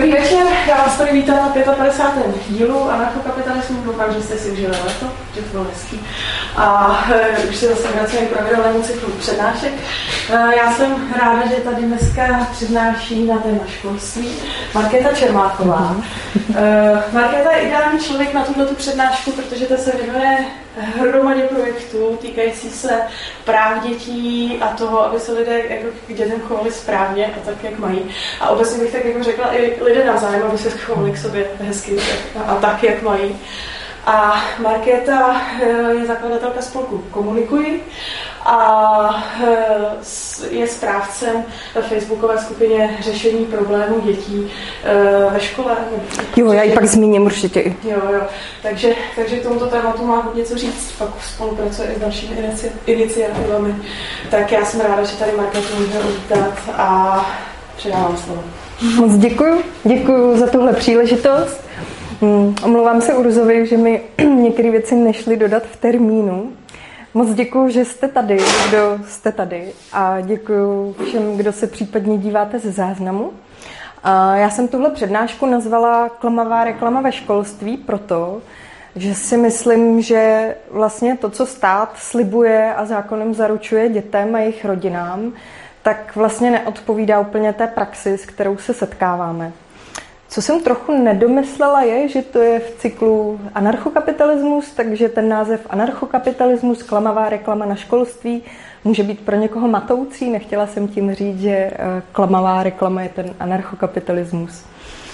Dobrý večer, já vás tady vítám na 55. dílu Anarchokapitalismu. Doufám, že jste si užili leto, že to bylo hezký. A už se zase vracíme k pravidelnému cyklu přednášek. Já jsem ráda, že tady dneska přednáší na téma školství Markéta Čermáková. Markéta je ideální člověk na tuto přednášku, protože to se věnuje hromadě projektů týkající se práv dětí a toho, aby se lidé jako k dětem chovali správně a tak, jak mají. A obecně bych tak jako řekla i lidé navzájem, aby se chovali k sobě hezky a tak, jak mají. A Markéta je zakladatelka spolku Komunikuj a je správcem ve facebookové skupině řešení problémů dětí ve škole. Jo, já ji pak zmíním určitě. Jo. Takže k tomuto tématu má něco říct, pak spolupracuje i s dalšími iniciativami. Tak já jsem ráda, že tady Markétu můžeme uvítat a předávám slovo. Moc děkuju za tuhle příležitost. Omlouvám se Urzovi, že mi některé věci nešly dodat v termínu. Moc děkuju, že jste tady, kdo jste tady, a děkuju všem, kdo se případně díváte ze záznamu. Já jsem tuhle přednášku nazvala Klamavá reklama ve školství proto, že si myslím, že vlastně to, co stát slibuje a zákonem zaručuje dětem a jejich rodinám, tak vlastně neodpovídá úplně té praxi, s kterou se setkáváme. Co jsem trochu nedomyslela je, že to je v cyklu anarchokapitalismus, takže ten název anarchokapitalismus, klamavá reklama na školství, může být pro někoho matoucí. Nechtěla jsem tím říct, že klamavá reklama je ten anarchokapitalismus.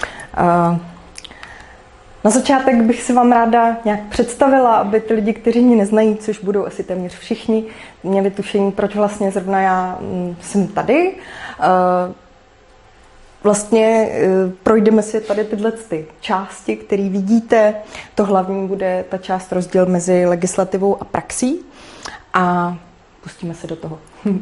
Na začátek bych si vám ráda nějak představila, aby ty lidi, kteří mě neznají, což budou asi téměř všichni, měli tušení, proč vlastně zrovna já jsem tady. Vlastně projdeme si tady tyhle části, které vidíte. To hlavní bude ta část rozdíl mezi legislativou a praxí. A pustíme se do toho.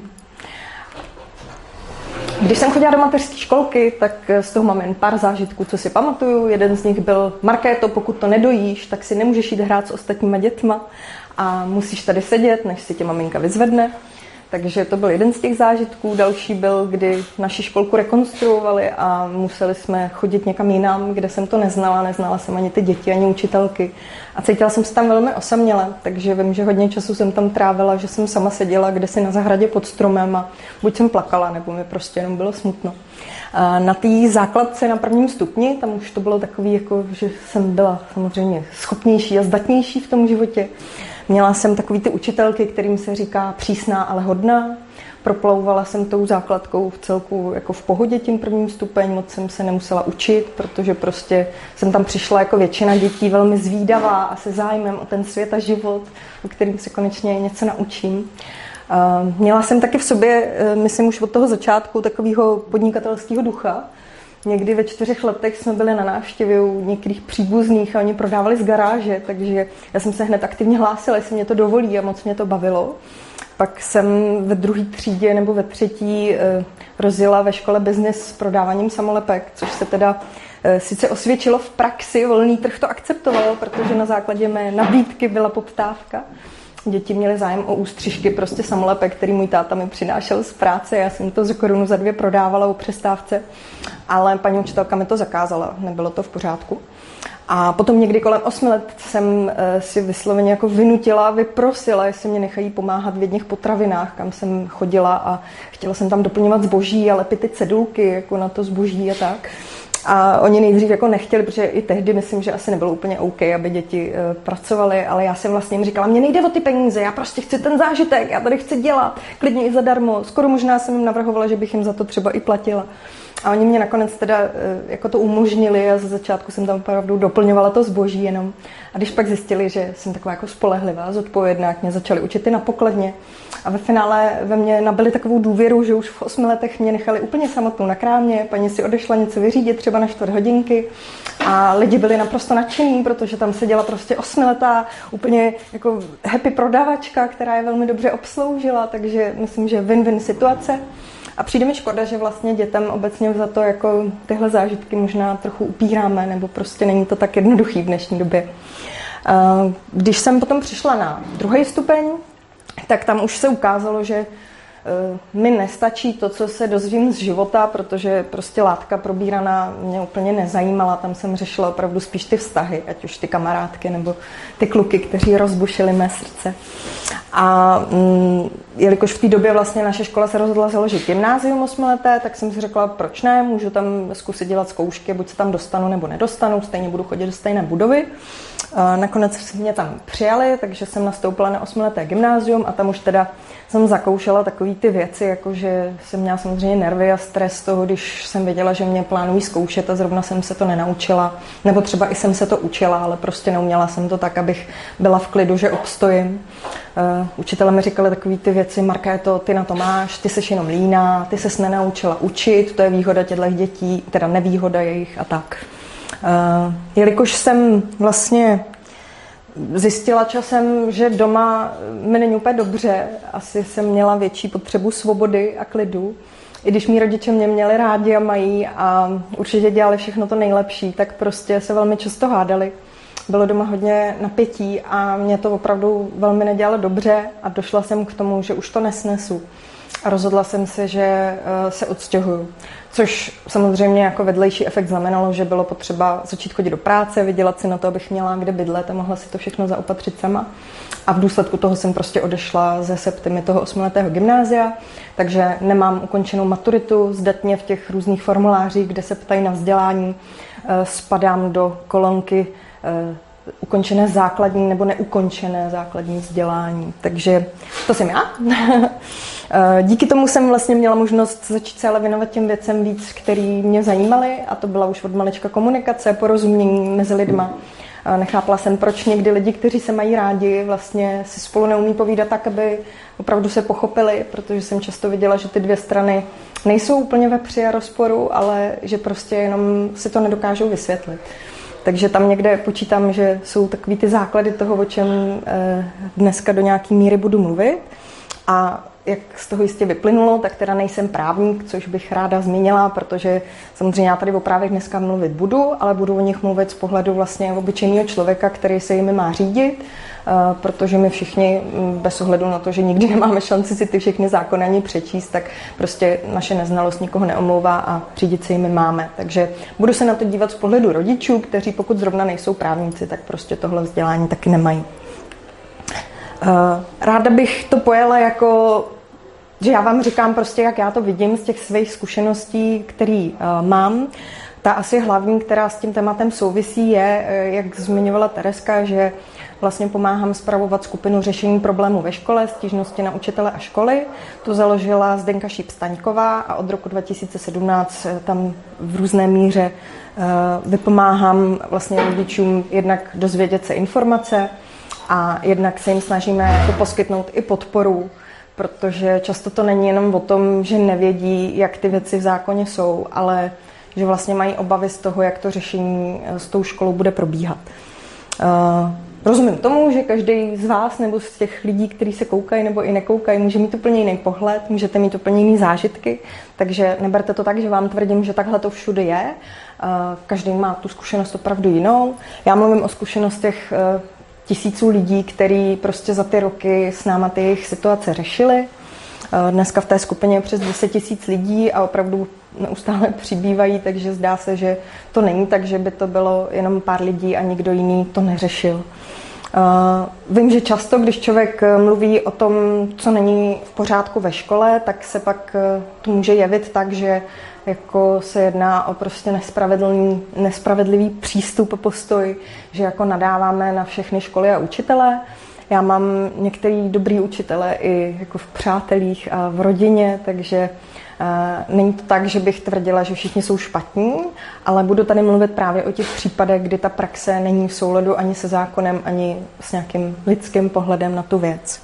Když jsem chodila do mateřské školky, tak z toho mám jen pár zážitků, co si pamatuju. Jeden z nich byl: Markéto, pokud to nedojíš, tak si nemůžeš jít hrát s ostatníma dětma a musíš tady sedět, než si tě maminka vyzvedne. Takže to byl jeden z těch zážitků. Další byl, kdy naši školku rekonstruovali a museli jsme chodit někam jinam, kde jsem to neznala jsem ani ty děti, ani učitelky. A cítila jsem se tam velmi osaměle, takže vím, že hodně času jsem tam trávila, že jsem sama seděla kdesi na zahradě pod stromem a buď jsem plakala, nebo mi prostě jenom bylo smutno. A na té základce na prvním stupni, tam už to bylo takový, jako, že jsem byla samozřejmě schopnější a zdatnější v tom životě. Měla jsem takový ty učitelky, kterým se říká přísná, ale hodná. Proplouvala jsem tou základkou v celku jako v pohodě tím prvním stupeň, moc jsem se nemusela učit, protože prostě jsem tam přišla jako většina dětí velmi zvídavá a se zájmem o ten svět a život, o kterým se konečně něco naučím. Měla jsem taky v sobě, myslím už od toho začátku, takového podnikatelského ducha. Někdy ve 4 letech jsme byli na návštěvě u některých příbuzných a oni prodávali z garáže, takže já jsem se hned aktivně hlásila, jestli mě to dovolí, a moc mě to bavilo. Pak jsem ve 2. třídě nebo ve 3. rozjela ve škole biznis s prodáváním samolepek, což se teda sice osvědčilo v praxi, volný trh to akceptoval, protože na základě mé nabídky byla poptávka. Děti měly zájem o ústřižky, prostě samolepek, který můj táta mi přinášel z práce. Já jsem to za korunu za 2 prodávala o přestávce, ale paní učitelka mi to zakázala, nebylo to v pořádku. A potom někdy kolem 8 let jsem si vysloveně jako vynutila, vyprosila, jestli mě nechají pomáhat v jedných potravinách, kam jsem chodila, a chtěla jsem tam doplňovat zboží a lepit ty cedulky jako na to zboží a tak. A oni nejdřív jako nechtěli, protože i tehdy myslím, že asi nebylo úplně OK, aby děti pracovaly, ale já jsem vlastně jim říkala, mně nejde o ty peníze, já prostě chci ten zážitek, já tady chci dělat, klidně i zadarmo. Skoro možná jsem jim navrhovala, že bych jim za to třeba i platila. A oni mě nakonec teda jako to umožnili a ze začátku jsem tam opravdu doplňovala to zboží jenom. A když pak zjistili, že jsem taková jako spolehlivá, zodpovědná, jak mě začali učit i na pokladně. A ve finále ve mně nabili takovou důvěru, že už v 8 letech mě nechali úplně samotnou na krámě, paní si odešla něco vyřídit třeba na 4 hodinky a lidi byli naprosto nadšení, protože tam seděla prostě 8letá úplně jako happy prodavačka, která je velmi dobře obsloužila, takže myslím, že win-win situace. A přijde mi škoda, že vlastně dětem obecně za to jako tyhle zážitky možná trochu upíráme, nebo prostě není to tak jednoduchý v dnešní době. Když jsem potom přišla na 2. stupeň, tak tam už se ukázalo, že mi nestačí to, co se dozvím z života, protože prostě látka probíraná mě úplně nezajímala. Tam jsem řešila opravdu spíš ty vztahy, ať už ty kamarádky nebo ty kluky, kteří rozbušili mé srdce. A jelikož v té době vlastně naše škola se rozhodla založit gymnázium 8leté, tak jsem si řekla, proč ne, můžu tam zkusit dělat zkoušky, buď se tam dostanu nebo nedostanu, stejně budu chodit do stejné budovy. Nakonec mě tam přijali, takže jsem nastoupila na 8leté gymnázium a tam už teda jsem zakoušela takové ty věci, jakože jsem měla samozřejmě nervy a stres z toho, když jsem věděla, že mě plánují zkoušet a zrovna jsem se to nenaučila. Nebo třeba i jsem se to učila, ale prostě neuměla jsem to tak, abych byla v klidu, že obstojím. Učitelé mi říkali takové ty věci, Markéto, ty na to máš, ty seš jenom líná, ty ses nenaučila učit, to je výhoda těchto dětí, teda nevýhoda jejich a tak. Jelikož jsem vlastně zjistila časem, že doma mi není úplně dobře, asi jsem měla větší potřebu svobody a klidu, i když mý rodiče mě měli rádi a mají a určitě dělali všechno to nejlepší, tak prostě se velmi často hádali. Bylo doma hodně napětí a mě to opravdu velmi nedělalo dobře a došla jsem k tomu, že už to nesnesu. A rozhodla jsem se, že se odstěhuju. Což samozřejmě jako vedlejší efekt znamenalo, že bylo potřeba začít chodit do práce, vydělat si na to, abych měla kde bydlet a mohla si to všechno zaopatřit sama. A v důsledku toho jsem prostě odešla ze Septimy toho 8letého gymnázia, takže nemám ukončenou maturitu, zdatně v těch různých formulářích, kde se ptají na vzdělání, spadám do kolonky ukončené základní nebo neukončené základní vzdělání. Takže to jsem já. Díky tomu jsem vlastně měla možnost začít se ale věnovat těm věcem víc, které mě zajímaly a to byla už od malička komunikace, porozumění mezi lidma. Nechápala jsem, proč někdy lidi, kteří se mají rádi, vlastně si spolu neumí povídat tak, aby opravdu se pochopili, protože jsem často viděla, že ty dvě strany nejsou úplně ve při a rozporu, ale že prostě jenom si to nedokážou vysvětlit. Takže tam někde počítám, že jsou takový ty základy toho, o čem dneska do nějaký míry budu mluvit. A jak z toho jistě vyplynulo, tak teda nejsem právník, což bych ráda zmínila, protože samozřejmě já tady o právech dneska mluvit budu, ale budu o nich mluvit z pohledu vlastně obyčejného člověka, který se jimi má řídit, protože my všichni, bez ohledu na to, že nikdy nemáme šanci si ty všechny zákony ani přečíst, tak prostě naše neznalost nikoho neomlouvá a řídit se jimi máme. Takže budu se na to dívat z pohledu rodičů, kteří pokud zrovna nejsou právníci, tak prostě tohle vzdělání taky nemají. Ráda bych to pojela jako, že já vám říkám prostě, jak já to vidím z těch svých zkušeností, které mám. Ta asi hlavní, která s tím tématem souvisí, je, jak zmiňovala Tereska, že vlastně pomáhám spravovat skupinu řešení problémů ve škole, stížnosti na učitele a školy. To založila Zdenka Šíp-Staňková a od roku 2017 tam v různé míře vypomáhám vlastně rodičům jednak dozvědět se informace a jednak se jim snažíme jako poskytnout i podporu, protože často to není jenom o tom, že nevědí, jak ty věci v zákoně jsou, ale že vlastně mají obavy z toho, jak to řešení s tou školou bude probíhat. Rozumím tomu, že každý z vás nebo z těch lidí, kteří se koukají nebo i nekoukají, může mít úplně jiný pohled, můžete mít úplně jiný zážitky, takže neberte to tak, že vám tvrdím, že takhle to všude je. Každý má tu zkušenost opravdu jinou. Já mluvím o zkušenostech tisíců lidí, kteří prostě za ty roky s náma ty jejich situace řešili. Dneska v té skupině je přes 10 000 lidí a opravdu neustále přibývají, takže zdá se, že to není tak, že by to bylo jenom pár lidí a nikdo jiný to neřešil. Vím, že často, když člověk mluví o tom, co není v pořádku ve škole, tak se pak to může jevit tak, že jako se jedná o prostě nespravedlivý přístup a postoj, že jako nadáváme na všechny školy a učitele. Já mám některý dobrý učitele i jako v přátelích a v rodině, takže není to tak, že bych tvrdila, že všichni jsou špatní, ale budu tady mluvit právě o těch případech, kdy ta praxe není v souladu ani se zákonem, ani s nějakým lidským pohledem na tu věc.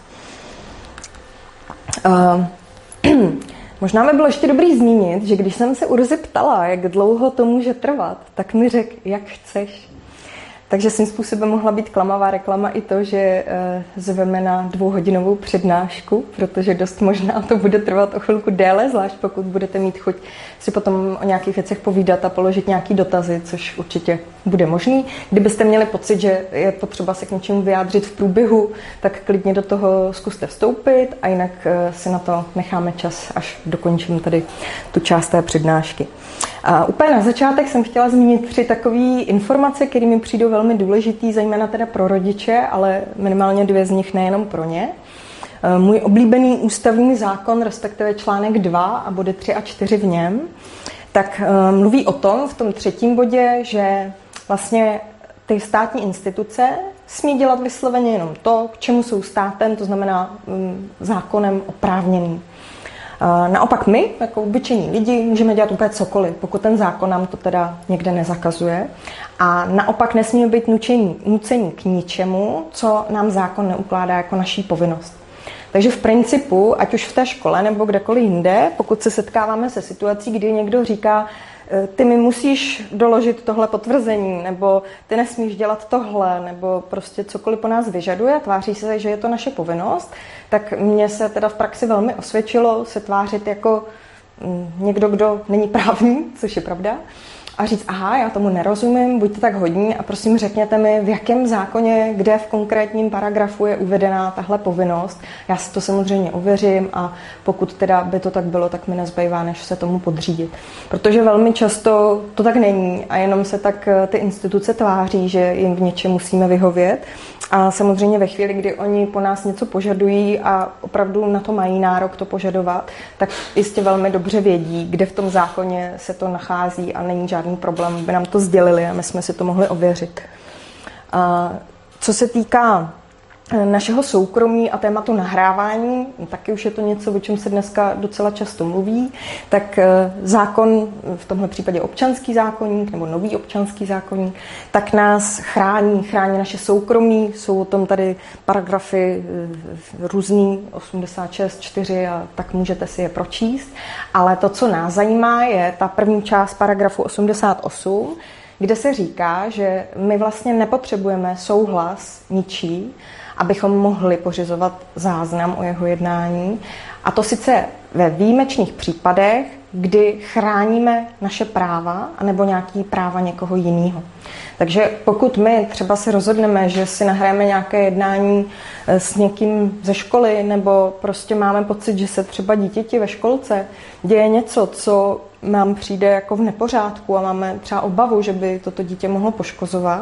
Možná by bylo ještě dobrý zmínit, že když jsem se Urzy ptala, jak dlouho to může trvat, tak mi řekl, jak chceš. Takže svým způsobem mohla být klamavá reklama i to, že zveme na 2hodinovou přednášku, protože dost možná to bude trvat o chvilku déle, zvlášť pokud budete mít chuť si potom o nějakých věcech povídat a položit nějaký dotazy, což určitě bude možný. Kdybyste měli pocit, že je potřeba se k něčemu vyjádřit v průběhu, tak klidně do toho zkuste vstoupit a jinak si na to necháme čas, až dokončím tady tu část té přednášky. A úplně na začátek jsem chtěla zmínit 3 takové informace, které mi přijdou velmi důležitý, zejména teda pro rodiče, ale minimálně 2 z nich nejenom pro ně. Můj oblíbený ústavní zákon, respektive článek 2 a body 3 a 4 v něm, tak mluví o tom v tom 3. bodě, že vlastně ty státní instituce smí dělat vysloveně jenom to, k čemu jsou státem, to znamená zákonem oprávněný. Naopak my, jako obyčejní lidi, můžeme dělat úplně cokoliv, pokud ten zákon nám to teda někde nezakazuje. A naopak nesmíme být nuceni k ničemu, co nám zákon neukládá jako naší povinnost. Takže v principu, ať už v té škole nebo kdekoliv jinde, pokud se setkáváme se situací, kdy někdo říká, ty mi musíš doložit tohle potvrzení, nebo ty nesmíš dělat tohle, nebo prostě cokoliv po nás vyžaduje a tváří se, že je to naše povinnost, tak mně se teda v praxi velmi osvědčilo se tvářit jako někdo, kdo není právní, což je pravda, a říct, aha, já tomu nerozumím, buďte tak hodní a prosím řekněte mi, v jakém zákoně, kde v konkrétním paragrafu je uvedená tahle povinnost. Já si to samozřejmě ověřím a pokud teda by to tak bylo, tak mi nezbývá, než se tomu podřídit. Protože velmi často to tak není a jenom se tak ty instituce tváří, že jim v něčem musíme vyhovět. A samozřejmě ve chvíli, kdy oni po nás něco požadují a opravdu na to mají nárok to požadovat, tak jistě velmi dobře vědí, kde v tom zákoně se to nachází a není žádný problém, by nám to sdělili a my jsme si to mohli ověřit. A co se týká našeho soukromí a tématu nahrávání, taky už je to něco, o čem se dneska docela často mluví, tak zákon, v tomhle případě občanský zákoník nebo nový občanský zákoník, tak nás chrání naše soukromí, jsou o tom tady paragrafy různý, 86, 4 a tak můžete si je pročíst, ale to, co nás zajímá, je ta první část paragrafu 88, kde se říká, že my vlastně nepotřebujeme souhlas ničí, abychom mohli pořizovat záznam o jeho jednání. A to sice ve výjimečných případech, kdy chráníme naše práva anebo nějaký práva někoho jiného. Takže pokud my třeba si rozhodneme, že si nahrajeme nějaké jednání s někým ze školy nebo prostě máme pocit, že se třeba dítěti ve školce děje něco, co nám přijde jako v nepořádku a máme třeba obavu, že by toto dítě mohlo poškozovat.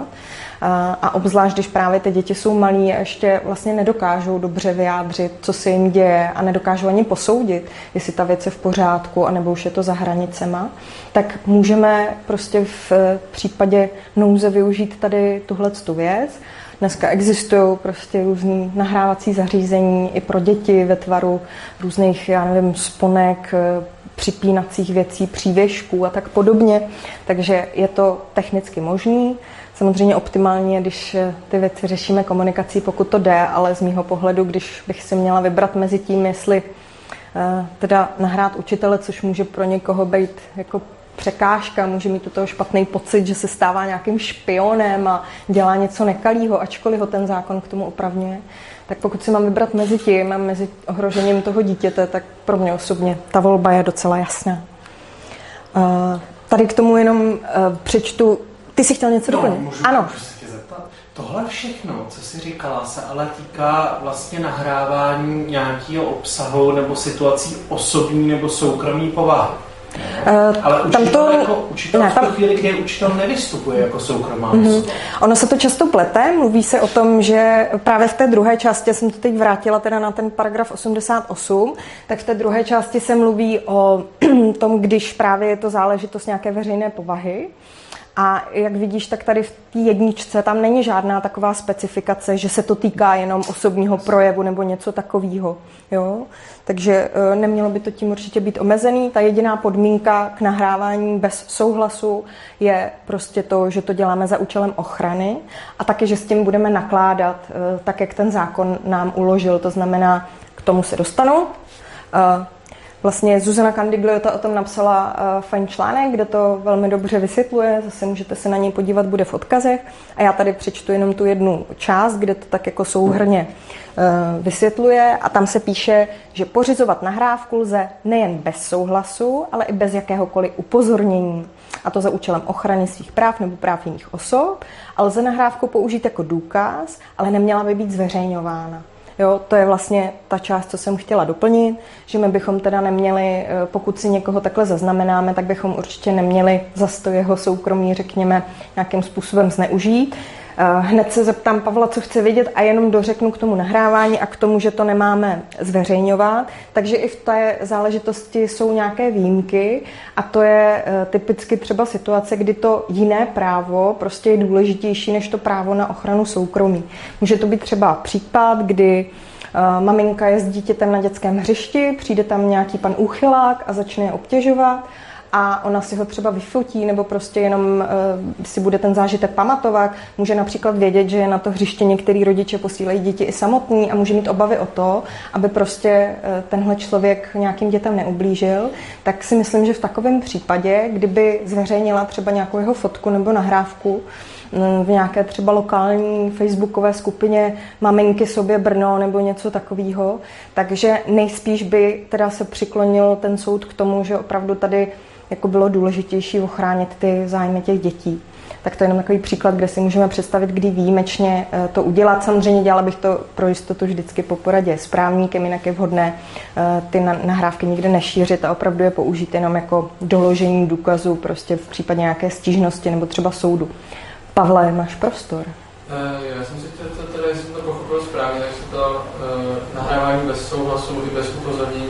A obzvlášť, když právě ty děti jsou malí a ještě vlastně nedokážou dobře vyjádřit, co se jim děje a nedokážou ani posoudit, jestli ta věc je v pořádku, anebo už je to za hranicema, tak můžeme prostě v případě nouze využít tady tuhletu věc. Dneska existují prostě různý nahrávací zařízení i pro děti ve tvaru různých, já nevím, sponek, připínacích věcí, přívěšků a tak podobně. Takže je to technicky možný. Samozřejmě optimálně, když ty věci řešíme komunikací, pokud to jde, ale z mýho pohledu, když bych si měla vybrat mezi tím, jestli teda nahrát učitele, což může pro někoho být jako překážka, může mít u toho špatný pocit, že se stává nějakým špionem a dělá něco nekalýho, ačkoliv ho ten zákon k tomu opravňuje. Tak pokud si mám vybrat mezi tím a mezi ohrožením toho dítěte, tak pro mě osobně ta volba je docela jasná. Tady k tomu jenom přečtu. Ty jsi chtěl něco doplnit? Ano. Můžu se tě zeptat? Tohle všechno, co jsi říkala, se ale týká vlastně nahrávání nějakého obsahu nebo situací osobní nebo soukromí povahy. Ale učitel v tu chvíli, kdy učitel nevystupuje jako soukromá osoba. Ono se to často plete, mluví se o tom, že právě v té druhé části, jsem to teď vrátila teda na ten paragraf 88, tak v té druhé části se mluví o tom, když právě je to záležitost nějaké veřejné povahy. A jak vidíš, tak tady v té jedničce tam není žádná taková specifikace, že se to týká jenom osobního projevu nebo něco takového. Jo? Takže nemělo by to tím určitě být omezený. Ta jediná podmínka k nahrávání bez souhlasu je prostě to, že to děláme za účelem ochrany a taky, že s tím budeme nakládat tak, jak ten zákon nám uložil. To znamená, k tomu se dostanu. Vlastně Zuzana Candigliota o tom napsala fajn článek, kde to velmi dobře vysvětluje, zase můžete se na něj podívat, bude v odkazech. A já tady přečtu jenom tu jednu část, kde to tak jako souhrnně vysvětluje a tam se píše, že pořizovat nahrávku lze nejen bez souhlasu, ale i bez jakéhokoliv upozornění. A to za účelem ochrany svých práv nebo práv jiných osob. A lze nahrávku použít jako důkaz, ale neměla by být zveřejňována. Jo, to je vlastně ta část, co jsem chtěla doplnit, že my bychom teda neměli, pokud si někoho takhle zaznamenáme, tak bychom určitě neměli zas to jeho soukromí, řekněme, nějakým způsobem zneužít. Hned se zeptám Pavla, co chce vědět a jenom dořeknu k tomu nahrávání a k tomu, že to nemáme zveřejňovat. Takže i v té záležitosti jsou nějaké výjimky a to je typicky třeba situace, kdy to jiné právo prostě je důležitější než to právo na ochranu soukromí. Může to být třeba případ, kdy maminka je s dítětem na dětském hřišti, přijde tam nějaký pan úchylák a začne je obtěžovat a ona si ho třeba vyfotí nebo prostě jenom si bude ten zážitek pamatovat. Může například vědět, že na to hřiště některý rodiče posílají děti i samotný a může mít obavy o to, aby prostě tenhle člověk nějakým dětem neublížil. Tak si myslím, že v takovém případě, kdyby zveřejnila třeba nějakou jeho fotku nebo nahrávku v nějaké třeba lokální facebookové skupině Maminky sobě Brno nebo něco takového, takže nejspíš by teda se přiklonil ten soud k tomu, že opravdu tady jako bylo důležitější ochránit ty zájmy těch dětí. Tak to je jenom takový příklad, kde si můžeme představit, kdy výjimečně to udělat. Samozřejmě dělala bych to pro jistotu vždycky po poradě s právníkem, jinak je vhodné ty nahrávky nikde nešířit a opravdu je použít jenom jako doložení důkazu prostě v případě nějaké stížnosti nebo třeba soudu. Pavle, máš prostor. Já jsem si chtěl, jestli jsem to pochopil správně, tak se to nahrávání bez souhlasu i bez upozornění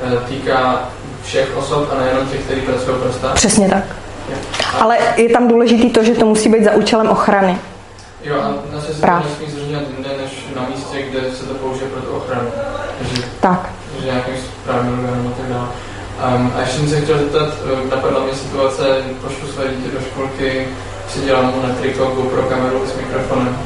týká všech osob a nejenom těch, kteří pracují pro stát? Přesně tak. Ale je tam důležitý to, že to musí být za účelem ochrany. Jo, a na se to nesmí zřejmě jinde, než na místě, kde se to použije pro tu ochranu. Tak. Takže nějakým správným orgánem a tak dále. A ještě jsem se chtěl zeptat, napadla mě situace, pošlu své dítě do školky, si dělám mu na triko, GoPro kameru s mikrofonem.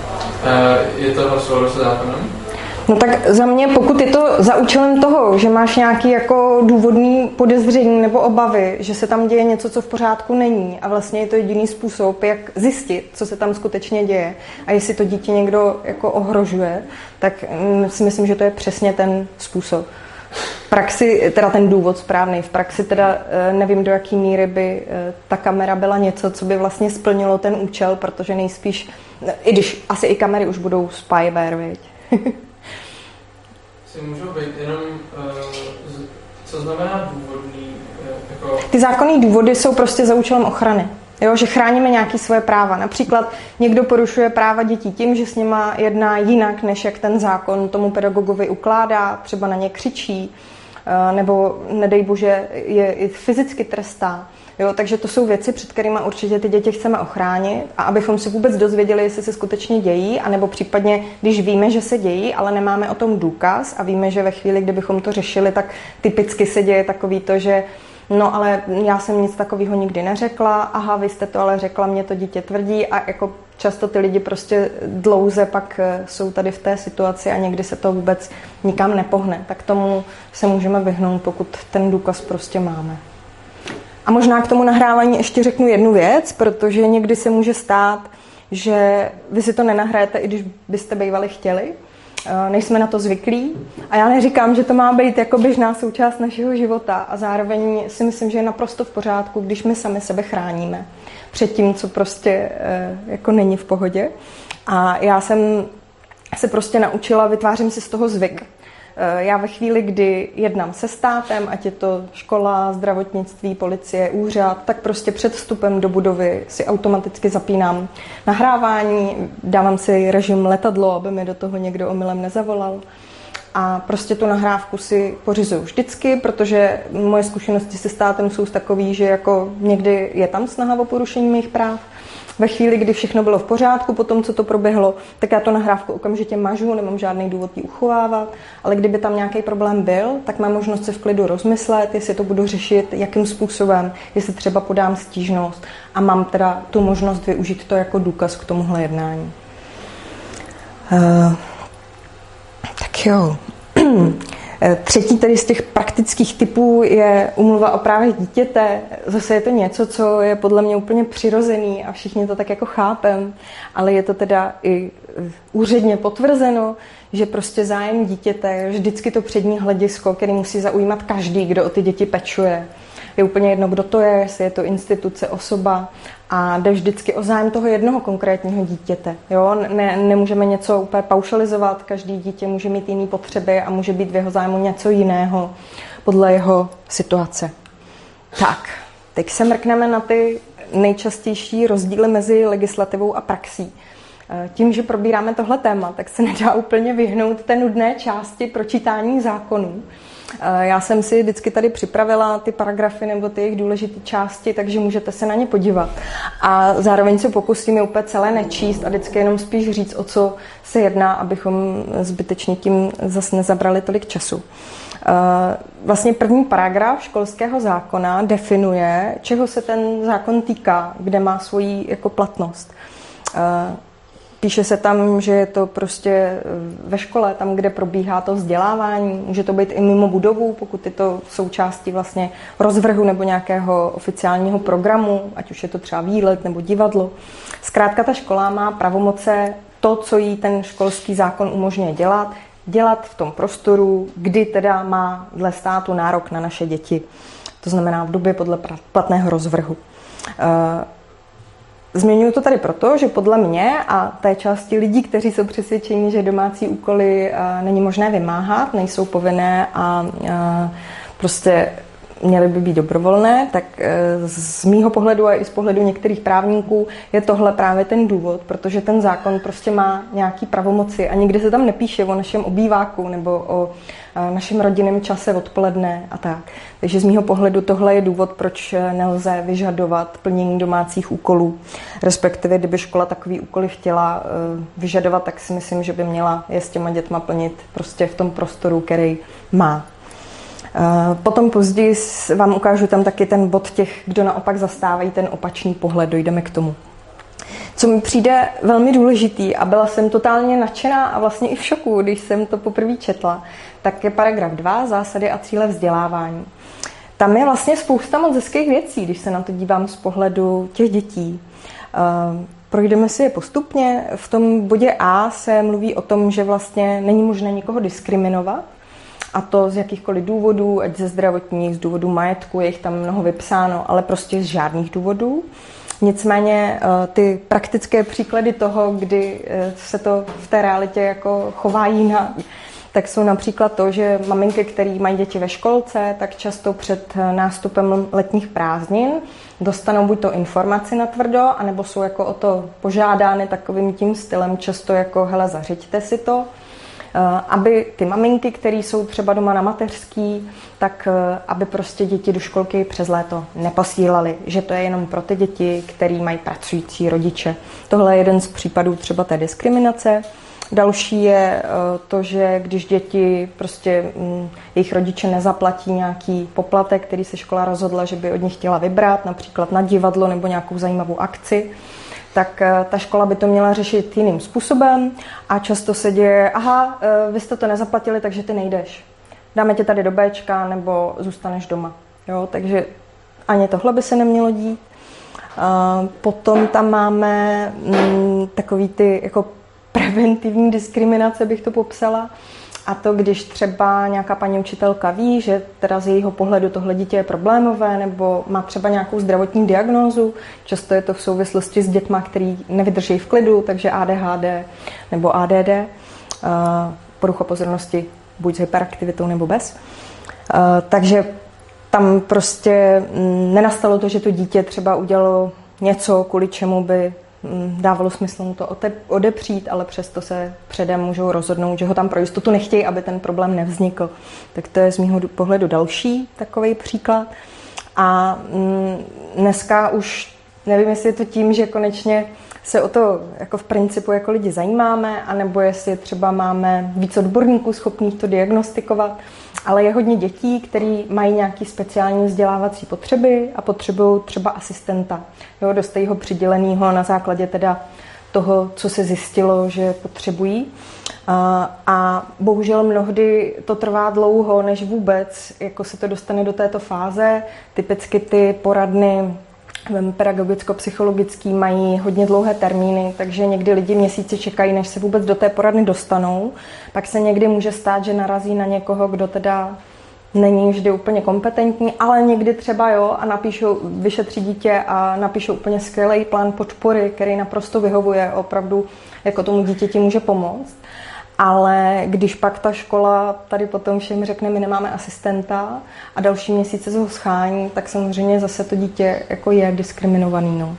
Je to v souladu se zákonem? No tak za mě, pokud je to za účelem toho, že máš nějaký jako důvodný podezření nebo obavy, že se tam děje něco, co v pořádku není a vlastně je to jediný způsob, jak zjistit, co se tam skutečně děje a jestli to dítě někdo jako ohrožuje, tak si myslím, že to je přesně ten způsob. V praxi, teda ten důvod správný, v praxi teda nevím, do jaký míry by ta kamera byla něco, co by vlastně splnilo ten účel, protože nejspíš, i když asi i kamery už budou spyware, viď? Si můžou být jenom, co znamená důvodný? Jako... Ty zákonné důvody jsou prostě za účelem ochrany. Jo, že chráníme nějaké svoje práva. Například někdo porušuje práva dětí tím, že s nima jedná jinak, než jak ten zákon tomu pedagogovi ukládá, třeba na ně křičí, nebo nedej bože je i fyzicky trestá. Jo, takže to jsou věci, před kterými určitě ty děti chceme ochránit a abychom si vůbec dozvěděli, jestli se skutečně dějí, anebo případně, když víme, že se dějí, ale nemáme o tom důkaz a víme, že ve chvíli, kdybychom to řešili, tak typicky se děje takový to, že no ale já jsem nic takového nikdy neřekla, aha, vy jste to ale řekla, mě to dítě tvrdí a jako často ty lidi prostě dlouze pak jsou tady v té situaci a někdy se to vůbec nikam nepohne. Tak tomu se můžeme vyhnout, pokud ten důkaz prostě máme. A možná k tomu nahrávání ještě řeknu jednu věc, protože někdy se může stát, že vy si to nenahrajete, i když byste bývali chtěli. Nejsme na to zvyklí a já neříkám, že to má být jako běžná součást našeho života a zároveň si myslím, že je naprosto v pořádku, když my sami sebe chráníme před tím, co prostě jako není v pohodě. A já jsem se prostě naučila, vytvářím si z toho zvyk. Já ve chvíli, kdy jednám se státem, ať je to škola, zdravotnictví, policie, úřad, tak prostě před vstupem do budovy si automaticky zapínám nahrávání, dávám si režim letadlo, aby mi do toho někdo omylem nezavolal. A prostě tu nahrávku si pořizuju vždycky, protože moje zkušenosti se státem jsou takový, že jako někdy je tam snaha o porušení mých práv. Ve chvíli, kdy všechno bylo v pořádku, po tom, co to proběhlo, tak já tu nahrávku okamžitě mažu, nemám žádný důvod ji uchovávat, ale kdyby tam nějaký problém byl, tak mám možnost se v klidu rozmyslet, jestli to budu řešit, jakým způsobem, jestli třeba podám stížnost a mám teda tu možnost využít to jako důkaz k tomuhle jednání. Tak jo. Třetí tedy z těch praktických typů je úmluva o právech dítěte. Zase je to něco, co je podle mě úplně přirozený a všichni to tak jako chápem, ale je to teda i úředně potvrzeno, že prostě zájem dítěte je vždycky to přední hledisko, který musí zaujímat každý, kdo o ty děti pečuje. Je úplně jedno, kdo to je, jestli je to instituce, osoba a jde vždycky o zájem toho jednoho konkrétního dítěte. Jo? Nemůžeme něco úplně paušalizovat, každý dítě může mít jiné potřeby a může být v jeho zájmu něco jiného podle jeho situace. Tak, teď se mrkneme na ty nejčastější rozdíly mezi legislativou a praxí. Tím, že probíráme tohle téma, tak se nedá úplně vyhnout té nudné části pročítání zákonů. Já jsem si vždycky tady připravila ty paragrafy nebo ty jejich důležité části, takže můžete se na ně podívat. A zároveň se pokusím je úplně celé nečíst a vždycky jenom spíš říct, o co se jedná, abychom zbytečně tím zase nezabrali tolik času. Vlastně první paragraf školského zákona definuje, čeho se ten zákon týká, kde má svoji jako platnost. Píše se tam, že je to prostě ve škole, tam, kde probíhá to vzdělávání. Může to být i mimo budovu, pokud je to součástí vlastně rozvrhu nebo nějakého oficiálního programu, ať už je to třeba výlet nebo divadlo. Zkrátka ta škola má pravomoce to, co jí ten školský zákon umožňuje dělat v tom prostoru, kdy teda má dle státu nárok na naše děti. To znamená v době podle platného rozvrhu. Zmiňuji to tady proto, že podle mě a té části lidí, kteří jsou přesvědčeni, že domácí úkoly není možné vymáhat, nejsou povinné a prostě měly by být dobrovolné, tak z mýho pohledu a i z pohledu některých právníků je tohle právě ten důvod, protože ten zákon prostě má nějaký pravomoci a nikdy se tam nepíše o našem obýváku nebo o našem rodinném čase odpoledne a tak. Takže z mýho pohledu tohle je důvod, proč nelze vyžadovat plnění domácích úkolů. Respektive, kdyby škola takový úkoly chtěla vyžadovat, tak si myslím, že by měla je s těma dětma plnit prostě v tom prostoru, který má. Potom později vám ukážu tam taky ten bod těch, kdo naopak zastávají ten opačný pohled, dojdeme k tomu. Co mi přijde velmi důležitý a byla jsem totálně nadšená a vlastně i v šoku, když jsem to poprvé četla, tak je paragraf 2, zásady a cíle vzdělávání. Tam je vlastně spousta moc hezkých věcí, když se na to dívám z pohledu těch dětí. Projdeme si je postupně. V tom bodě A se mluví o tom, že vlastně není možné nikoho diskriminovat, a to z jakýchkoliv důvodů, ať ze zdravotních, z důvodů majetku, je jich tam mnoho vypsáno, ale prostě z žádných důvodů. Nicméně ty praktické příklady toho, kdy se to v té realitě jako chová jinak, tak jsou například to, že maminky, které mají děti ve školce, tak často před nástupem letních prázdnin dostanou buď to informaci natvrdo, anebo jsou jako o to požádány takovým tím stylem, často jako hele, zařiďte si to, aby ty maminky, které jsou třeba doma na mateřský, tak aby prostě děti do školky přes léto neposílaly, že to je jenom pro ty děti, které mají pracující rodiče. Tohle je jeden z případů třeba té diskriminace. Další je to, že když děti prostě jejich rodiče nezaplatí nějaký poplatek, který se škola rozhodla, že by od nich chtěla vybrat, například na divadlo nebo nějakou zajímavou akci, tak ta škola by to měla řešit jiným způsobem a často se děje, vy jste to nezaplatili, takže ty nejdeš. Dáme tě tady do Bčka nebo zůstaneš doma. Jo, takže ani tohle by se nemělo dít. Potom tam máme takový ty jako preventivní diskriminace, bych to popsala. A to, když třeba nějaká paní učitelka ví, že teda z jejího pohledu tohle dítě je problémové nebo má třeba nějakou zdravotní diagnózu, často je to v souvislosti s dětma, který nevydrží v klidu, takže ADHD nebo ADD, porucha pozornosti buď s hyperaktivitou nebo bez. Takže tam prostě nenastalo to, že to dítě třeba udělalo něco, kvůli čemu by dávalo smysl mu to odepřít, ale přesto se předem můžou rozhodnout, že ho tam pro jistotu nechtějí, aby ten problém nevznikl. Tak to je z mýho pohledu další takový příklad. A dneska už nevím, jestli je to tím, že konečně se o to jako v principu jako lidi zajímáme, anebo jestli třeba máme víc odborníků schopných to diagnostikovat, ale je hodně dětí, který mají nějaké speciální vzdělávací potřeby a potřebují třeba asistenta. Jo, dostají ho přidělenýho na základě teda toho, co se zjistilo, že potřebují. A bohužel mnohdy to trvá dlouho, než vůbec jako se to dostane do této fáze. Typicky ty poradny pedagogicko-psychologický mají hodně dlouhé termíny, takže někdy lidi měsíce čekají, než se vůbec do té poradny dostanou. Pak se někdy může stát, že narazí na někoho, kdo teda není vždy úplně kompetentní, ale někdy třeba jo a vyšetří dítě a napíšou úplně skvělý plán podpory, který naprosto vyhovuje, opravdu jako tomu dítěti může pomoct. Ale když pak ta škola tady potom všem řekne, my nemáme asistenta a další měsíce ho schání, tak samozřejmě zase to dítě jako je diskriminovaný. No.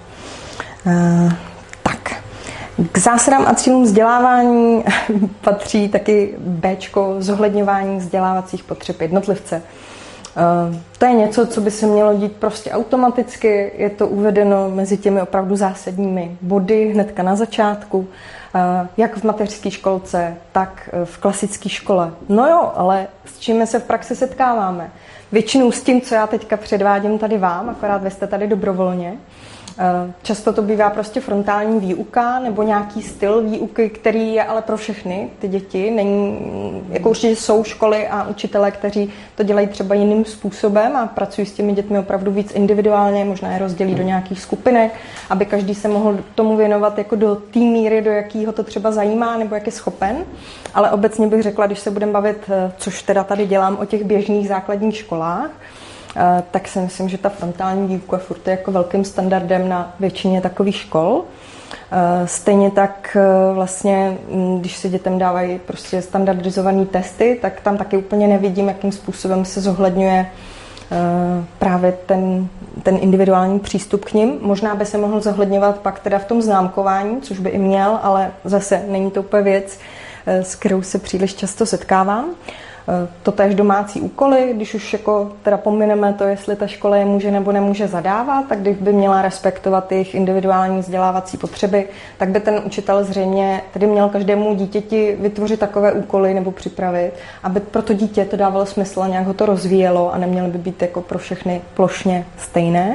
Tak. K zásadám a cílům vzdělávání patří taky Bčko, zohledňování vzdělávacích potřeb jednotlivce. To je něco, co by se mělo dít prostě automaticky, je to uvedeno mezi těmi opravdu zásadními body hnedka na začátku, jak v mateřské školce, tak v klasické škole. No jo, ale s čím se v praxi setkáváme? Většinou s tím, co já teďka předvádím tady vám, akorát vy jste tady dobrovolně. Často to bývá prostě frontální výuka nebo nějaký styl výuky, který je ale pro všechny ty děti. Není, jako určitě jsou školy a učitelé, kteří to dělají třeba jiným způsobem a pracují s těmi dětmi opravdu víc individuálně, možná je rozdělí do nějakých skupinek, aby každý se mohl tomu věnovat jako do té míry, do jakého to třeba zajímá nebo jak je schopen. Ale obecně bych řekla, když se budeme bavit, což teda tady dělám, o těch běžných základních školách, tak si myslím, že ta frontální výuka furt je jako velkým standardem na většině takových škol. Stejně tak vlastně, když se dětem dávají prostě standardizované testy, tak tam taky úplně nevidím, jakým způsobem se zohledňuje právě ten individuální přístup k nim. Možná by se mohl zohledňovat pak teda v tom známkování, což by i měl, ale zase není to úplně věc, s kterou se příliš často setkávám. Totéž domácí úkoly, když už jako teda pomineme to, jestli ta škola je může nebo nemůže zadávat, tak když by měla respektovat jejich individuální vzdělávací potřeby, tak by ten učitel zřejmě tedy měl každému dítěti vytvořit takové úkoly nebo připravit, aby pro to dítě to dávalo smysl a nějak ho to rozvíjelo a neměly by být jako pro všechny plošně stejné.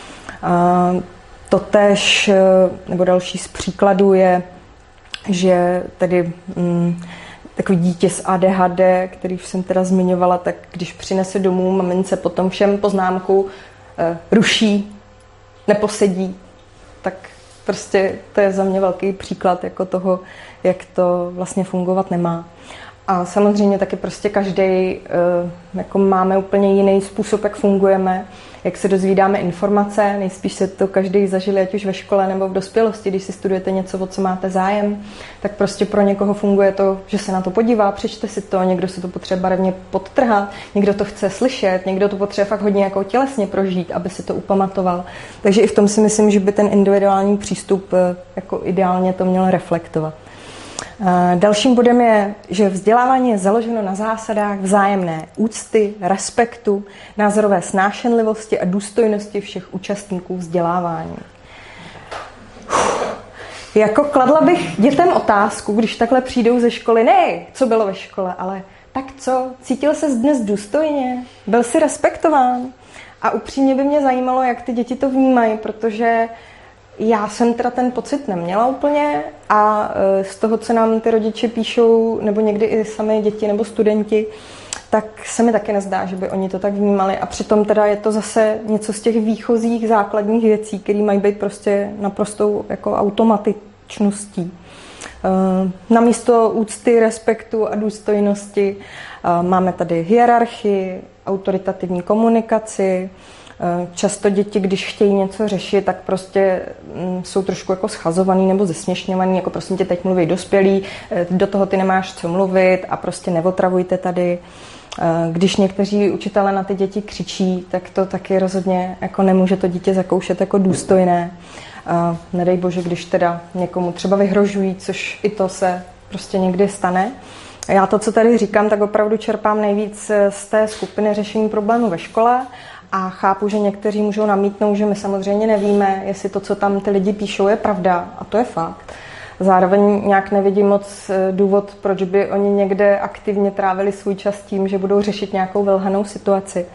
Totéž, nebo další z příkladů je, že tedy takový dítě s ADHD, který už jsem teda zmiňovala, tak když přinese domů mamince potom všem poznámku, ruší, neposedí, tak prostě to je za mě velký příklad jako toho, jak to vlastně fungovat nemá. A samozřejmě taky prostě každý jako máme úplně jiný způsob, jak fungujeme, jak se dozvídáme informace, nejspíš se to každý zažili, ať už ve škole nebo v dospělosti, když si studujete něco, o co máte zájem, tak prostě pro někoho funguje to, že se na to podívá, přečte si to, někdo se to potřebuje barevně podtrhat, někdo to chce slyšet, někdo to potřebuje fakt hodně jako tělesně prožít, aby si to upamatoval. Takže i v tom si myslím, že by ten individuální přístup jako ideálně to měl reflektovat. Dalším bodem je, že vzdělávání je založeno na zásadách vzájemné úcty, respektu, názorové snášenlivosti a důstojnosti všech účastníků vzdělávání. Jako kladla bych dětem otázku, když takhle přijdou ze školy, ne, co bylo ve škole, ale tak co, cítil ses dnes důstojně, byl jsi respektován? A upřímně by mě zajímalo, jak ty děti to vnímají, protože já jsem teda ten pocit neměla úplně a z toho, co nám ty rodiče píšou, nebo někdy i sami děti nebo studenti, tak se mi taky nezdá, že by oni to tak vnímali. A přitom teda je to zase něco z těch výchozích základních věcí, které mají být prostě naprostou jako automatičností. Namísto úcty, respektu a důstojnosti máme tady hierarchii, autoritativní komunikaci. Často děti, když chtějí něco řešit, tak prostě jsou trošku jako schazovaný nebo zesměšňovaný, jako prosím tě, teď mluví dospělí, do toho ty nemáš co mluvit a prostě neotravujte tady. Když někteří učitelé na ty děti křičí, tak to taky rozhodně jako nemůže to dítě zakoušet jako důstojné. Nedej bože, když teda někomu třeba vyhrožují, což i to se prostě někdy stane. Já to, co tady říkám, tak opravdu čerpám nejvíc z té skupiny řešení problémů ve škole. A chápu, že někteří můžou namítnout, že my samozřejmě nevíme, jestli to, co tam ty lidi píšou, je pravda. A to je fakt. Zároveň nějak nevidím moc důvod, proč by oni někde aktivně trávili svůj čas tím, že budou řešit nějakou vylhanou situaci.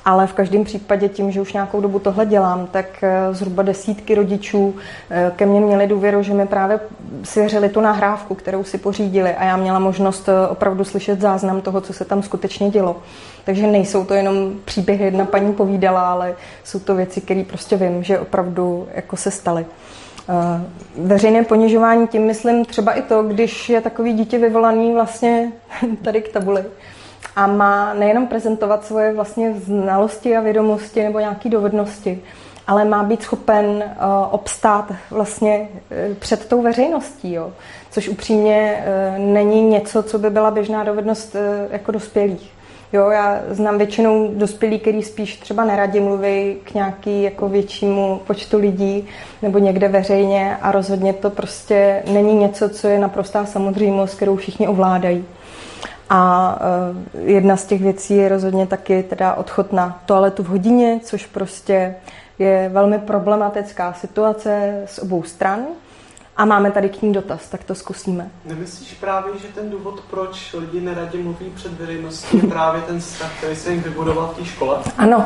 ale v každém případě tím, že už nějakou dobu tohle dělám, tak zhruba desítky rodičů ke mně měli důvěru, že mi právě svěřili tu nahrávku, kterou si pořídili a já měla možnost opravdu slyšet záznam toho, co se tam skutečně dělo. Takže nejsou to jenom příběhy, jedna paní povídala, ale jsou to věci, které prostě vím, že opravdu jako se staly. Veřejné ponižování, tím myslím třeba i to, když je takový dítě vyvolaný vlastně tady k tabuli a má nejenom prezentovat svoje vlastně znalosti a vědomosti nebo nějaké dovednosti, ale má být schopen obstát vlastně před tou veřejností, jo? Což upřímně není něco, co by byla běžná dovednost jako dospělých. Jo, já znám většinou dospělí, který spíš třeba neradi mluví k nějaký jako většímu počtu lidí nebo někde veřejně a rozhodně to prostě není něco, co je naprostá samozřejmost, kterou všichni ovládají. A jedna z těch věcí je rozhodně taky teda odchod na toaletu v hodině, což prostě je velmi problematická situace z obou stran. A máme tady k ní dotaz, tak to zkusíme. Nemyslíš právě, že ten důvod, proč lidi neradi mluví před veřejností, je právě ten vztah, který se jim vybudoval v té škole? Ano,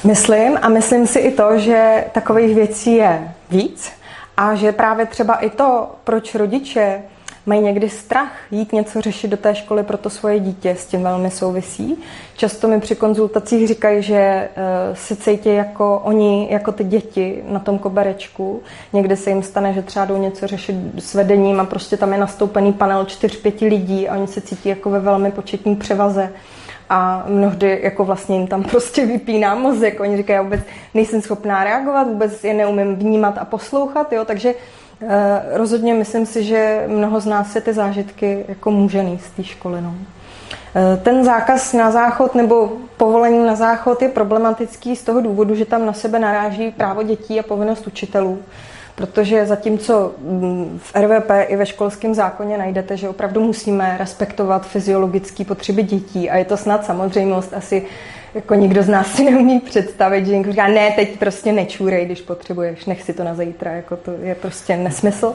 myslím si i to, že takových věcí je víc a že právě třeba i to, proč rodiče mají někdy strach jít něco řešit do té školy pro to svoje dítě, s tím velmi souvisí. Často mi při konzultacích říkají, že se cítí jako oni, jako ty děti na tom koberečku. Někdy se jim stane, že třeba jdou něco řešit s vedením a prostě tam je nastoupený panel 4-5 lidí a oni se cítí jako ve velmi početní převaze. A mnohdy jako vlastně jim tam prostě vypíná mozek. Oni říkají, já vůbec nejsem schopná reagovat, vůbec je neumím vnímat a poslouchat, jo, takže rozhodně myslím si, že mnoho z nás se ty zážitky jako může nést z té školy. No. Ten zákaz na záchod nebo povolení na záchod je problematický z toho důvodu, že tam na sebe naráží právo dětí a povinnost učitelů. Protože zatímco v RVP i ve školském zákoně najdete, že opravdu musíme respektovat fyziologické potřeby dětí a je to snad samozřejmost, asi jako nikdo z nás si neumí představit, že někdo říká, ne, teď prostě nečůrej, když potřebuješ, nech si to na zítra, jako to je prostě nesmysl.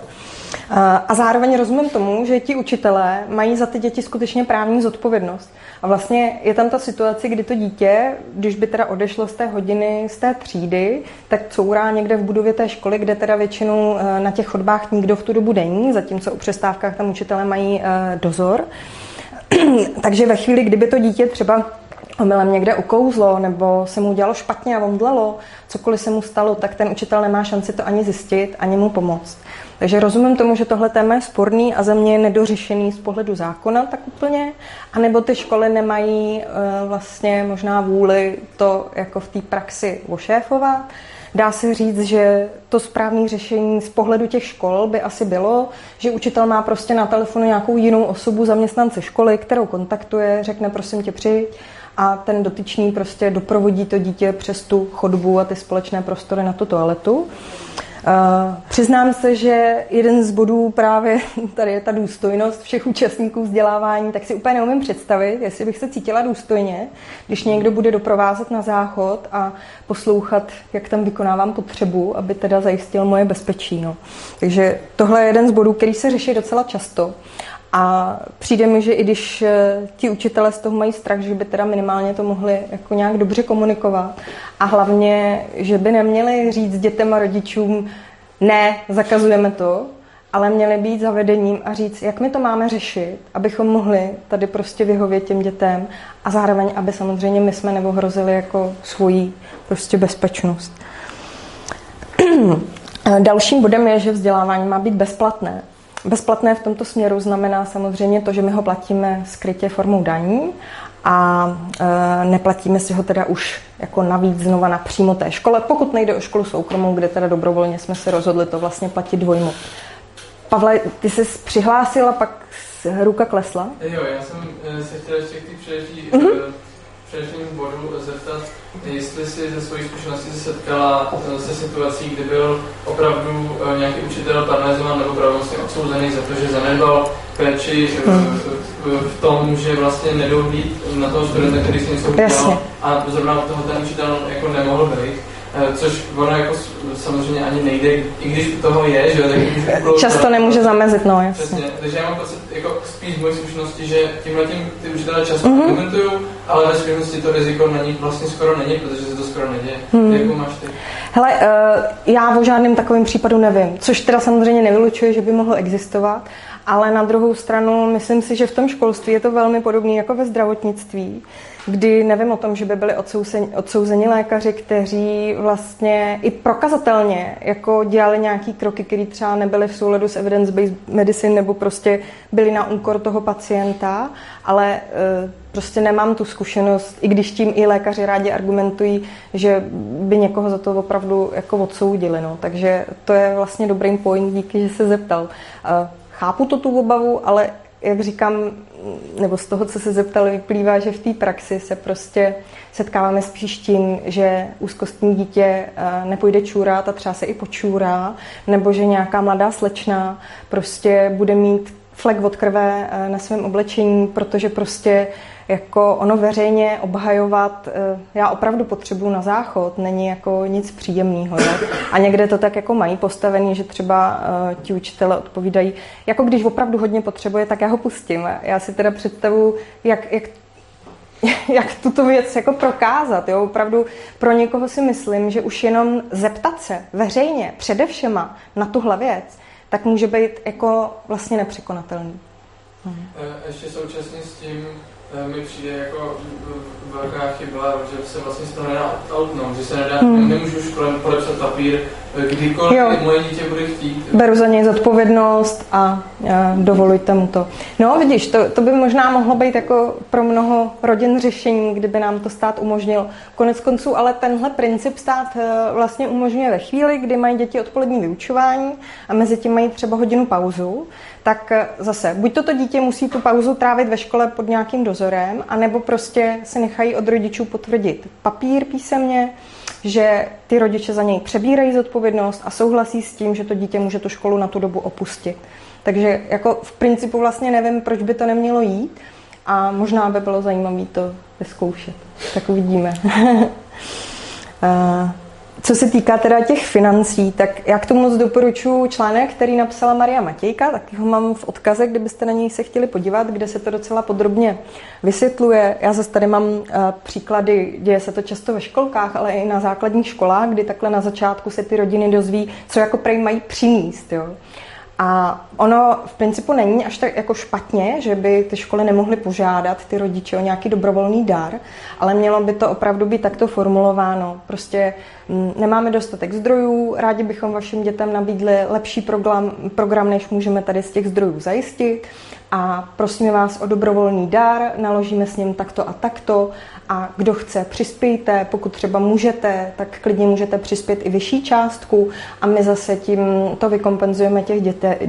A zároveň rozumím tomu, že ti učitelé mají za ty děti skutečně právní zodpovědnost. A vlastně je tam ta situace, kdy to dítě, když by teda odešlo z té hodiny, z té třídy, tak courá někde v budově té školy, kde teda většinou na těch chodbách nikdo v tu dobu není, zatímco u přestávkách tam učitelé mají dozor. Takže ve chvíli, kdyby to dítě třeba omylem někde ukouzlo, nebo se mu udělalo špatně a omdlelo, cokoliv se mu stalo, tak ten učitel nemá šanci to ani zjistit, ani mu pomoct. Takže rozumím tomu, že tohle téma je sporný a za mě je nedořešený z pohledu zákona tak úplně, anebo ty školy nemají vlastně možná vůli to jako v té praxi ošéfovat. Dá se říct, že to správné řešení z pohledu těch škol by asi bylo, že učitel má prostě na telefonu nějakou jinou osobu, zaměstnance školy, kterou kontaktuje, řekne prosím tě přijď a ten dotyčný prostě doprovodí to dítě přes tu chodbu a ty společné prostory na tu toaletu. Přiznám se, že jeden z bodů právě tady je ta důstojnost všech účastníků vzdělávání, tak si úplně neumím představit, jestli bych se cítila důstojně, když někdo bude doprovázet na záchod a poslouchat, jak tam vykonávám potřebu, aby teda zajistil moje bezpečí. No. Takže tohle je jeden z bodů, který se řeší docela často. A přijde mi, že i když ti učitelé z toho mají strach, že by teda minimálně to mohli jako nějak dobře komunikovat a hlavně, že by neměli říct dětem a rodičům ne, zakazujeme to, ale měli být zavedením a říct, jak my to máme řešit, abychom mohli tady prostě vyhovět těm dětem a zároveň, aby samozřejmě my jsme neohrozili jako svoji prostě bezpečnost. Dalším bodem je, že vzdělávání má být bezplatné. Bezplatné v tomto směru znamená samozřejmě to, že my ho platíme skrytě formou daní a neplatíme si ho teda už jako navíc znova napřímo té škole, pokud nejde o školu soukromou, kde teda dobrovolně jsme se rozhodli to vlastně platit dvojmu. Pavle, ty jsi přihlásila, pak ruka klesla? Jo, já jsem se chtěla ještě k předešlým bodu zeptat, jestli si ze svojí zkušenosti se setkala se situací, kdy byl opravdu nějaký učitel paralyzován nebo pravomocně odsouzený za to, že zanedbal péči v tom, že vlastně nedohlíd na toho studenta, který se něco udělal a zrovna od toho ten učitel jako nemohl být. Což ono jako samozřejmě ani nejde, i když u toho je, že tak často nemůže zamezit, no jasně. Přesně, takže já mám pocit, jako spíš z mojí zkušenosti, že tímhletím ty učitelé často argumentují, ale ve skutečnosti to riziko na nich vlastně skoro není, protože se to skoro neděje. Jakou máš ty? Hele, já o žádném takovém případu nevím, což teda samozřejmě nevylučuje, že by mohlo existovat, ale na druhou stranu myslím si, že v tom školství je to velmi podobné jako ve zdravotnictví, kdy nevím o tom, že by byli odsouzeni lékaři, kteří vlastně i prokazatelně jako dělali nějaký kroky, které třeba nebyly v souladu s evidence-based medicine nebo prostě byly na úkor toho pacienta, ale prostě nemám tu zkušenost, i když tím i lékaři rádi argumentují, že by někoho za to opravdu jako odsoudili. No. Takže to je vlastně dobrý point, díky, že se zeptal. Chápu to tu obavu, ale jak říkám, nebo z toho, co se zeptal, vyplývá, že v té praxi se prostě setkáváme spíš tím, že úzkostní dítě nepůjde čůrat a třeba se i počůrá, nebo že nějaká mladá slečna prostě bude mít flek od krve na svém oblečení, protože prostě jako ono veřejně obhajovat, já opravdu potřebuju na záchod, není jako nic příjemného. A někde to tak jako mají postavený, že třeba ti učitelé odpovídají, jako když opravdu hodně potřebuje, tak já ho pustím. Já si teda představuji, jak tuto věc jako prokázat. Jo? Opravdu pro někoho si myslím, že už jenom zeptat se veřejně, předevšema na tuhle věc, tak může být jako vlastně nepřekonatelný. Ještě současně s tím mi přijde jako velká chyba, že se vlastně z toho nedá outnout, že se nedá, nemůžu školem podepsat papír, kdykoliv moje dítě bude chtít. Beru za něj zodpovědnost a dovolujte mu to. No vidíš, to by možná mohlo být jako pro mnoho rodin řešení, kdyby nám to stát umožnil. Konec konců, ale tenhle princip stát vlastně umožňuje ve chvíli, kdy mají děti odpolední vyučování a mezi tím mají třeba hodinu pauzu, tak zase buď toto dítě musí tu pauzu trávit ve škole pod nějakým dozorem, anebo prostě se nechají od rodičů potvrdit papír písemně, že ty rodiče za něj přebírají zodpovědnost a souhlasí s tím, že to dítě může tu školu na tu dobu opustit. Takže jako v principu vlastně nevím, proč by to nemělo jít a možná by bylo zajímavé to vyzkoušet. Tak uvidíme. Co se týká teda těch financí, tak já k tomu moc doporučuji článek, který napsala Maria Matějka, taky ho mám v odkaze, kdybyste na něj se chtěli podívat, kde se to docela podrobně vysvětluje. Já zase tady mám příklady, děje se to často ve školkách, ale i na základních školách, kdy takhle na začátku se ty rodiny dozví, co jako prej mají přinést. Jo. A ono v principu není až tak jako špatně, že by ty školy nemohly požádat ty rodiče o nějaký dobrovolný dar, ale mělo by to opravdu být takto formulováno. Prostě nemáme dostatek zdrojů, rádi bychom vašim dětem nabídli lepší program, než můžeme tady z těch zdrojů zajistit. A prosíme vás o dobrovolný dar, naložíme s ním takto a takto a kdo chce, přispějte, pokud třeba můžete, tak klidně můžete přispět i vyšší částku a my zase tím to vykompenzujeme těch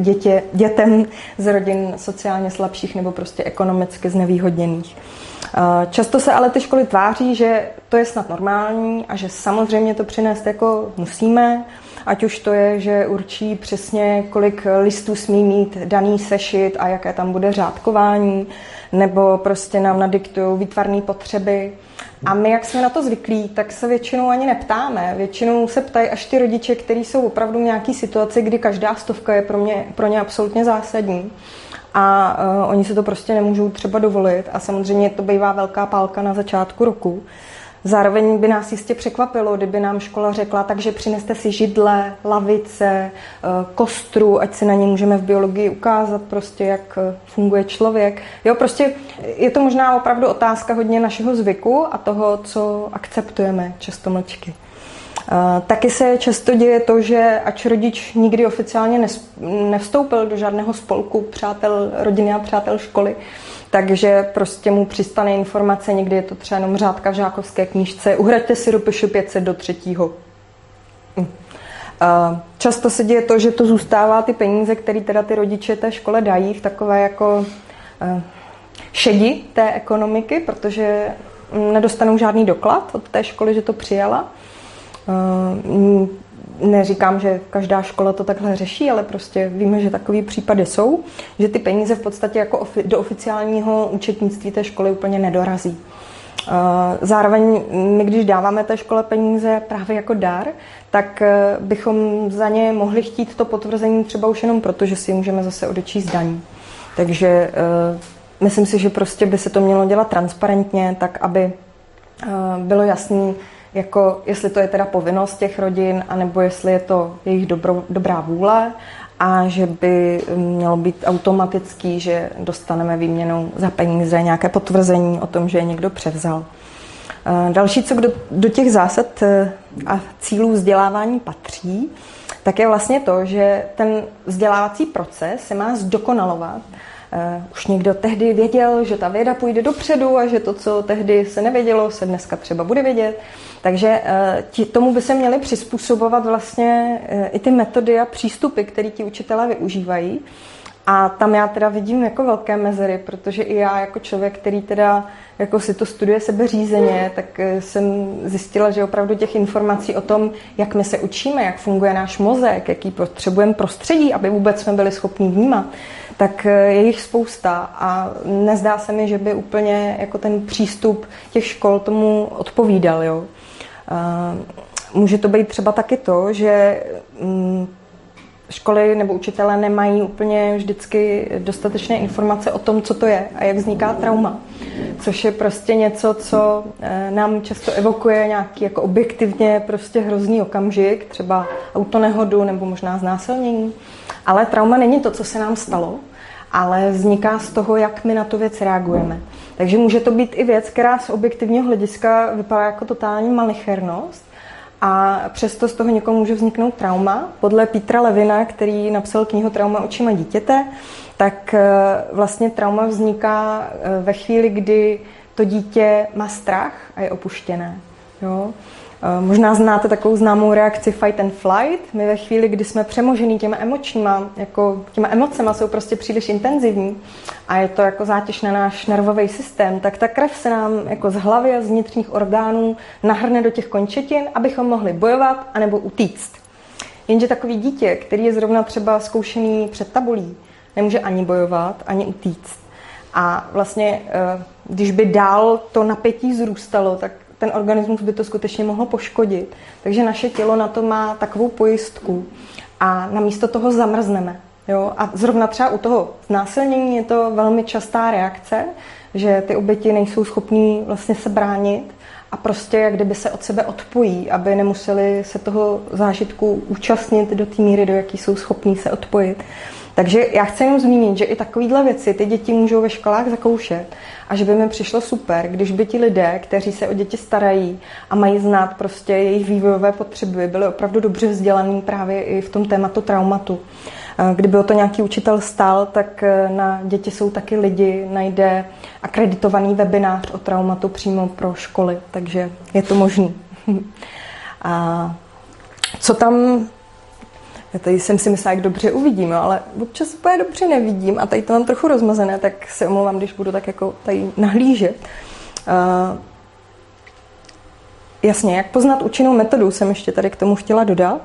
dětem z rodin sociálně slabších nebo prostě ekonomicky znevýhodněných. Často se ale ty školy tváří, že to je snad normální a že samozřejmě to přinést jako musíme, ať už to je, že určí přesně, kolik listů smí mít daný sešit a jaké tam bude řádkování, nebo prostě nám nadiktují výtvarné potřeby. A my, jak jsme na to zvyklí, tak se většinou ani neptáme. Většinou se ptají až ty rodiče, kteří jsou opravdu v nějaké situaci, kdy každá stovka je pro ně absolutně zásadní. A oni se to prostě nemůžou třeba dovolit. A samozřejmě to bývá velká pálka na začátku roku. Zároveň by nás jistě překvapilo, kdyby nám škola řekla, takže přineste si židle, lavice, kostru, ať si na ní můžeme v biologii ukázat prostě, jak funguje člověk. Jo, prostě je to možná opravdu otázka hodně našeho zvyku a toho, co akceptujeme často mlčky. Taky se často děje to, že ač rodič nikdy oficiálně nevstoupil do žádného spolku přátel rodiny a přátel školy, takže prostě mu přistane informace, někdy je to třeba jenom řádka v žákovské knížce, uhraďte si rupišu 500 do 3. Často se děje to, že to zůstává ty peníze, které teda ty rodiče té škole dají v takové jako šedi té ekonomiky, protože nedostanou žádný doklad od té školy, že to přijala. Neříkám, že každá škola to takhle řeší, ale prostě víme, že takový případy jsou, že ty peníze v podstatě jako do oficiálního účetnictví té školy úplně nedorazí. Zároveň my, když dáváme té škole peníze právě jako dar, tak bychom za ně mohli chtít to potvrzení třeba už jenom proto, že si můžeme zase odečíst daní. Takže myslím si, že prostě by se to mělo dělat transparentně, tak aby bylo jasný, jako jestli to je teda povinnost těch rodin, anebo jestli je to jejich dobrá vůle a že by mělo být automatický, že dostaneme výměnou za peníze nějaké potvrzení o tom, že je někdo převzal. Další, co do těch zásad a cílů vzdělávání patří, tak je vlastně to, že ten vzdělávací proces se má zdokonalovat. Už někdo tehdy věděl, že ta věda půjde dopředu a že to, co tehdy se nevědělo, se dneska třeba bude vědět. Takže tomu by se měly přizpůsobovat vlastně i ty metody a přístupy, které ti učitelé využívají. A tam já teda vidím jako velké mezery, protože i já jako člověk, který teda jako si to studuje sebeřízeně, tak jsem zjistila, že opravdu těch informací o tom, jak my se učíme, jak funguje náš mozek, jaký potřebujeme prostředí, aby vůbec jsme byli schopni vnímat, tak je jich spousta a nezdá se mi, že by úplně jako ten přístup těch škol tomu odpovídal. Jo. Může to být třeba taky to, že školy nebo učitelé nemají úplně vždycky dostatečné informace o tom, co to je a jak vzniká trauma. Což je prostě něco, co nám často evokuje nějaký jako objektivně prostě hrozný okamžik, třeba autonehodu nebo možná znásilnění. Ale trauma není to, co se nám stalo, ale vzniká z toho, jak my na tu věc reagujeme. Takže může to být i věc, která z objektivního hlediska vypadá jako totální malichernost, a přesto z toho někomu může vzniknout trauma. Podle Petra Levina, který napsal knihu Trauma očima dítěte, tak vlastně trauma vzniká ve chvíli, kdy to dítě má strach a je opuštěné. Jo? Možná znáte takovou známou reakci fight and flight. My ve chvíli, kdy jsme přemožený těma emocema jsou prostě příliš intenzivní a je to jako zátěž na náš nervový systém, tak ta krev se nám jako z hlavy a z vnitřních orgánů nahrne do těch končetin, abychom mohli bojovat anebo utíct. Jenže takový dítě, který je zrovna třeba zkoušený před tabulí, nemůže ani bojovat, ani utíct. A vlastně, když by dál to napětí zrůstalo, tak ten organismus by to skutečně mohlo poškodit. Takže naše tělo na to má takovou pojistku a namísto toho zamrzneme. Jo? A zrovna třeba u toho znásilnění je to velmi častá reakce, že ty oběti nejsou schopní vlastně se bránit a prostě jak kdyby se od sebe odpojí, aby nemuseli se toho zážitku účastnit do té míry, do jaký jsou schopní se odpojit. Takže já chci jenom zmínit, že i takovýhle věci ty děti můžou ve školách zakoušet a že by mi přišlo super, když by ti lidé, kteří se o děti starají a mají znát prostě jejich vývojové potřeby, byli opravdu dobře vzdělaní právě i v tom tématu traumatu. Kdyby o to nějaký učitel stál, tak na děti jsou taky lidi, najde akreditovaný webinář o traumatu přímo pro školy, takže je to možný. A co tam... Já tady jsem si myslela, jak dobře uvidím, ale občas úplně dobře nevidím a tady to mám trochu rozmazené, tak se omlouvám, když budu tak jako tady nahlížet. Jasně, jak poznat účinnou metodu, jsem ještě tady k tomu chtěla dodat.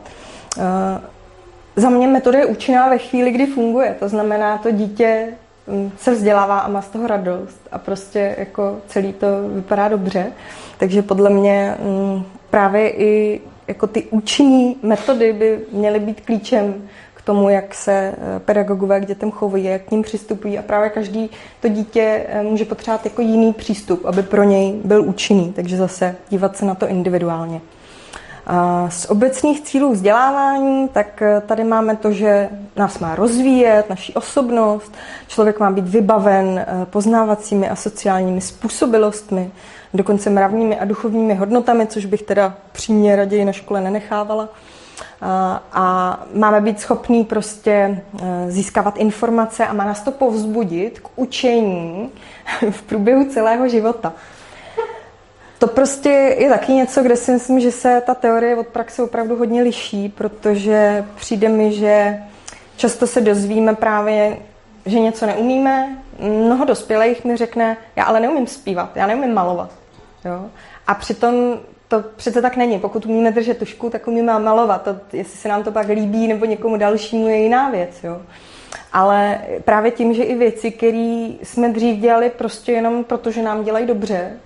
Za mě metoda je účinná ve chvíli, kdy funguje. To znamená, to dítě se vzdělává a má z toho radost a prostě jako celý to vypadá dobře. Takže podle mě právě i jako ty účinné metody by měly být klíčem k tomu, jak se pedagogové k dětem chovají, jak k ním přistupují a právě každý to dítě může potřebovat jako jiný přístup, aby pro něj byl účinný, takže zase dívat se na to individuálně. Z obecných cílů vzdělávání, tak tady máme to, že nás má rozvíjet, naši osobnost, člověk má být vybaven poznávacími a sociálními způsobilostmi, dokonce mravními a duchovními hodnotami, což bych teda přímě raději na škole nenechávala. A máme být schopní prostě získávat informace a má nás to povzbudit k učení v průběhu celého života. To prostě je taky něco, kde si myslím, že se ta teorie od praxe opravdu hodně liší, protože přijde mi, že často se dozvíme právě, že něco neumíme. Mnoho dospělých mi řekne, já ale neumím zpívat, já neumím malovat. Jo? A přitom to přece tak není. Pokud umíme držet tužku, tak umíme malovat. To, jestli se nám to pak líbí nebo někomu dalšímu, je jiná věc. Jo? Ale právě tím, že i věci, které jsme dřív dělali prostě jenom proto, že nám dělají dobře,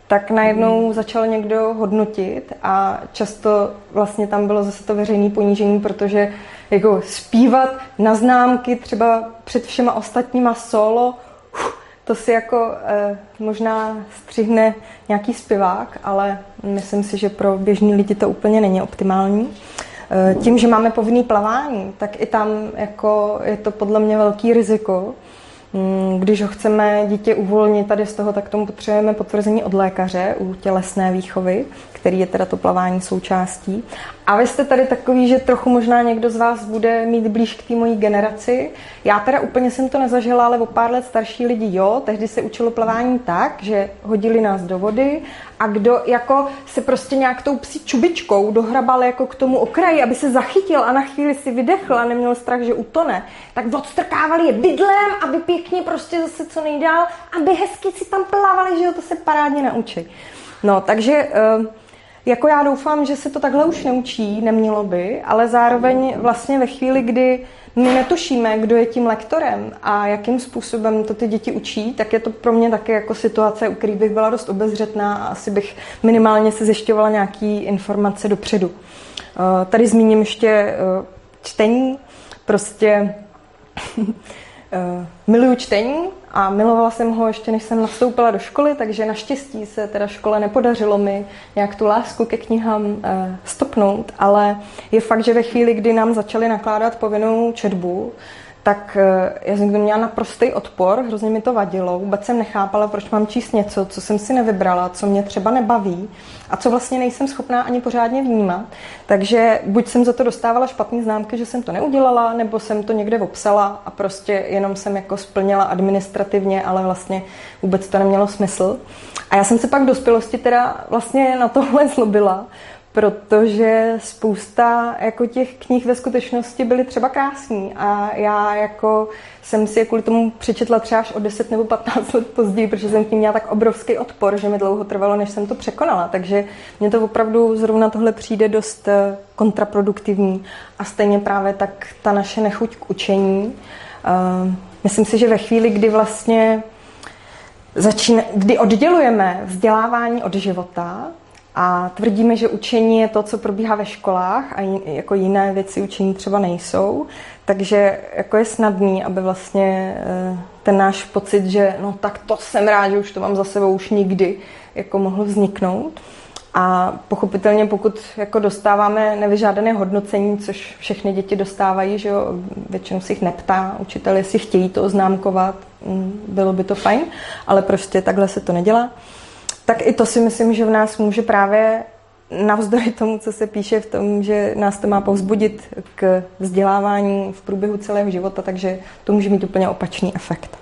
tak najednou začal někdo hodnotit a často vlastně tam bylo zase to veřejné ponížení, protože jako zpívat na známky třeba před všema ostatníma solo, to si jako možná střihne nějaký zpěvák, ale myslím si, že pro běžní lidi to úplně není optimální. Tím, že máme povinný plavání, tak i tam jako je to podle mě velký riziko. Když ho chceme dítě uvolnit tady z toho, tak tomu potřebujeme potvrzení od lékaře u tělesné výchovy, který je teda to plavání součástí. A vy jste tady takový, že trochu možná někdo z vás bude mít blíž k té mojí generaci. Já teda úplně jsem to nezažila, ale o pár let starší lidi jo. Tehdy se učilo plavání tak, že hodili nás do vody a kdo jako se prostě nějak tou psí čubičkou dohrabal jako k tomu okraji, aby se zachytil a na chvíli si vydechl a neměl strach, že utone, tak odstrkávali je bydlem, aby pěkně prostě zase co nejdál, aby hezky si tam plavali, že jo, to se parádně naučí. No, takže jako já doufám, že se to takhle už neučí, nemělo by, ale zároveň vlastně ve chvíli, kdy my netušíme, kdo je tím lektorem a jakým způsobem to ty děti učí, tak je to pro mě taky jako situace, u který bych byla dost obezřetná a asi bych minimálně se zjišťovala nějaký informace dopředu. Tady zmíním ještě čtení, prostě miluju čtení a milovala jsem ho ještě než jsem nastoupila do školy, takže naštěstí se teda škole nepodařilo mi nějak tu lásku ke knihám stopnout, ale je fakt, že ve chvíli, kdy nám začali nakládat povinnou četbu, tak já jsem to měla naprostý odpor, hrozně mi to vadilo, vůbec jsem nechápala, proč mám číst něco, co jsem si nevybrala, co mě třeba nebaví a co vlastně nejsem schopná ani pořádně vnímat. Takže buď jsem za to dostávala špatné známky, že jsem to neudělala, nebo jsem to někde opsala a prostě jenom jsem jako splnila administrativně, ale vlastně vůbec to nemělo smysl. A já jsem se pak v dospělosti teda vlastně na tohle zlobila, protože spousta jako těch knih ve skutečnosti byly třeba krásný a já jako jsem si je kvůli tomu přečetla třeba až o 10 nebo 15 let později, protože jsem k ním měla tak obrovský odpor, že mi dlouho trvalo, než jsem to překonala. Takže mně to opravdu zrovna tohle přijde dost kontraproduktivní a stejně právě tak ta naše nechuť k učení. Myslím si, že ve chvíli, kdy vlastně kdy oddělujeme vzdělávání od života, a tvrdíme, že učení je to, co probíhá ve školách a jako jiné věci učení třeba nejsou. Takže jako je snadný, aby vlastně ten náš pocit, že no tak to jsem rád, že už to mám za sebou už nikdy, jako mohl vzniknout. A pochopitelně, pokud jako dostáváme nevyžádané hodnocení, což všechny děti dostávají, že jo, většinou si jich neptá učitel, jestli chtějí to oznámkovat, bylo by to fajn, ale prostě takhle se to nedělá. Tak i to si myslím, že v nás může právě navzdory tomu, co se píše v tom, že nás to má povzbudit k vzdělávání v průběhu celého života, takže to může mít úplně opačný efekt.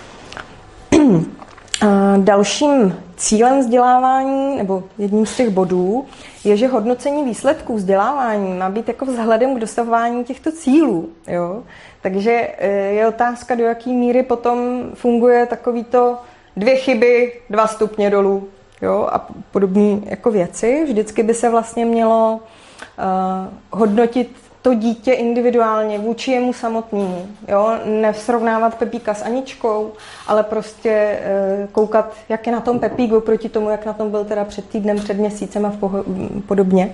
Dalším cílem vzdělávání, nebo jedním z těch bodů, je, že hodnocení výsledků vzdělávání má být jako vzhledem k dosahování těchto cílů. Jo? Takže je otázka, do jaké míry potom funguje takovýto 2 chyby, 2 stupně dolů, jo, a podobné jako věci. Vždycky by se vlastně mělo hodnotit to dítě individuálně vůči jemu samotnému. Jo? Nesrovnávat Pepíka s Aničkou, ale prostě koukat, jak je na tom Pepík oproti tomu, jak na tom byl teda před týdnem, před měsícem a podobně.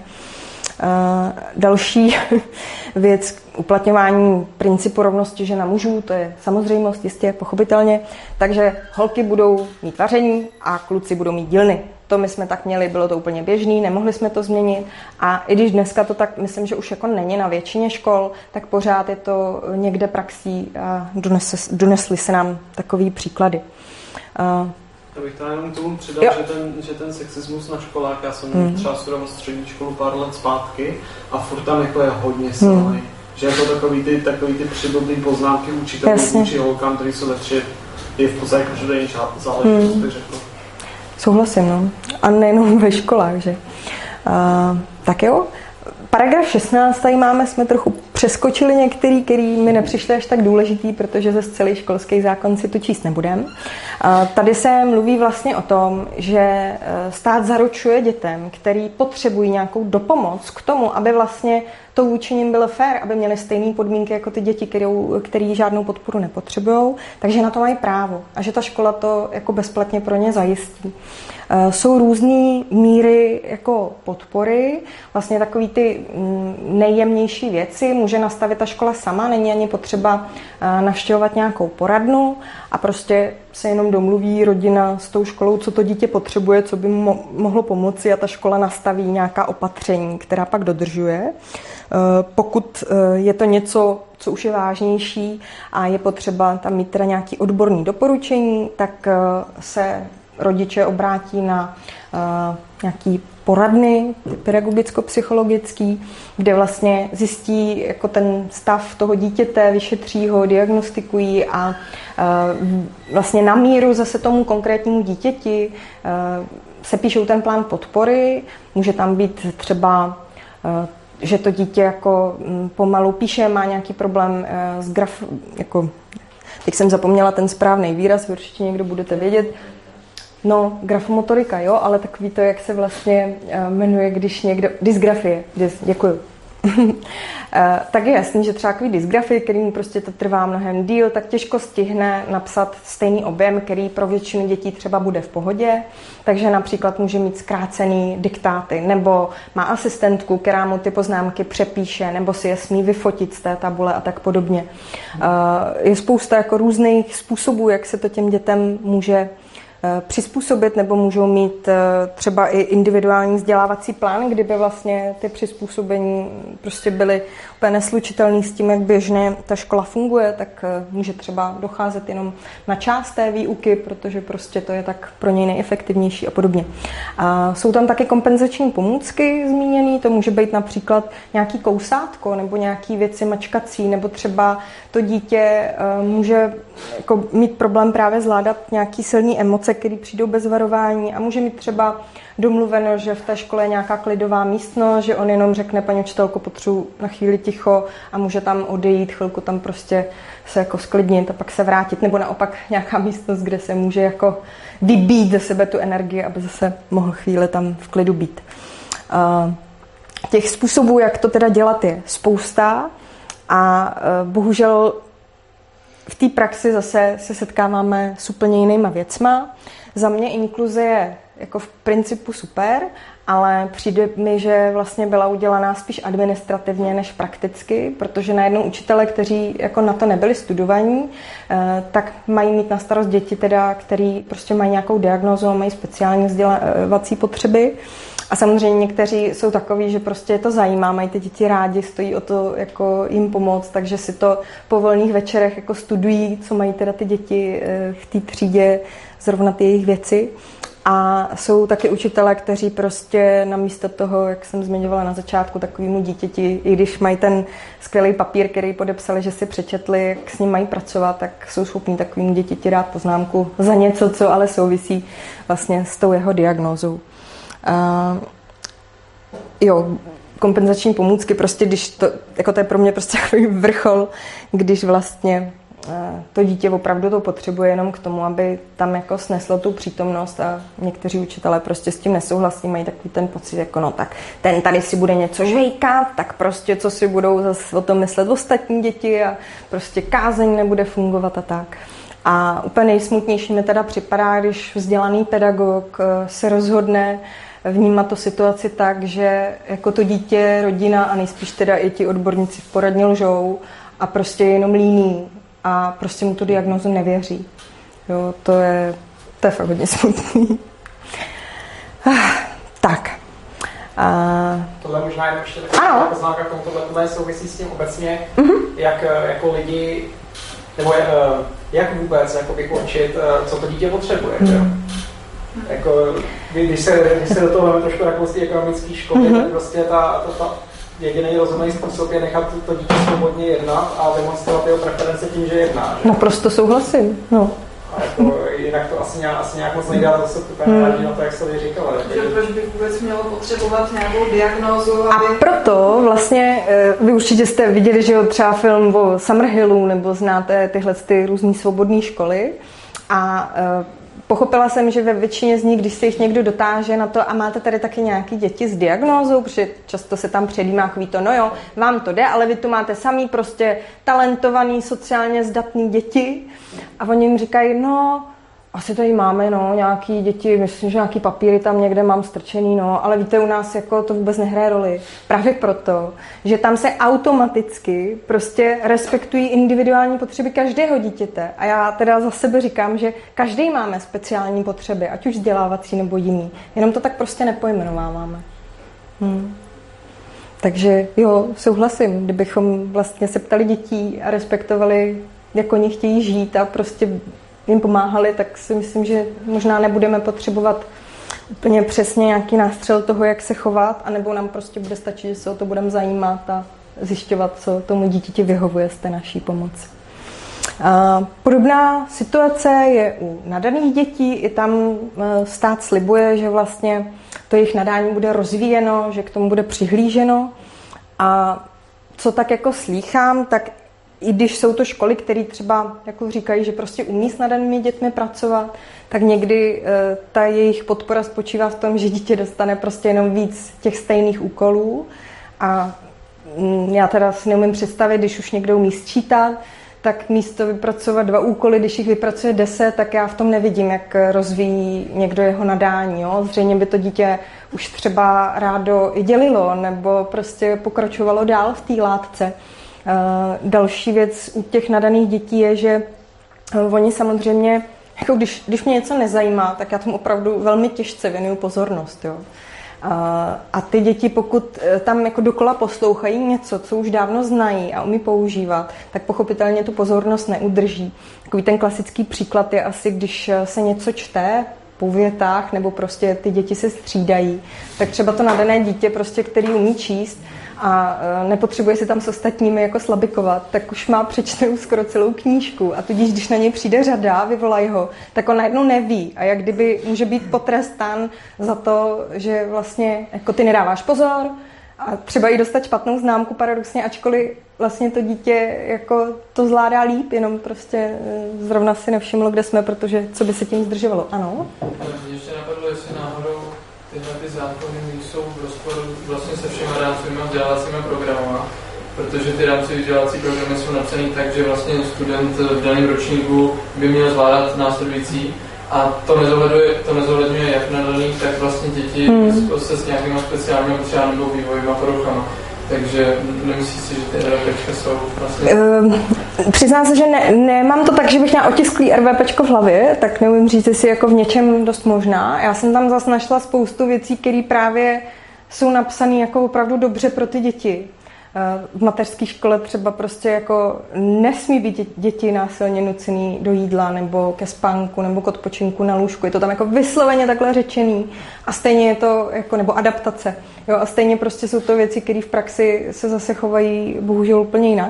Další věc, uplatňování principu rovnosti žen a mužů, to je samozřejmost, jistě, pochopitelně. Takže holky budou mít vaření a kluci budou mít dílny. To my jsme tak měli, bylo to úplně běžný, nemohli jsme to změnit. A i když dneska to tak, myslím, že už jako není na většině škol, tak pořád je to někde praxí a donesly se nám takový příklady. Já bych tady jenom k tomu přidal, že ten sexismus na školách, já jsem třeba studoval střední školu pár let zpátky a furt tam jako je hodně silný. Že jako takový ty přiblblý poznámky učitelů vůči holkám, který jsou ve třídě, je v podstatě každodenní záležitost, bych řekl. Souhlasím, no. A nejenom ve školách, že? Tak jo. Paragraf 16 tady máme, jsme trochu přeskočili některý, který mi nepřišly až tak důležitý, protože ze celý školský zákon si to číst nebudem. Tady se mluví vlastně o tom, že stát zaručuje dětem, který potřebují nějakou dopomoc k tomu, aby vlastně to vůči nim bylo fér, aby měli stejné podmínky jako ty děti, který žádnou podporu nepotřebují, takže na to mají právo a že ta škola to jako bezplatně pro ně zajistí. Jsou různé míry jako podpory, vlastně takový ty nejjemnější věci může nastavit ta škola sama, není ani potřeba navštěvovat nějakou poradnu a prostě se jenom domluví rodina s tou školou, co to dítě potřebuje, co by mu mohlo pomoci a ta škola nastaví nějaká opatření, která pak dodržuje. Pokud je to něco, co už je vážnější a je potřeba tam mít teda nějaké odborné doporučení, tak se rodiče obrátí na nějaký poradny pedagogicko-psychologický, kde vlastně zjistí jako ten stav toho dítěte, vyšetří ho, diagnostikují a vlastně na míru zase tomu konkrétnímu dítěti se píšou ten plán podpory. Může tam být třeba, že to dítě jako pomalu píše, má nějaký problém s teď jsem zapomněla ten správný výraz, určitě někdo budete vědět. No, grafomotorika, jo, ale takový to, jak se vlastně jmenuje, když někdo... Dysgrafie, děkuju. Tak je jasný, že třeba takový dysgrafie, kterým prostě to trvá mnohem díl, tak těžko stihne napsat stejný objem, který pro většinu dětí třeba bude v pohodě, takže například může mít zkrácený diktáty, nebo má asistentku, která mu ty poznámky přepíše, nebo si je smí vyfotit z té tabule a tak podobně. Je spousta jako různých způsobů, jak se to těm dětem může přizpůsobit, nebo můžou mít třeba i individuální vzdělávací plán, kdyby vlastně ty přizpůsobení prostě byly úplně neslučitelné s tím, jak běžně ta škola funguje, tak může třeba docházet jenom na část té výuky, protože prostě to je tak pro něj nejefektivnější a podobně. A jsou tam také kompenzační pomůcky zmíněné, to může být například nějaký kousátko nebo nějaký věci mačkací, nebo třeba to dítě může jako mít problém právě zvládat nějaký silný emoce, které přijdou bez varování a může mít třeba domluveno, že v té škole je nějaká klidová místnost, že on jenom řekne, paní učitelko, potřebuji na chvíli ticho a může tam odejít, chvilku tam prostě se jako sklidnit a pak se vrátit, nebo naopak nějaká místnost, kde se může jako vybít ze sebe tu energii, aby zase mohl chvíli tam v klidu být. Těch způsobů, jak to teda dělat, je spousta a bohužel v té praxi zase se setkáváme s úplně jinýma věcma. Za mě inkluze je jako v principu super, ale přijde mi, že vlastně byla udělaná spíš administrativně než prakticky, protože najednou učitelé, kteří jako na to nebyli studovaní, tak mají mít na starost děti, teda, který prostě mají nějakou diagnózu a mají speciální vzdělávací potřeby. A samozřejmě někteří jsou takoví, že prostě je to zajímá, mají ty děti rádi, stojí o to jako jim pomoct, takže si to po volných večerech jako studují, co mají teda ty děti v té třídě, zrovna ty jejich věci. A jsou taky učitelé, kteří prostě namísto toho, jak jsem zmiňovala na začátku, takovému dítěti, i když mají ten skvělý papír, který podepsali, že si přečetli, jak s ním mají pracovat, tak jsou schopní takovému dítěti dát poznámku za něco, co ale souvisí vlastně s tou jeho diagnózou. Kompenzační pomůcky, prostě když to, jako to je pro mě prostě takový vrchol, když vlastně to dítě opravdu to potřebuje jenom k tomu, aby tam jako sneslo tu přítomnost a někteří učitelé prostě s tím nesouhlasí, mají takový ten pocit, jako no tak ten tady si bude něco žvejkat, tak prostě co si budou zase o tom myslet ostatní děti a prostě kázeň nebude fungovat a tak. A úplně nejsmutnější mi teda připadá, když vzdělaný pedagog se rozhodne vnímat tu situaci tak, že jako to dítě, rodina a nejspíš teda i ti odborníci v poradně lžou a prostě je jenom líný a prostě mu tu diagnózu nevěří. Jo, to je fakt hodně smutný. Tak. Tohle možná jenom ještě taková poznámka k tomu, tohle souvisí s tím obecně, jak jako lidi, nebo jak vůbec jako vykončit, co to dítě potřebuje. Jako, když se do toho trošku jako z té ekonomické školy, tak prostě ta jediný rozumný způsob je nechat to dítě svobodně jednat a demonstrovat jeho preference tím, že jedná. Že? Naprosto souhlasím. No. A jako, jinak to asi nějak moc nejde, zase úplně na to, jak se říkala. Proč bych vůbec mělo potřebovat nějakou diagnózu, aby... A proto vlastně, vy určitě jste viděli, že třeba film o Summerhillu, nebo znáte tyhle ty různý svobodné školy. A pochopila jsem, že ve většině z nich, když se jich někdo dotáže na to a máte tady taky nějaký děti s diagnózou, protože často se tam předjímá chví to, no jo, vám to jde, ale vy tu máte samý prostě talentovaný, sociálně zdatný děti a oni jim říkají, no, asi tady máme, no, nějaký děti, myslím, že nějaký papíry tam někde mám strčený, no, ale víte, u nás jako to vůbec nehraje roli. Právě proto, že tam se automaticky prostě respektují individuální potřeby každého dítěte. A já teda za sebe říkám, že každý máme speciální potřeby, ať už vzdělávací nebo jiný. Jenom to tak prostě nepojmenováváme. Takže jo, souhlasím, kdybychom vlastně se ptali dětí a respektovali, jak oni chtějí žít a prostě jim pomáhali, tak si myslím, že možná nebudeme potřebovat úplně přesně nějaký nástřel toho, jak se chovat, anebo nám prostě bude stačit, že se o to budeme zajímat a zjišťovat, co tomu dítěti vyhovuje z té naší pomoci. Podobná situace je u nadaných dětí. I tam stát slibuje, že vlastně to jejich nadání bude rozvíjeno, že k tomu bude přihlíženo. A co tak jako slýchám, tak i když jsou to školy, které třeba jako říkají, že prostě umí s nadanými dětmi pracovat, tak někdy ta jejich podpora spočívá v tom, že dítě dostane prostě jenom víc těch stejných úkolů. A já teda si neumím představit, když už někdo umí sčítat, tak místo vypracovat 2 úkoly, když jich vypracuje 10, tak já v tom nevidím, jak rozvíjí někdo jeho nadání. Jo? Zřejmě by to dítě už třeba rádo i dělilo, nebo prostě pokračovalo dál v té látce. Další věc u těch nadaných dětí je, že oni samozřejmě, jako když mě něco nezajímá, tak já tomu opravdu velmi těžce věnuju pozornost. Jo. A ty děti, pokud tam jako dokola poslouchají něco, co už dávno znají a umí používat, tak pochopitelně tu pozornost neudrží. Takový ten klasický příklad je asi, když se něco čte po větách, nebo prostě ty děti se střídají, tak třeba to nadané dítě, prostě, který umí číst, a nepotřebuje si tam s ostatními jako slabikovat, tak už má přečtenou skoro celou knížku a tudíž, když na něj přijde řada, vyvolají ho, tak on najednou neví a jak kdyby může být potrestán za to, že vlastně jako ty nedáváš pozor a třeba i dostat špatnou známku paradoxně, ačkoliv vlastně to dítě jako to zvládá líp, jenom prostě zrovna si nevšimlo, kde jsme, protože co by se tím zdržovalo. Ano? Ještě napadlo, jestli náhodou tyhle ty zákony jsou v rozporu vlastně se všema rámcovými vzdělávacími programy, protože ty rámcové vzdělávací programy jsou napsané tak, že vlastně student v daném ročníku by měl zvládat následující a to nezohledňuje jak nadaný, tak vlastně děti se s nějakýma speciálními potřebami nebo vývojovými poruchama. Takže nemyslíš si, že ty RVPčka jsou vlastně... Přiznám se, že nemám to tak, že bych měla otisklý RVPčko v hlavě, tak neumím říct, jestli jako v něčem dost možná. Já jsem tam zase našla spoustu věcí, které právě jsou napsané jako opravdu dobře pro ty děti. V mateřské škole třeba prostě jako nesmí být děti násilně nucený do jídla nebo ke spánku nebo k odpočinku na lůžku. Je to tam jako vysloveně takhle řečený a stejně je to jako, nebo adaptace. Jo, a stejně prostě jsou to věci, které v praxi se zase chovají bohužel úplně jinak.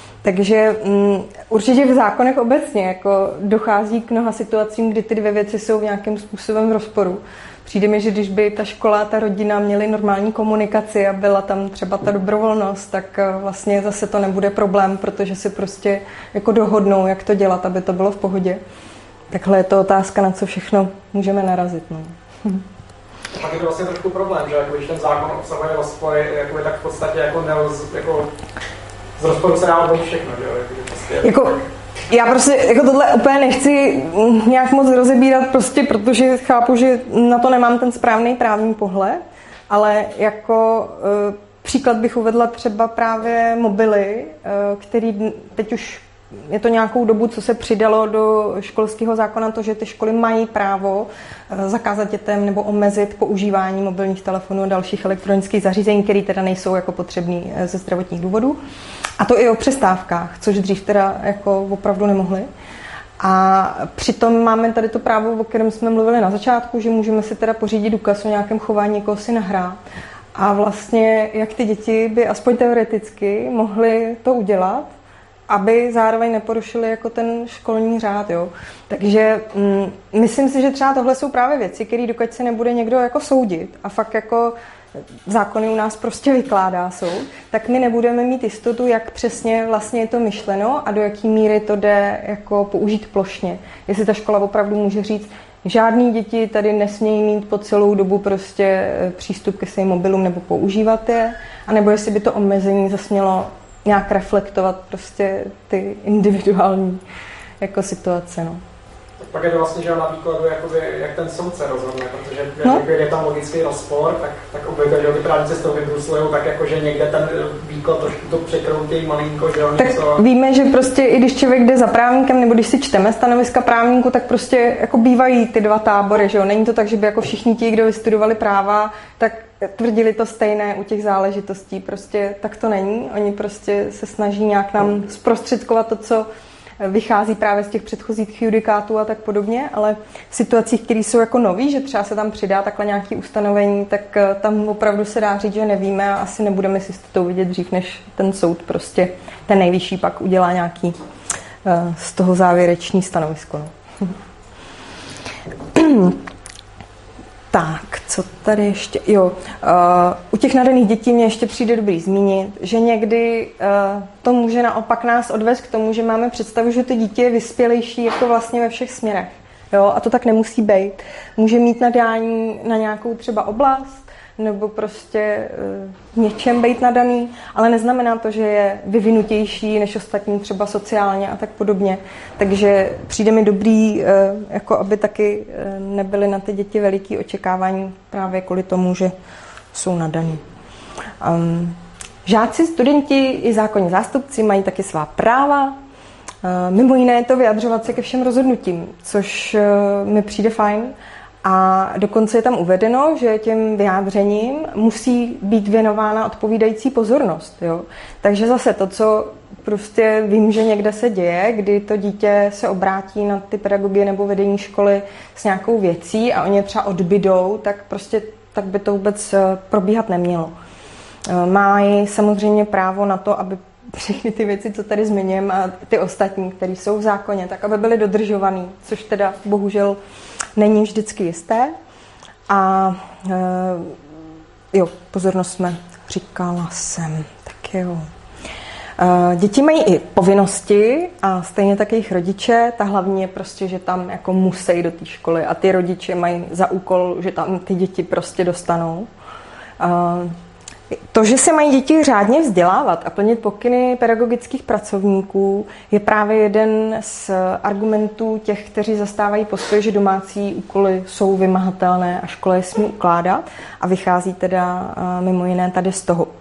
Takže určitě v zákonech obecně jako dochází k mnoha situacím, kdy ty 2 věci jsou nějakým způsobem v rozporu. Přijde mi, že když by ta škola a ta rodina měly normální komunikaci a byla tam třeba ta dobrovolnost, tak vlastně zase to nebude problém, protože si prostě jako dohodnou, jak to dělat, aby to bylo v pohodě. Takhle je to otázka, na co všechno můžeme narazit. No. Pak je to vlastně trošku problém, že když ten zákon obsahuje rozpory, tak v podstatě jako z rozporu se dá odvodit všechno, že jo? Já prostě jako tohle úplně nechci nějak moc rozebírat, prostě protože chápu, že na to nemám ten správný právní pohled, ale jako příklad bych uvedla třeba právě mobily, který teď už je to nějakou dobu, co se přidalo do školského zákona, to, že ty školy mají právo zakázat dětem nebo omezit používání mobilních telefonů a dalších elektronických zařízení, které teda nejsou jako potřebný ze zdravotních důvodů. A to i o přestávkách, což dřív teda jako opravdu nemohli. A přitom máme tady to právo, o kterém jsme mluvili na začátku, že můžeme si teda pořídit důkaz o nějakém chování, někoho si nahrát. A vlastně jak ty děti by aspoň teoreticky mohly to udělat, aby zároveň neporušili jako ten školní řád, jo. Takže myslím si, že třeba tohle jsou právě věci, které dokud se nebude někdo jako soudit a fakt jako zákony u nás prostě vykládá soud, tak my nebudeme mít jistotu, jak přesně vlastně je to myšleno a do jaký míry to jde jako použít plošně. Jestli ta škola opravdu může říct, žádný děti tady nesmějí mít po celou dobu prostě přístup ke svým mobilům nebo používat je, anebo jestli by to omezení zase mělo nějak reflektovat prostě ty individuální jako situace, no. Pak je to vlastně, že na výkladu, jakoby, jak ten soudce rozhodne, protože je tam logický rozpor, tak obvykle, že ty právníci s tou vybruslují, tak jakože někde ten výklad trošku to překroutí malinko, že jo, něco. Tak víme, že prostě i když člověk jde za právníkem, nebo když si čteme stanoviska právníků, tak prostě jako bývají ty dva tábory, že jo. Není to tak, že by jako všichni ti, kdo vystudovali práva, tak tvrdili to stejné u těch záležitostí. Prostě tak to není. Oni prostě se snaží nějak nám zprostředkovat to, co vychází právě z těch předchozích judikátů a tak podobně, ale v situacích, které jsou jako nový, že třeba se tam přidá takhle nějaké ustanovení, tak tam opravdu se dá říct, že nevíme a asi nebudeme si to vidět dřív, než ten soud prostě, ten nejvyšší pak udělá nějaký z toho závěrečný stanovisko. No. Tak, co tady ještě? Jo, u těch nadaných dětí mě ještě přijde dobrý zmínit, že někdy to může naopak nás odvést k tomu, že máme představu, že to dítě je vyspělejší jako vlastně ve všech směrech. Jo, a to tak nemusí být. Může mít nadání na nějakou třeba oblast, nebo prostě něčem být nadaný, ale neznamená to, že je vyvinutější než ostatní třeba sociálně a tak podobně. Takže přijde mi dobrý, jako aby taky nebyly na ty děti veliký očekávání právě kvůli tomu, že jsou nadaný. Žáci, studenti i zákonní zástupci mají taky svá práva. Mimo jiné je to vyjadřovat se ke všem rozhodnutím, což mi přijde fajn. A dokonce je tam uvedeno, že těm vyjádřením musí být věnována odpovídající pozornost. Jo? Takže zase to, co prostě vím, že někde se děje, kdy to dítě se obrátí na ty pedagogy nebo vedení školy s nějakou věcí a oni je třeba odbydou, tak prostě tak by to vůbec probíhat nemělo. Mají samozřejmě právo na to, aby všechny ty věci, co tady zmiňujeme a ty ostatní, které jsou v zákoně, tak aby byly dodržovaný, což teda bohužel není vždycky jisté. A jo, pozornost jsme říkala jsem. Tak jo. Děti mají i povinnosti a stejně tak jejich rodiče. Ta hlavní je prostě, že tam jako musí do té školy a ty rodiče mají za úkol, že tam ty děti prostě dostanou. To, že se mají děti řádně vzdělávat a plnit pokyny pedagogických pracovníků, je právě jeden z argumentů těch, kteří zastávají postoj, že domácí úkoly jsou vymahatelné a škola je smí ukládat a vychází teda mimo jiné tady z toho.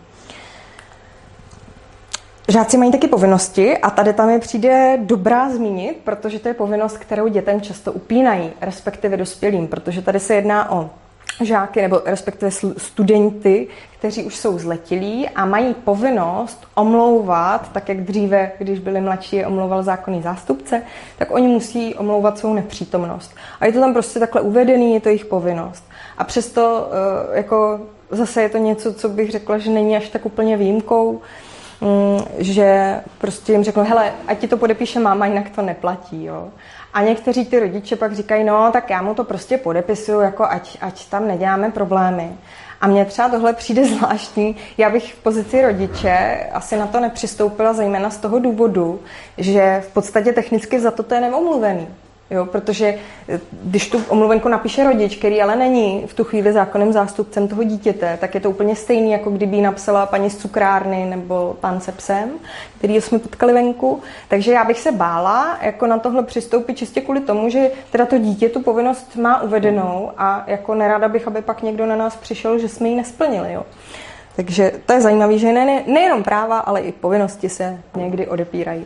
Žáci mají taky povinnosti a tady tam je přijde dobrá zmínit, protože to je povinnost, kterou dětem často upínají, respektive dospělým, protože tady se jedná o žáky nebo respektive studenty, kteří už jsou zletilí a mají povinnost omlouvat, tak jak dříve, když byli mladší, je omlouval zákonný zástupce, tak oni musí omlouvat svou nepřítomnost. A je to tam prostě takhle uvedený, je to jejich povinnost. A přesto jako zase je to něco, co bych řekla, že není až tak úplně výjimkou, že prostě jim řeknu, hele, ať ti to podepíše máma, jinak to neplatí, jo. A někteří ty rodiče pak říkají, no, tak já mu to prostě podepisuju, jako ať tam neděláme problémy. A mně třeba tohle přijde zvláštní. Já bych v pozici rodiče asi na to nepřistoupila, zejména z toho důvodu, že v podstatě technicky za to je neomluvený. Jo, protože když tu omluvenku napíše rodič, který ale není v tu chvíli zákonným zástupcem toho dítěte, tak je to úplně stejný, jako kdyby ji napsala paní z cukrárny nebo pán se psem, který jsme potkali venku. Takže já bych se bála jako na tohle přistoupit čistě kvůli tomu, že teda to dítě tu povinnost má uvedenou a jako nerada bych, aby pak někdo na nás přišel, že jsme ji nesplnili. Jo. Takže to je zajímavé, že nejenom práva, ale i povinnosti se někdy odepírají.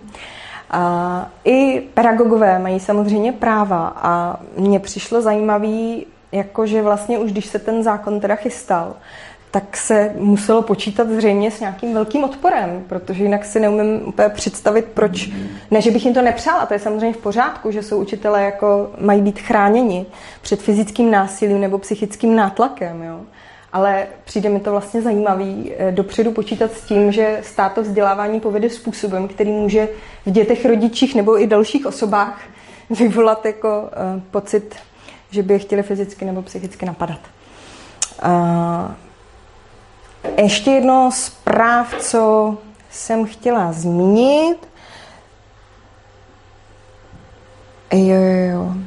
I pedagogové mají samozřejmě práva a mně přišlo zajímavý, jakože vlastně už když se ten zákon teda chystal, tak se muselo počítat zřejmě s nějakým velkým odporem, protože jinak si neumím úplně představit, proč, ne, že bych jim to nepřála, to je samozřejmě v pořádku, že jsou učitelé jako mají být chráněni před fyzickým násilím nebo psychickým nátlakem, jo. ale přijde mi to vlastně zajímavý dopředu počítat s tím, že stát to vzdělávání povede způsobem, který může v dětech, rodičích nebo i dalších osobách vyvolat jako pocit, že by je chtěli fyzicky nebo psychicky napadat. Ještě jedno z práv, co jsem chtěla zmínit. Jo.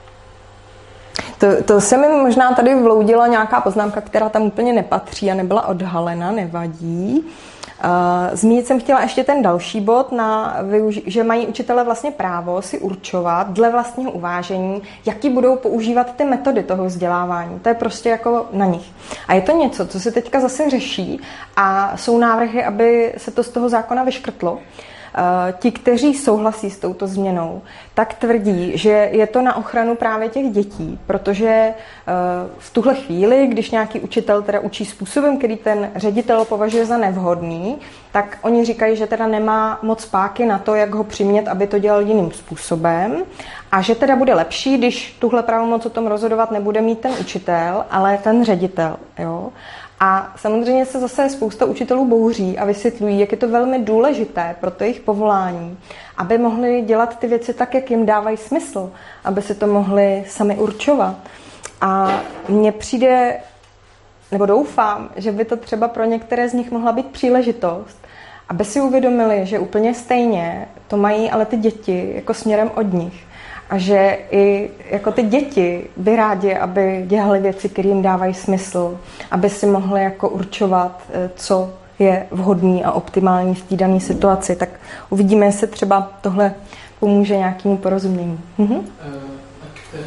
To se mi možná tady vloudila nějaká poznámka, která tam úplně nepatří a nebyla odhalena, nevadí. Zmínit jsem chtěla ještě ten další bod, že mají učitelé vlastně právo si určovat dle vlastního uvážení, jaký budou používat ty metody toho vzdělávání. To je prostě jako na nich. A je to něco, co se teďka zase řeší a jsou návrhy, aby se to z toho zákona vyškrtlo. Ti, kteří souhlasí s touto změnou, tak tvrdí, že je to na ochranu právě těch dětí, protože v tuhle chvíli, když nějaký učitel teda učí způsobem, který ten ředitel považuje za nevhodný, tak oni říkají, že teda nemá moc páky na to, jak ho přimět, aby to dělal jiným způsobem a že teda bude lepší, když tuhle pravomoc o tom rozhodovat nebude mít ten učitel, ale ten ředitel. Jo? A samozřejmě se zase spousta učitelů bouří a vysvětlují, jak je to velmi důležité pro to jejich povolání, aby mohli dělat ty věci tak, jak jim dávají smysl, aby se to mohli sami určovat. A mně přijde, nebo doufám, že by to třeba pro některé z nich mohla být příležitost, aby si uvědomili, že úplně stejně to mají ale ty děti jako směrem od nich. A že i jako ty děti by rádi, aby dělali věci, které jim dávají smysl, aby si mohli jako určovat, co je vhodný a optimální v té dané situaci. Tak uvidíme, jestli třeba tohle pomůže nějakému porozumění. A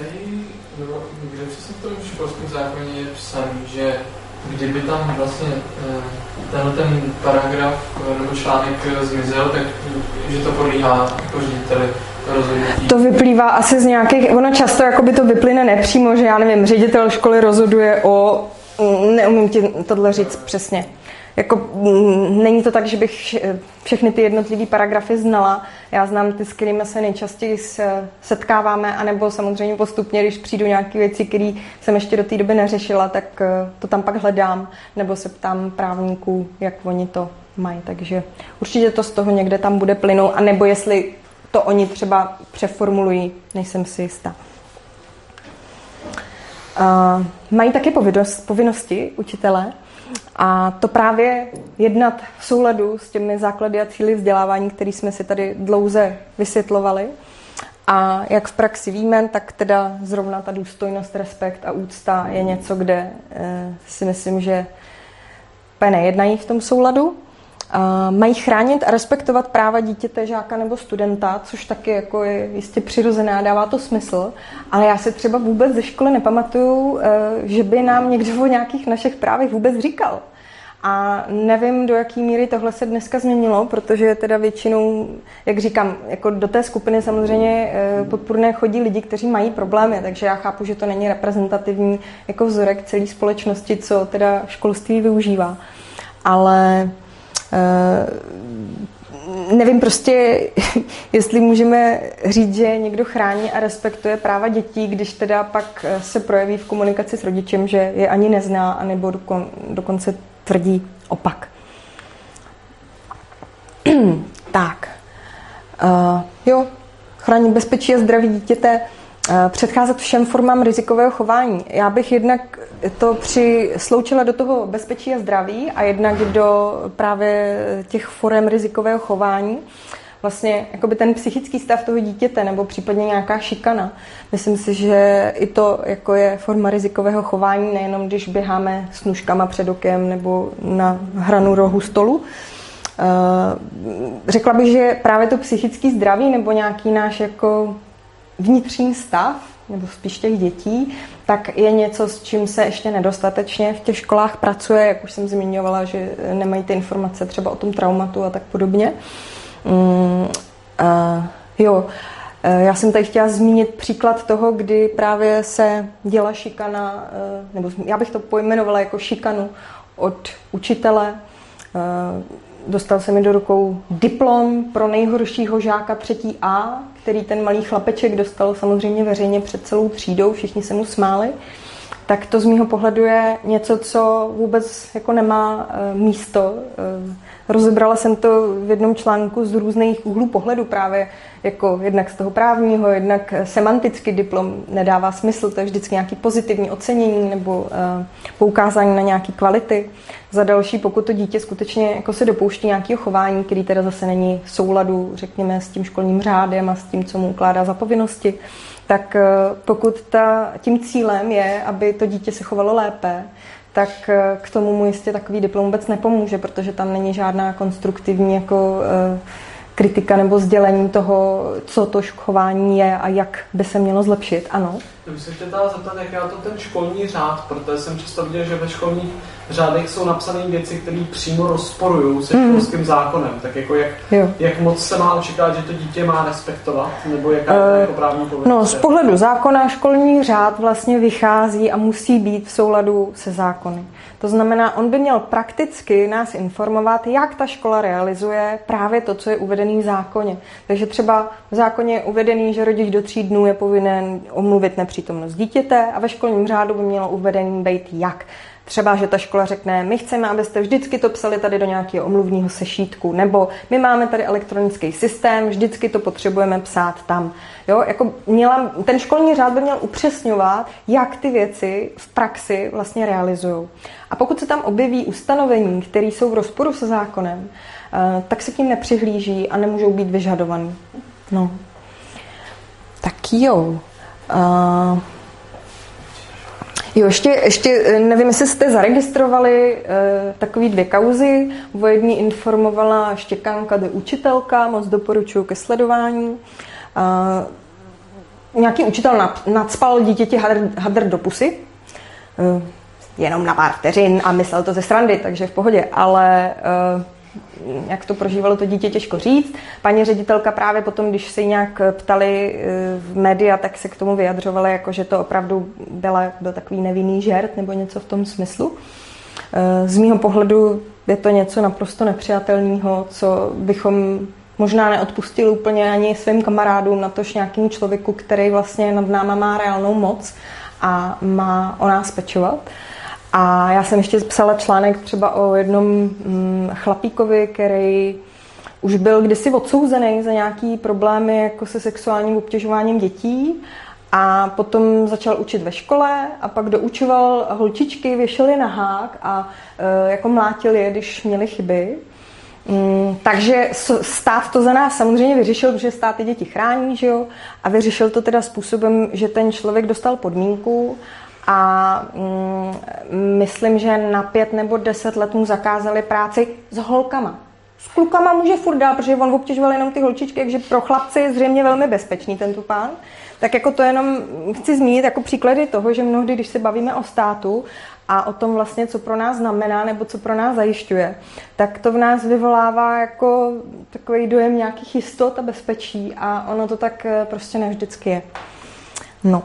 kde přesně v tom školském zákoně je psaný, že kdyby tam vlastně tenhle ten paragraf nebo článek zmizel, tak že to podlíhá jako řediteli rozhodnutí? To vyplývá asi z nějakých, ono často jakoby to vyplyne nepřímo, že já nevím, ředitel školy rozhoduje o, neumím ti tohle říct přesně. Jako, není to tak, že bych všechny ty jednotlivé paragrafy znala. Já znám ty, s kterými se nejčastěji setkáváme, anebo samozřejmě postupně, když přijdu nějaké věci, které jsem ještě do té doby neřešila, tak to tam pak hledám, nebo se ptám právníků, jak oni to mají. Takže určitě to z toho někde tam bude plynout, anebo jestli to oni třeba přeformulují, nejsem si jistá. Mají taky povinnosti učitelé, a to právě jednat v souladu s těmi základy a cíli vzdělávání, které jsme si tady dlouze vysvětlovali. A jak v praxi víme, tak teda zrovna ta důstojnost, respekt a úcta je něco, kde si myslím, že nejednají v tom souladu. Mají chránit a respektovat práva dítěte, žáka nebo studenta, což taky jako je jistě přirozené a dává to smysl. Ale já si třeba vůbec ze školy nepamatuju, že by nám někdo o nějakých našich právech vůbec říkal. A nevím, do jaký míry tohle se dneska změnilo, protože teda většinou, jak říkám, jako do té skupiny samozřejmě podpůrné chodí lidi, kteří mají problémy, takže já chápu, že to není reprezentativní jako vzorek celé společnosti, co teda školství využívá. Ale nevím prostě, jestli můžeme říct, že někdo chrání a respektuje práva dětí, když teda pak se projeví v komunikaci s rodičem, že je ani nezná, anebo dokonce tvrdí opak. Tak. Chránit bezpečí a zdraví dítěte, předcházet všem formám rizikového chování. Já bych jednak to sloučila do toho bezpečí a zdraví a jednak do právě těch forem rizikového chování. Vlastně jakoby ten psychický stav toho dítěte nebo případně nějaká šikana. Myslím si, že i to jako je forma rizikového chování, nejenom když běháme s nůžkama před okem nebo na hranu rohu stolu. Řekla bych, že právě to psychické zdraví nebo nějaký náš jako vnitřní stav, nebo spíš těch dětí, tak je něco, s čím se ještě nedostatečně v těch školách pracuje, jak už jsem zmiňovala, že nemají ty informace třeba o tom traumatu a tak podobně. Já jsem tady chtěla zmínit příklad toho, kdy právě se děla šikana, nebo já bych to pojmenovala jako šikanu od učitele. Dostal se mi do rukou diplom pro nejhoršího žáka 3A, který ten malý chlapeček dostal samozřejmě veřejně před celou třídou, všichni se mu smáli. tak to z mýho pohledu je něco, co vůbec jako nemá místo. Rozebrala jsem to v jednom článku z různých úhlů pohledu právě jako jednak z toho právního, jednak semanticky diplom nedává smysl, to je vždycky nějaký pozitivní ocenění nebo poukázání na nějaké kvality. Za další, pokud to dítě skutečně jako se dopouští nějakého chování, který teda zase není v souladu, řekněme, s tím školním řádem a s tím, co mu ukládá za povinnosti, tak pokud tím cílem je, aby to dítě se chovalo lépe, tak k tomu mu jistě takový diplom vůbec nepomůže, protože tam není žádná konstruktivní jako kritika nebo sdělení toho, co to chování je a jak by se mělo zlepšit. Ano. Já bych se chtěl zeptat, jak je to ten školní řád, protože jsem často viděl, že ve školních řádech jsou napsané věci, které přímo rozporují se školským zákonem. Tak jako jak moc se má očekávat, že to dítě má respektovat, nebo jaká je jako právní povinnost? No, z pohledu zákona školní řád vlastně vychází a musí být v souladu se zákony. To znamená, on by měl prakticky nás informovat, jak ta škola realizuje právě to, co je uvedené v zákoně. Takže třeba v zákoně je uvedený, že rodič do 3 dnů je povinen omluvit nepřítomnost dítěte a ve školním řádu by mělo uvedený být jak. Třeba, že ta škola řekne, my chceme, abyste vždycky to psali tady do nějakého omluvního sešítku, nebo my máme tady elektronický systém, vždycky to potřebujeme psát tam. Jo, jako ten školní řád by měl upřesňovat, jak ty věci v praxi vlastně realizují. A pokud se tam objeví ustanovení, které jsou v rozporu se zákonem, tak se k ním nepřihlíží a nemůžou být vyžadovaný. No. Tak jo. Jo, ještě nevím, jestli jste zaregistrovali takový 2 kauzy. O jedné informovala Štěkánka, učitelka, moc doporučuji ke sledování. Nějaký učitel nacpal dítěti hadr do pusy, jenom na pár vteřin a myslel to ze srandy, takže v pohodě, ale jak to prožívalo to dítě, těžko říct. Paní ředitelka právě potom, když se nějak ptali v média, tak se k tomu vyjadřovala, jako že to opravdu byl takový nevinný žert nebo něco v tom smyslu. Z mýho pohledu je to něco naprosto nepřijatelného, co bychom možná neodpustili úplně ani svým kamarádům, natož nějakému člověku, který vlastně nad náma má reálnou moc a má o nás pečovat. A já jsem ještě psala článek třeba o jednom chlapíkovi, který už byl kdysi odsouzený za nějaký problémy jako se sexuálním obtěžováním dětí a potom začal učit ve škole a pak doučoval holčičky, věšel je na hák a jako mlátil je, když měli chyby. Takže stát to za nás samozřejmě vyřešil, protože stát ty děti chrání, že jo? A vyřešil to teda způsobem, že ten člověk dostal podmínku a myslím, že na 5 nebo 10 let mu zakázali práci s holkama. S klukama může furt dál, protože on obtěžoval jenom ty holčičky, takže pro chlapce je zřejmě velmi bezpečný tento pán. Tak jako to jenom chci zmínit jako příklady toho, že mnohdy, když se bavíme o státu a o tom vlastně, co pro nás znamená nebo co pro nás zajišťuje, tak to v nás vyvolává jako takový dojem nějakých jistot a bezpečí a ono to tak prostě nevždycky je. No.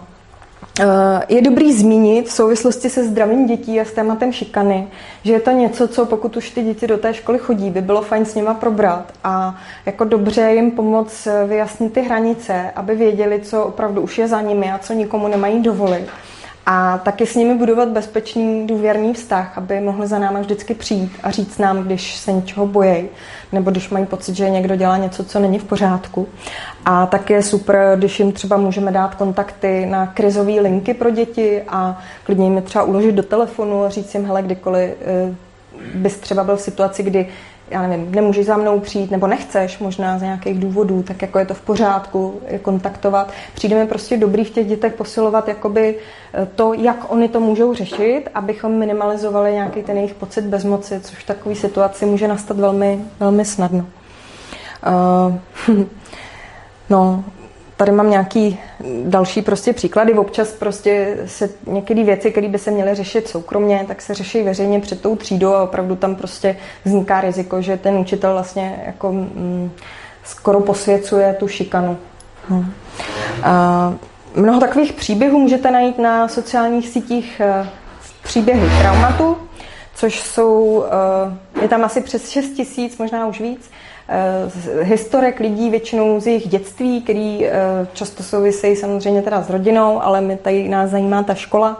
Je dobrý zmínit v souvislosti se zdravím dětí a s tématem šikany, že je to něco, co pokud už ty děti do té školy chodí, by bylo fajn s nima probrat a jako dobře jim pomoct vyjasnit ty hranice, aby věděli, co opravdu už je za nimi a co nikomu nemají dovolit. A taky s nimi budovat bezpečný, důvěrný vztah, aby mohli za náma vždycky přijít a říct nám, když se něčeho bojí, nebo když mají pocit, že někdo dělá něco, co není v pořádku. A taky je super, když jim třeba můžeme dát kontakty na krizové linky pro děti a klidně jim třeba uložit do telefonu a říct jim, hele, kdykoliv bys třeba byl v situaci, kdy já nevím, nemůžeš za mnou přijít, nebo nechceš možná z nějakých důvodů, tak jako je to v pořádku, je kontaktovat. Přijde mi prostě dobrý v těch dětech posilovat jakoby to, jak oni to můžou řešit, abychom minimalizovali nějaký ten jejich pocit bezmoci, což v takové situaci může nastat velmi, velmi snadno. No, tady mám nějaký další prostě příklady. Občas prostě se některé věci, které by se měly řešit soukromně, tak se řeší veřejně před tou třídou a opravdu tam prostě vzniká riziko, že ten učitel vlastně jako skoro posvěcuje tu šikanu. Mnoho takových příběhů můžete najít na sociálních sítích příběhy traumatu, což jsou, je tam asi přes 6 000, možná už víc, historek lidí většinou z jejich dětství, který často souvisejí samozřejmě teda s rodinou, ale my tady nás zajímá ta škola.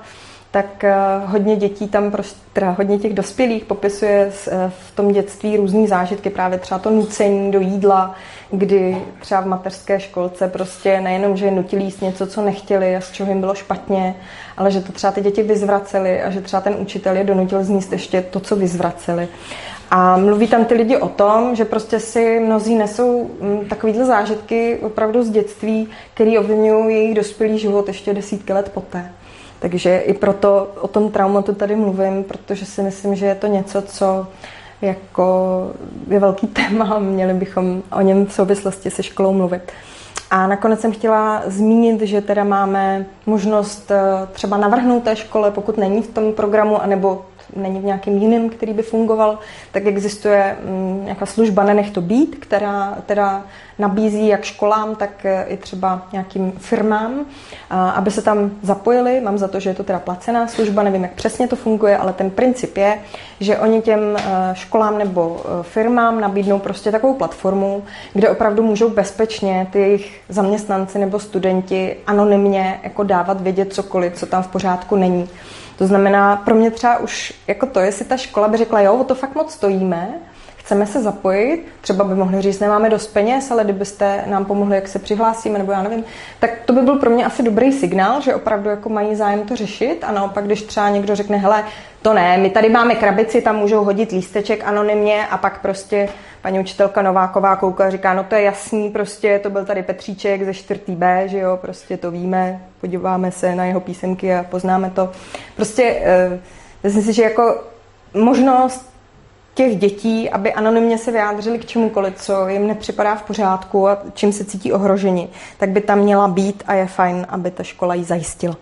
tak hodně dětí tam, teda hodně těch dospělých popisuje v tom dětství různý zážitky, právě třeba to nucení do jídla, kdy třeba v mateřské školce prostě nejenom, že nutili jíst něco, co nechtěli a z čeho jim bylo špatně, ale že to třeba ty děti vyzvraceli a že třeba ten učitel je donutil zníst ještě to, co vyzvraceli. A mluví tam ty lidi o tom, že prostě si mnozí nesou takovýhle zážitky opravdu z dětství, který ovlivňují jejich dospělý život ještě desítky let poté. Takže i proto o tom traumatu tady mluvím, protože si myslím, že je to něco, co jako je velký téma, měli bychom o něm v souvislosti se školou mluvit. A nakonec jsem chtěla zmínit, že teda máme možnost třeba navrhnout té škole, pokud není v tom programu, anebo není v nějakém jiném, který by fungoval, tak existuje nějaká služba Nenech to být, která teda nabízí jak školám, tak i třeba nějakým firmám, aby se tam zapojili. Mám za to, že je to teda placená služba, nevím, jak přesně to funguje, ale ten princip je, že oni těm školám nebo firmám nabídnou prostě takovou platformu, kde opravdu můžou bezpečně ty jejich zaměstnanci nebo studenti anonymně jako dávat vědět cokoliv, co tam v pořádku není. To znamená, pro mě třeba už jako to, jestli ta škola by řekla, jo, o to fakt moc stojíme, chceme se zapojit, třeba by mohli říct, nemáme dost peněz, ale kdybyste nám pomohli, jak se přihlásíme, nebo já nevím, tak to by byl pro mě asi dobrý signál, že opravdu jako mají zájem to řešit a naopak, když třeba někdo řekne, hele, to ne, my tady máme krabici, tam můžou hodit lísteček anonymně a pak prostě paní učitelka Nováková kouká a říká, no to je jasný, prostě to byl tady Petříček ze 4B, že jo, prostě to víme, podíváme se na jeho písemky a poznáme to. Prostě myslím si, že jako možnost těch dětí, aby anonymně se vyjádřili k čemukoliv, co jim nepřipadá v pořádku a čím se cítí ohroženi, tak by tam měla být a je fajn, aby ta škola ji zajistila.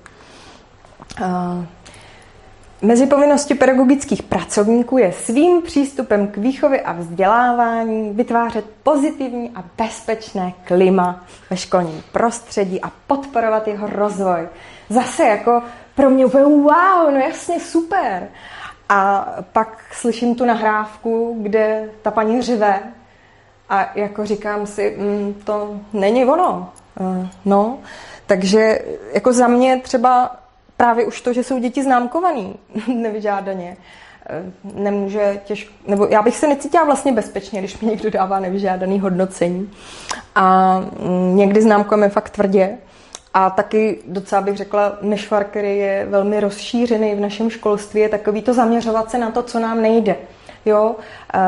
Mezi povinností pedagogických pracovníků je svým přístupem k výchově a vzdělávání vytvářet pozitivní a bezpečné klima ve školním prostředí a podporovat jeho rozvoj. Zase jako pro mě úplně wow, no jasně, super. A pak slyším tu nahrávku, kde ta paní řve a jako říkám si, to není ono. No, takže jako za mě třeba právě už to, že jsou děti známkovaný nevyžádaně, nemůže nebo já bych se necítila vlastně bezpečně, když mi někdo dává nevyžádaný hodnocení. A někdy známkujeme fakt tvrdě. A taky docela bych řekla, nešvar, který je velmi rozšířený v našem školství, je takový to zaměřovat se na to, co nám nejde. Jo?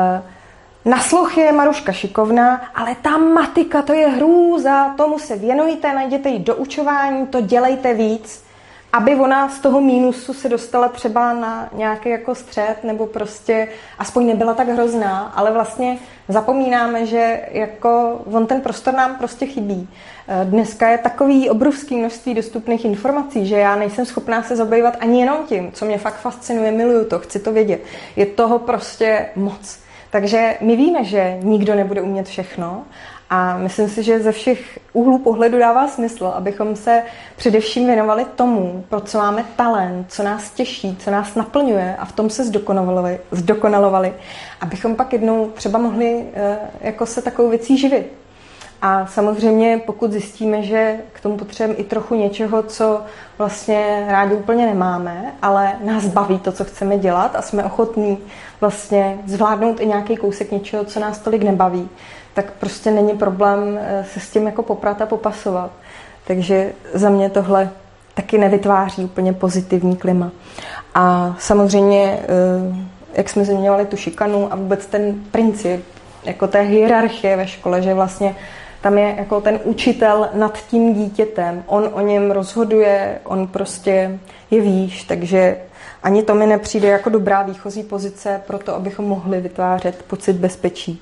Na sloh je Maruška šikovná, ale ta matika, to je hrůza, tomu se věnujte, najděte ji do učování, to dělejte víc, aby ona z toho mínusu se dostala třeba na nějaký jako střed, nebo prostě aspoň nebyla tak hrozná, ale vlastně zapomínáme, že jako on ten prostor nám prostě chybí. Dneska je takový obrovský množství dostupných informací, že já nejsem schopná se zabývat ani jenom tím, co mě fakt fascinuje, miluju to, chci to vědět. Je toho prostě moc. Takže my víme, že nikdo nebude umět všechno a myslím si, že ze všech úhlů pohledu dává smysl, abychom se především věnovali tomu, pro co máme talent, co nás těší, co nás naplňuje a v tom se zdokonalovali, abychom pak jednou třeba mohli jako se takovou věcí živit. A samozřejmě, pokud zjistíme, že k tomu potřebujeme i trochu něčeho, co vlastně rádi úplně nemáme, ale nás baví to, co chceme dělat a jsme ochotní vlastně zvládnout i nějaký kousek něčeho, co nás tolik nebaví, tak prostě není problém se s tím jako poprat a popasovat. Takže za mě tohle taky nevytváří úplně pozitivní klima. A samozřejmě, jak jsme zmiňovali tu šikanu a vůbec ten princip jako té hierarchie ve škole, že vlastně tam je jako ten učitel nad tím dítětem. On o něm rozhoduje, on prostě je výš, takže ani to mi nepřijde jako dobrá výchozí pozice pro to, abychom mohli vytvářet pocit bezpečí.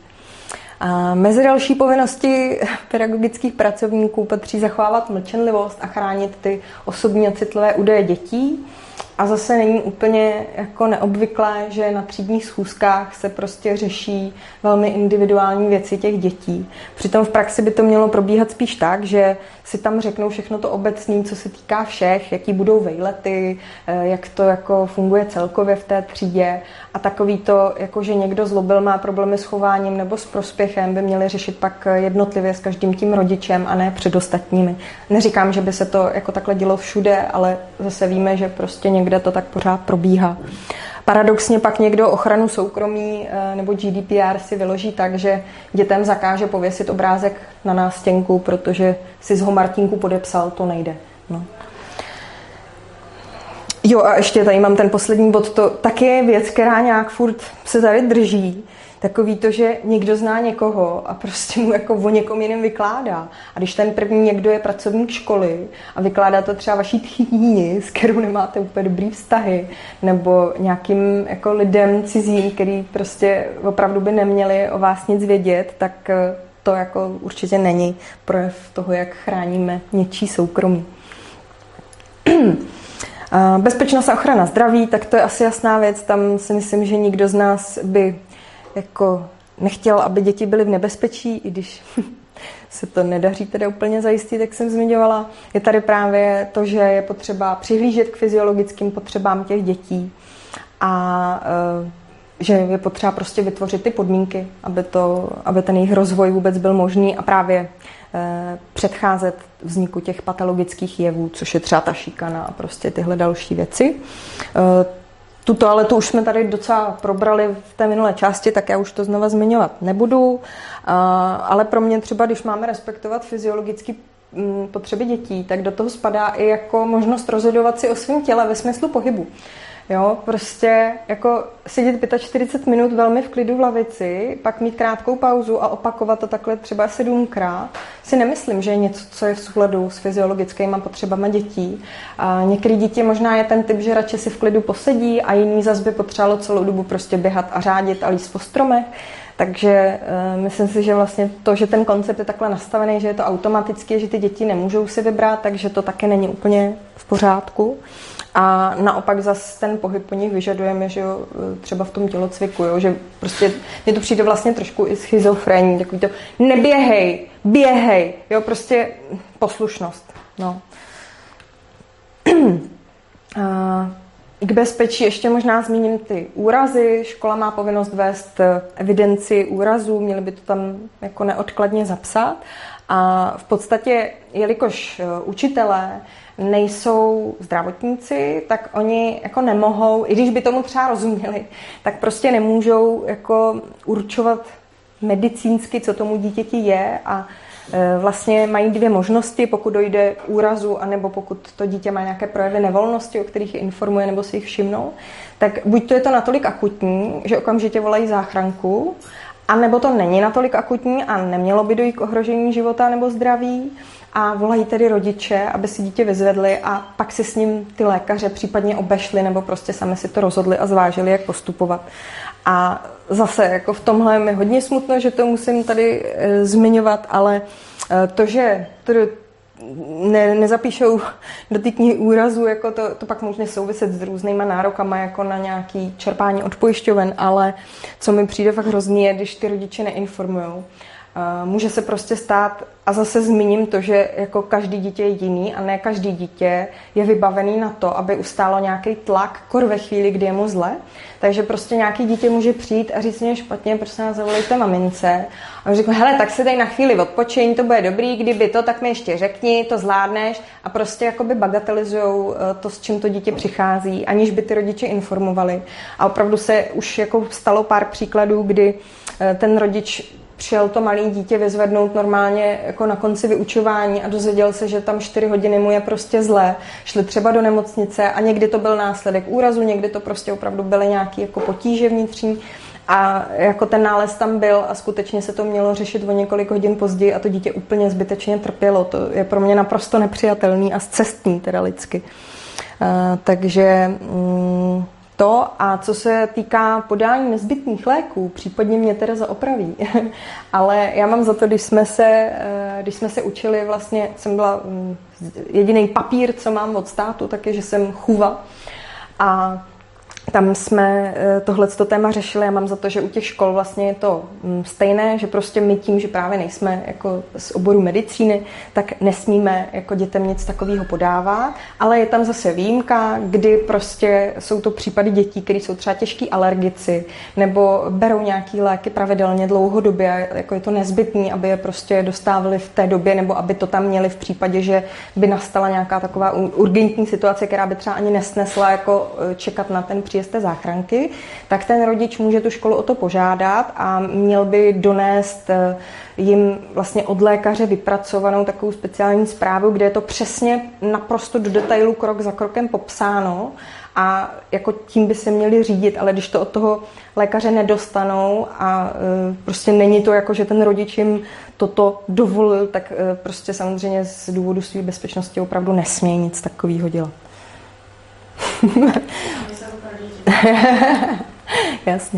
A mezi další povinnosti pedagogických pracovníků patří zachovávat mlčenlivost a chránit ty osobní a citlivé údaje dětí. A zase není úplně jako neobvyklé, že na třídních schůzkách se prostě řeší velmi individuální věci těch dětí. Přitom v praxi by to mělo probíhat spíš tak, že si tam řeknou všechno to obecné, co se týká všech, jaký budou vejlety, jak to jako funguje celkově v té třídě a takový to, jako že někdo zlobil, má problémy s chováním nebo s prospěchem, by měli řešit pak jednotlivě s každým tím rodičem a ne před ostatními. Neříkám, že by se to jako takhle dělo všude, ale zase víme, že prostě někdo kde to tak pořád probíhá. Paradoxně pak někdo ochranu soukromí nebo GDPR si vyloží tak, že dětem zakáže pověsit obrázek na nástěnku, protože si z ho Martínku podepsal, to nejde. No. Jo, a ještě tady mám ten poslední bod, to taky je věc, která nějak furt se tady drží. Takový to, že někdo zná někoho a prostě mu jako o někom jiném vykládá. A když ten první někdo je pracovník školy a vykládá to třeba vaší tchýni, s kterou nemáte úplně dobrý vztahy, nebo nějakým jako lidem cizím, který prostě opravdu by neměli o vás nic vědět, tak to jako určitě není projev toho, jak chráníme něčí soukromí. Bezpečnost a ochrana zdraví, tak to je asi jasná věc. Tam si myslím, že nikdo z nás by jako nechtěl, aby děti byly v nebezpečí, i když se to nedaří teda úplně zajistit, jak jsem zmiňovala. Je tady právě to, že je potřeba přihlížet k fyziologickým potřebám těch dětí a že je potřeba prostě vytvořit ty podmínky, aby ten jejich rozvoj vůbec byl možný a právě předcházet vzniku těch patologických jevů, což je třeba ta šikana a prostě tyhle další věci. Tu toaletu už jsme tady docela probrali v té minulé části, tak já už to znova zmiňovat nebudu, ale pro mě třeba, když máme respektovat fyziologické potřeby dětí, tak do toho spadá i jako možnost rozhodovat si o svém těle ve smyslu pohybu. Jo, prostě jako sedět 45 minut velmi v klidu v lavici, pak mít krátkou pauzu a opakovat to takhle třeba 7krát, si nemyslím, že je něco, co je v souladu s fyziologickými potřebami dětí. A některé děti možná je ten typ, že radši si v klidu posedí a jiný zas by potřebovalo celou dobu prostě běhat a řádit a líst po stromech. Takže myslím si, že vlastně to, že ten koncept je takhle nastavený, že je to automaticky, že ty děti nemůžou si vybrat, takže to taky není úplně v pořádku. A naopak zase ten pohyb po nich vyžadujeme, že jo, třeba v tom tělocviku, jo, že prostě mně to přijde vlastně trošku i schizofrení, takový to neběhej, běhej, jo, prostě poslušnost, no. K bezpečí ještě možná zmíním ty úrazy. Škola má povinnost vést evidenci úrazů, měli by to tam jako neodkladně zapsat. A v podstatě, jelikož učitelé nejsou zdravotníci, tak oni jako nemohou, i když by tomu třeba rozuměli, tak prostě nemůžou jako určovat medicínsky, co tomu dítěti je a vlastně mají dvě možnosti, pokud dojde k úrazu, anebo pokud to dítě má nějaké projevy nevolnosti, o kterých je informuje nebo si jich všimnou, tak buď to je to natolik akutní, že okamžitě volají záchranku, a nebo to není natolik akutní a nemělo by dojít k ohrožení života nebo zdraví a volají tedy rodiče, aby si dítě vyzvedli a pak si s ním ty lékaře případně obešli nebo prostě sami si to rozhodli a zvážili, jak postupovat. A zase jako v tomhle mi hodně smutno, že to musím tady zmiňovat, ale to, že to nezapíšou do té knihy úrazu, jako to pak může souviset s různýma nárokama jako na nějaké čerpání od pojišťoven, ale co mi přijde fakt hrozný je, když ty rodiče neinformujou. Může se prostě stát, a zase zmíním to, že jako každý dítě je jiný a ne každý dítě je vybavený na to, aby ustálo nějaký tlak kor ve chvíli, kdy je mu zle. Takže prostě nějaký dítě může přijít a říct mě špatně, prostě nás zavolejte mamince. A on řekne, hele, tak se tady na chvíli odpočiň, to bude dobrý, kdyby to, tak mi ještě řekni, to zvládneš. A prostě jakoby bagatelizujou to, s čím to dítě přichází, aniž by ty rodiče informovali. A opravdu se už jako stalo pár příkladů, kdy ten rodič přijel to malé dítě vyzvednout normálně jako na konci vyučování a dozvěděl se, že tam 4 hodiny mu je prostě zlé. Šli třeba do nemocnice a někdy to byl následek úrazu, někdy to prostě opravdu byly nějaké jako potíže vnitřní a jako ten nález tam byl a skutečně se to mělo řešit o několik hodin později a to dítě úplně zbytečně trpělo. To je pro mě naprosto nepřijatelný a scestný teda lidsky. Takže to a co se týká podání nezbytných léků, případně mě Tereza opraví, ale já mám za to, když jsme se učili, vlastně jsem byla jediný papír, co mám od státu, tak je, že jsem chůva a tam jsme tohleto téma řešili. Já mám za to, že u těch škol vlastně je to stejné, že prostě my tím, že právě nejsme jako z oboru medicíny, tak nesmíme jako dětem nic takového podávat, ale je tam zase výjimka, kdy prostě jsou to případy dětí, které jsou třeba těžký alergici nebo berou nějaký léky pravidelně dlouhodobě, jako je to nezbytný, aby je prostě dostávali v té době nebo aby to tam měli v případě, že by nastala nějaká taková urgentní situace, která by třeba ani nesnesla jako čekat na ten příjezd té záchranky, tak ten rodič může tu školu o to požádat a měl by donést jim vlastně od lékaře vypracovanou takovou speciální zprávu, kde je to přesně naprosto do detailu krok za krokem popsáno a jako tím by se měli řídit, ale když to od toho lékaře nedostanou a prostě není to jako, že ten rodič jim toto dovolil, tak prostě samozřejmě z důvodu své bezpečnosti opravdu nesmějí nic takového dělat. Jasně.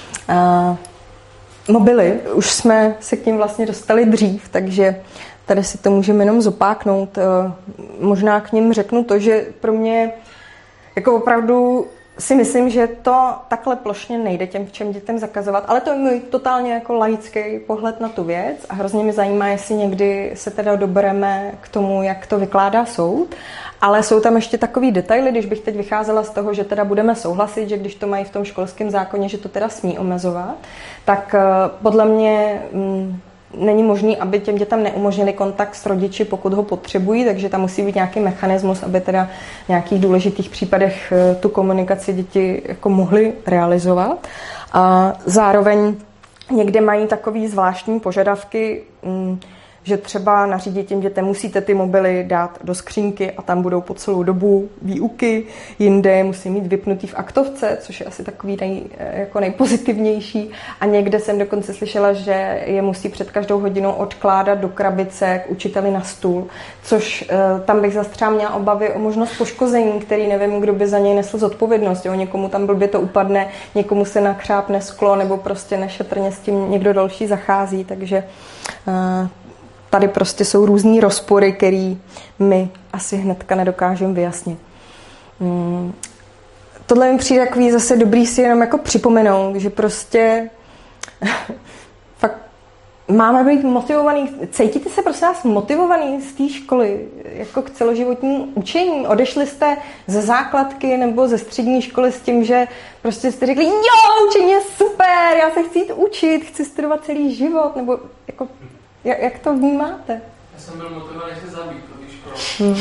Mobily, už jsme se k tím vlastně dostali dřív, takže tady si to můžeme jenom zopáknout. Možná k nim řeknu to, že pro mě jako opravdu si myslím, že to takhle plošně nejde všem dětem zakazovat, ale to je můj totálně jako laický pohled na tu věc a hrozně mě zajímá, jestli někdy se teda dobereme k tomu, jak to vykládá soud. Ale jsou tam ještě takový detaily, když bych teď vycházela z toho, že teda budeme souhlasit, že když to mají v tom školském zákoně, že to teda smí omezovat, tak podle mě není možný, aby těm dětem neumožnili kontakt s rodiči, pokud ho potřebují, takže tam musí být nějaký mechanismus, aby teda v nějakých důležitých případech tu komunikaci děti jako mohly realizovat. A zároveň někde mají takový zvláštní požadavky, že třeba nařídit těm dětem musíte ty mobily dát do skřínky a tam budou po celou dobu výuky, jinde musí mít vypnutý v aktovce, což je asi takový jako nejpozitivnější a někde jsem dokonce slyšela, že je musí před každou hodinou odkládat do krabice k učiteli na stůl, což tam bych zase třeba měla obavy o možnost poškození, který nevím, kdo by za něj nesl zodpovědnost. Jo? Někomu tam blbě to upadne, někomu se nakřápne sklo nebo prostě nešetrně s tím někdo další zachází, takže tady prostě jsou různý rozpory, který my asi hnedka nedokážeme vyjasnit. Tohle mi přijde takový zase dobrý si jenom jako připomenout, že prostě fakt máme být motivovaný, cítíte se prosím vás motivovaný z té školy jako k celoživotnímu učení? Odešli jste ze základky nebo ze střední školy s tím, že prostě jste řekli, jo, učení je super, já se chci jít učit, chci studovat celý život, nebo jako jak to vnímáte? Já jsem byl motivovaný se zabít po té škole.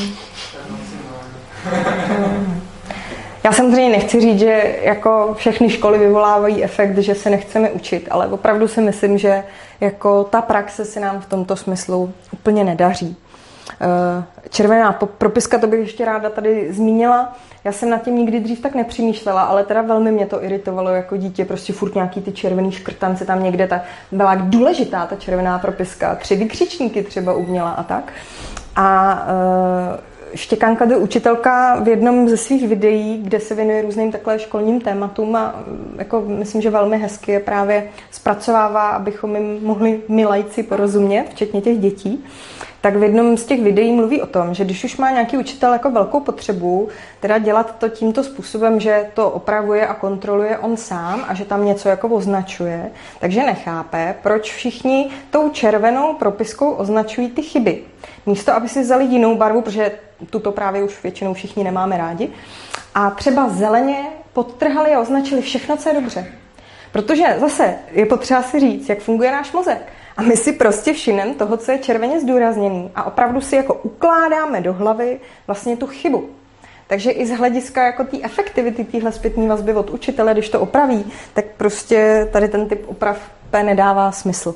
Já samozřejmě nechci říct, že jako všechny školy vyvolávají efekt, že se nechceme učit, ale opravdu si myslím, že jako ta praxe se nám v tomto smyslu úplně nedaří. Červená propiska, to bych ještě ráda tady zmínila. Já jsem nad tím nikdy dřív tak nepřemýšlela, ale teda velmi mě to iritovalo jako dítě, prostě furt nějaký ty červený škrtance tam někde, ta byla důležitá ta červená propiska, 3 vykřičníky třeba uměla a tak. A Štěkánka, to učitelka v jednom ze svých videí, kde se věnuje různým takhle školním tématům a jako myslím, že velmi hezky je právě zpracovává, abychom jim mohli my laici porozumět, včetně těch dětí, tak v jednom z těch videí mluví o tom, že když už má nějaký učitel jako velkou potřebu, teda dělat to tímto způsobem, že to opravuje a kontroluje on sám a že tam něco jako označuje, takže nechápe, proč všichni tou červenou propiskou označují ty chyby. Místo, aby si vzali jinou barvu, protože tuto právě už většinou všichni nemáme rádi, a třeba zeleně podtrhali a označili všechno, co je dobře. Protože zase je potřeba si říct, jak funguje náš mozek. A my si prostě všimneme toho, co je červeně zdůrazněný a opravdu si jako ukládáme do hlavy vlastně tu chybu. Takže i z hlediska jako té efektivity téhle zpětné vazby od učitele, když to opraví, tak prostě tady ten typ oprav nedává smysl.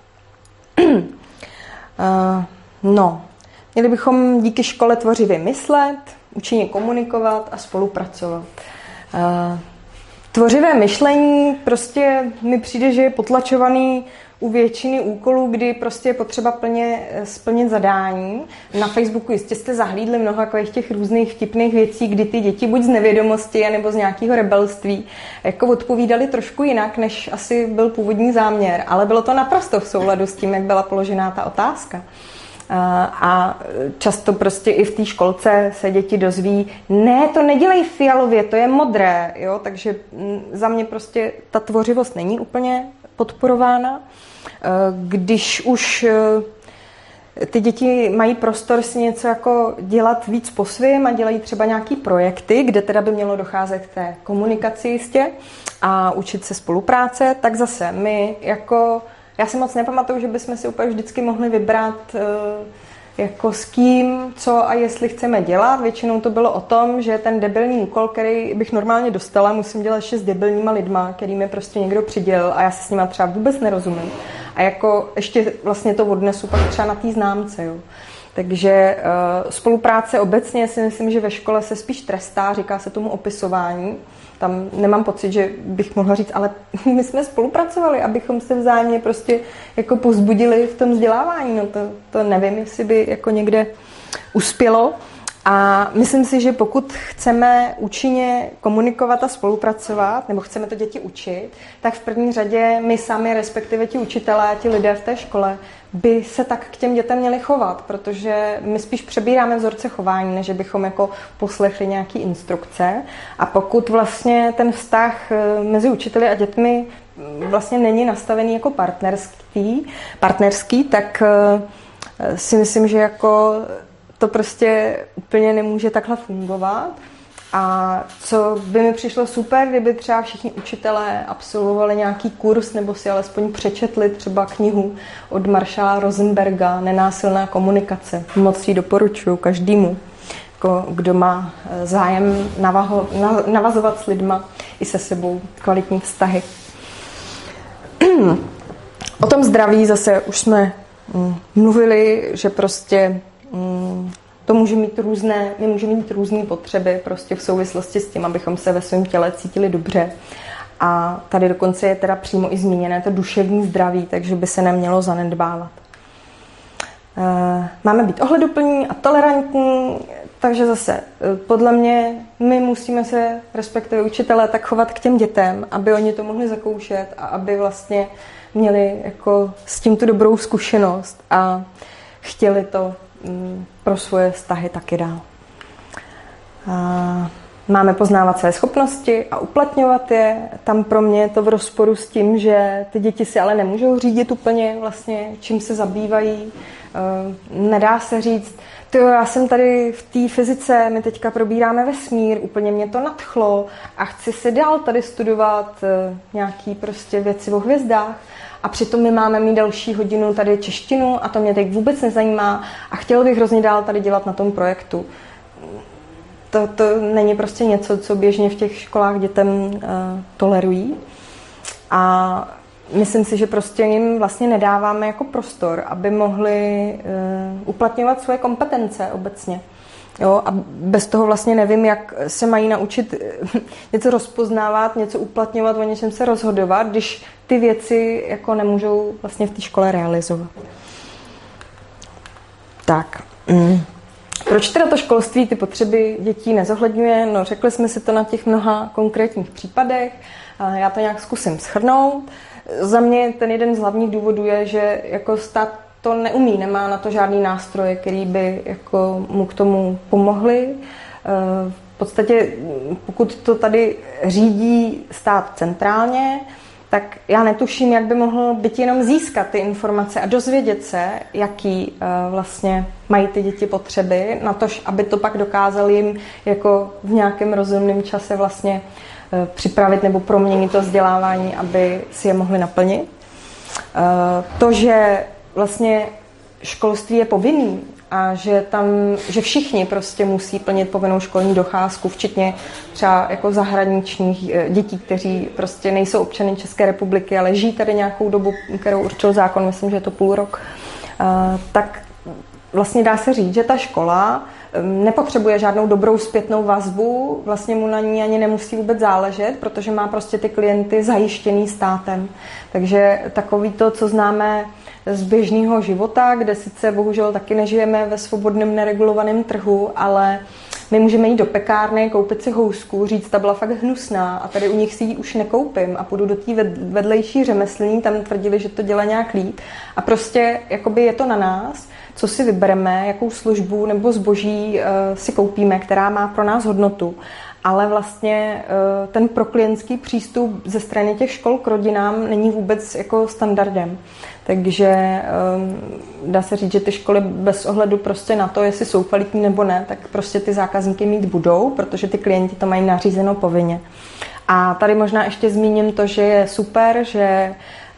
Měli bychom díky škole tvořivě myslet, účinně komunikovat a spolupracovat. Tvořivé myšlení prostě mi přijde, že je potlačovaný u většiny úkolů, kdy prostě je potřeba plně splnit zadání. Na Facebooku jistě jste zahlídli mnoho takových těch různých vtipných věcí, kdy ty děti buď z nevědomosti nebo z nějakého rebelství jako odpovídali trošku jinak, než asi byl původní záměr, ale bylo to naprosto v souladu s tím, jak byla položená ta otázka. A často prostě i v té školce se děti dozví, ne, to nedělej fialově, to je modré, jo? Takže za mě prostě ta tvořivost není úplně podporována. Když už ty děti mají prostor si něco jako dělat víc po svém a dělají třeba nějaký projekty, kde teda by mělo docházet k té komunikaci jistě a učit se spolupráce, tak zase my jako, já si moc nepamatuju, že bychom si úplně vždycky mohli vybrat jako s kým, co a jestli chceme dělat. Většinou to bylo o tom, že ten debilní úkol, který bych normálně dostala, musím dělat ještě s debilníma lidma, který mi prostě někdo přidělil a já se s nima třeba vůbec nerozumím. A jako ještě vlastně to odnesu pak třeba na té známce. Jo. Takže spolupráce obecně si myslím, že ve škole se spíš trestá, říká se tomu opisování. Tam nemám pocit, že bych mohla říct, ale my jsme spolupracovali, abychom se vzájemně prostě jako povzbudili v tom vzdělávání. No to nevím, jestli by jako někde uspělo. A myslím si, že pokud chceme účinně komunikovat a spolupracovat, nebo chceme to děti učit, tak v první řadě my sami, respektive ti učitelé, ti lidé v té škole, by se tak k těm dětem měli chovat, protože my spíš přebíráme vzorce chování, než bychom jako poslechli nějaký instrukce. A pokud vlastně ten vztah mezi učiteli a dětmi vlastně není nastavený jako partnerský, tak si myslím, že jako to prostě úplně nemůže takhle fungovat. A co by mi přišlo super, kdyby třeba všichni učitelé absolvovali nějaký kurz nebo si alespoň přečetli třeba knihu od Marshalla Rosenberga Nenásilná komunikace. Moc ji doporučuji každému, kdo má zájem navazovat s lidma i se sebou kvalitní vztahy. O tom zdraví zase už jsme mluvili, že prostě to může mít my můžeme mít různé potřeby prostě v souvislosti s tím, abychom se ve svém těle cítili dobře. A tady dokonce je teda přímo i zmíněné to duševní zdraví, takže by se nemělo zanedbávat. Máme být ohleduplní a tolerantní, takže zase podle mě my musíme se, respektive učitelé, tak chovat k těm dětem, aby oni to mohli zakoušet a aby vlastně měli jako s tím tu dobrou zkušenost a chtěli to pro svoje vztahy taky dál. Máme poznávat své schopnosti a uplatňovat je. Tam pro mě je to v rozporu s tím, že ty děti si ale nemůžou řídit úplně vlastně, čím se zabývají. Nedá se říct, já jsem tady v té fyzice, my teďka probíráme vesmír, úplně mě to nadchlo a chci si dál tady studovat nějaký prostě věci o hvězdách. A přitom my máme mít další hodinu tady češtinu a to mě teď vůbec nezajímá a chtěl bych hrozně dál tady dělat na tom projektu. To není prostě něco, co běžně v těch školách dětem tolerují. A myslím si, že prostě jim vlastně nedáváme jako prostor, aby mohli uplatňovat svoje kompetence obecně. Jo, a bez toho vlastně nevím, jak se mají naučit něco rozpoznávat, něco uplatňovat, o něčem se rozhodovat, když ty věci jako nemůžou vlastně v té škole realizovat. Tak. Proč teda to školství ty potřeby dětí nezohledňuje? No, řekli jsme si to na těch mnoha konkrétních případech. Já to nějak zkusím shrnout. Za mě ten jeden z hlavních důvodů je, že jako stát to neumí, nemá na to žádný nástroje, který by jako mu k tomu pomohli. V podstatě, pokud to tady řídí stát centrálně, tak já netuším, jak by mohl být jenom získat ty informace a dozvědět se, jaký vlastně mají ty děti potřeby, na to, aby to pak dokázali jim jako v nějakém rozumném čase vlastně připravit nebo proměnit to vzdělávání, aby si je mohli naplnit. To, že vlastně školství je povinný a že všichni prostě musí plnit povinnou školní docházku, včetně třeba jako zahraničních dětí, kteří prostě nejsou občany České republiky, ale žijí tady nějakou dobu, kterou určil zákon, myslím, že je to půl rok, tak vlastně dá se říct, že ta škola nepotřebuje žádnou dobrou zpětnou vazbu, vlastně mu na ní ani nemusí vůbec záležet, protože má prostě ty klienty zajištěný státem. Takže takový to, co známe z běžného života, kde sice bohužel taky nežijeme ve svobodném neregulovaném trhu, ale my můžeme jít do pekárny, koupit si housku, říct, ta byla fakt hnusná a tady u nich si ji už nekoupím a půjdu do té vedlejší řemeslní, tam tvrdili, že to dělá nějak líp a prostě jakoby je to na nás, co si vybereme, jakou službu nebo zboží si koupíme, která má pro nás hodnotu. Ale vlastně ten proklientský přístup ze strany těch škol k rodinám není vůbec jako standardem. Takže dá se říct, že ty školy bez ohledu prostě na to, jestli jsou kvalitní nebo ne, tak prostě ty zákazníky mít budou, protože ty klienti to mají nařízeno povinně. A tady možná ještě zmíním to, že je super, že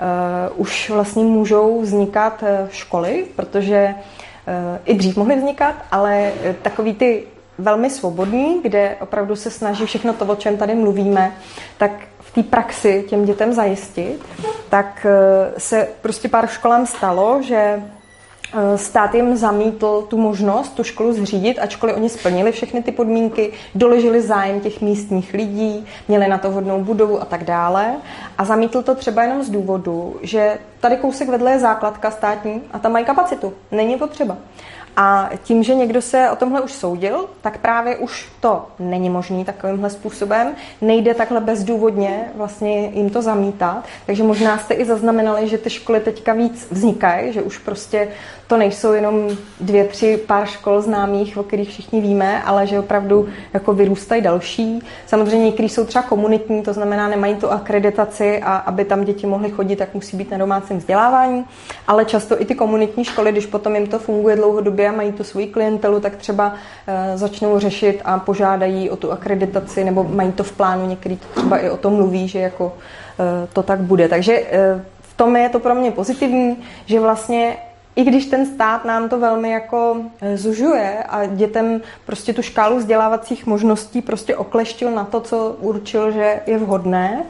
už vlastně můžou vznikat školy, protože i dřív mohly vznikat, ale takový ty velmi svobodní, kde opravdu se snaží všechno to, o čem tady mluvíme, tak v té praxi těm dětem zajistit, tak se prostě pár školám stalo, že stát jim zamítl tu možnost tu školu zřídit, ačkoliv oni splnili všechny ty podmínky, doložili zájem těch místních lidí, měli na to vhodnou budovu a tak dále. A zamítl to třeba jenom z důvodu, že tady kousek vedle je základka státní a tam mají kapacitu. Není potřeba. A tím, že někdo se o tomhle už soudil, tak právě už to není možný takovýmhle způsobem. Nejde takhle bezdůvodně vlastně jim to zamítat. Takže možná jste i zaznamenali, že ty školy teďka víc vznikají, že už prostě to nejsou jenom 2, 3 pár škol známých, o kterých všichni víme, ale že opravdu jako vyrůstají další. Samozřejmě některý jsou třeba komunitní, to znamená nemají tu akreditaci a aby tam děti mohly chodit, tak musí být na domácím vzdělávání. Ale často i ty komunitní školy, když potom jim to funguje dlouhodobě a mají tu svoji klientelu, tak třeba začnou řešit a požádají o tu akreditaci nebo mají to v plánu, některý to třeba i o tom mluví, že jako to tak bude. Takže v tom je to pro mě pozitivní, že vlastně i když ten stát nám to velmi jako zužuje a dětem prostě tu škálu vzdělávacích možností prostě okleštil na to, co určil, že je vhodné,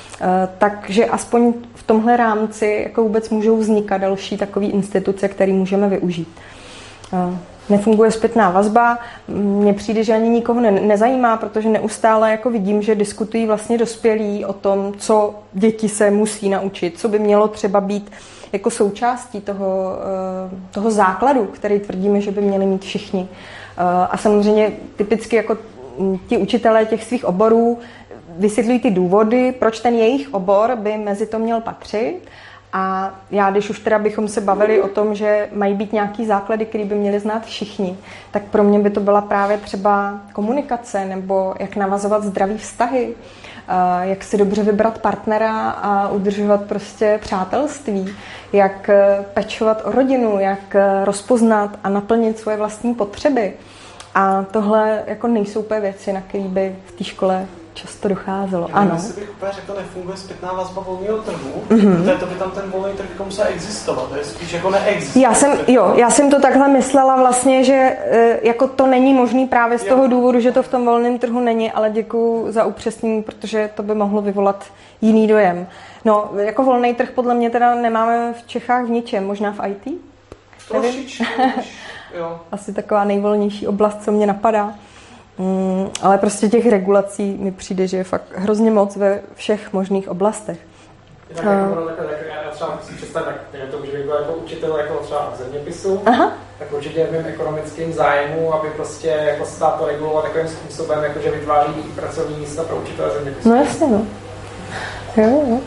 takže aspoň v tomhle rámci jako vůbec můžou vznikat další takové instituce, které můžeme využít. Nefunguje zpětná vazba, mně přijde, že ani nikoho nezajímá, protože neustále jako vidím, že diskutují vlastně dospělí o tom, co děti se musí naučit, co by mělo třeba být jako součástí toho základu, který tvrdíme, že by měli mít všichni. A samozřejmě typicky jako ti učitelé těch svých oborů vysvětlují ty důvody, proč ten jejich obor by mezi to měl patřit. A já, když už teda bychom se bavili o tom, že mají být nějaký základy, které by měli znát všichni, tak pro mě by to byla právě třeba komunikace nebo jak navazovat zdravý vztahy, jak si dobře vybrat partnera a udržovat prostě přátelství, jak pečovat o rodinu, jak rozpoznat a naplnit svoje vlastní potřeby. A tohle jako nejsou úplně věci, na které by v té škole často docházelo. Já ano. bych úplně řekl, nefunguje zpětná vazba volného trhu, protože to by tam ten volný trh musel existovat, to je spíš jako neexistuje. Já jsem to takhle myslela vlastně, že jako to není možný právě z toho důvodu, že to v tom volném trhu není, ale děkuju za upřesnění, protože to by mohlo vyvolat jiný dojem. No, jako volný trh podle mě teda nemáme v Čechách v ničem, možná v IT? Jo. Asi taková nejvolnější oblast, co mě napadá. Ale prostě těch regulací mi přijde, že je fakt hrozně moc ve všech možných oblastech. Tak já třeba si představit, tak to, že bych byl jako učitel jako třeba v zeměpisu, tak určitě v mém ekonomickém zájmu, aby prostě jako stát to reguloval takovým způsobem, jako že vytváří pracovní místa pro učitele zeměpisu. No jasně, no. Jo.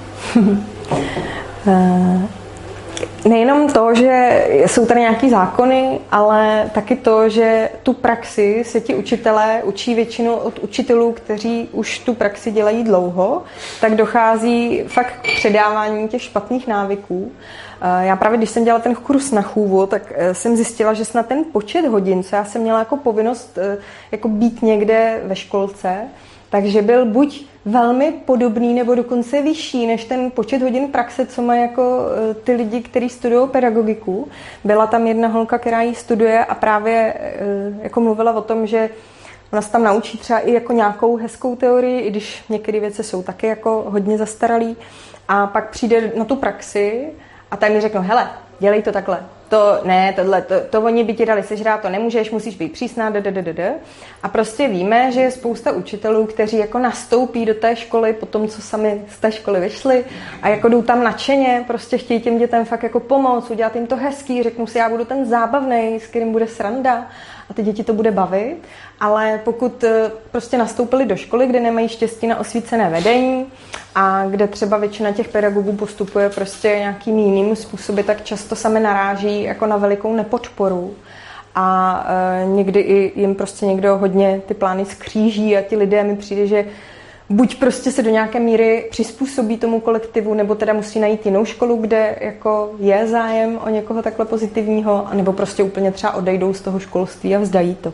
Nejenom to, že jsou tady nějaký zákony, ale taky to, že tu praxi se ti učitelé učí většinou od učitelů, kteří už tu praxi dělají dlouho, tak dochází fakt k předávání těch špatných návyků. Já právě, když jsem dělala ten kurz na chůvu, tak jsem zjistila, že snad ten počet hodin, co já jsem měla jako povinnost jako být někde ve školce, takže byl buď velmi podobný nebo dokonce vyšší než ten počet hodin praxe, co mají jako ty lidi, kteří studují pedagogiku. Byla tam jedna holka, která ji studuje a právě jako mluvila o tom, že ona se tam naučí třeba i jako nějakou hezkou teorii, i když některé věci jsou taky jako hodně zastaralý. A pak přijde na tu praxi a tam mi řeknou, hele, dělej to takhle. To oni by ti dali sežrát, to nemůžeš, musíš být přísná, A prostě víme, že je spousta učitelů, kteří jako nastoupí do té školy po tom, co sami z té školy vyšli a jako jdou tam nadšeně, prostě chtějí těm dětem fakt jako pomoct, udělat jim to hezký, řeknu si, já budu ten zábavnej, s kterým bude sranda. a ty děti to bude bavit, ale pokud prostě nastoupili do školy, kde nemají štěstí na osvícené vedení a kde třeba většina těch pedagogů postupuje prostě nějakými jinými způsoby, tak často sami naráží jako na velikou nepodporu. A někdy i jim prostě někdo hodně ty plány skříží a ti lidé mi přijde, že buď prostě se do nějaké míry přizpůsobí tomu kolektivu, nebo teda musí najít jinou školu, kde jako je zájem o někoho takhle pozitivního, nebo prostě úplně třeba odejdou z toho školství a vzdají to.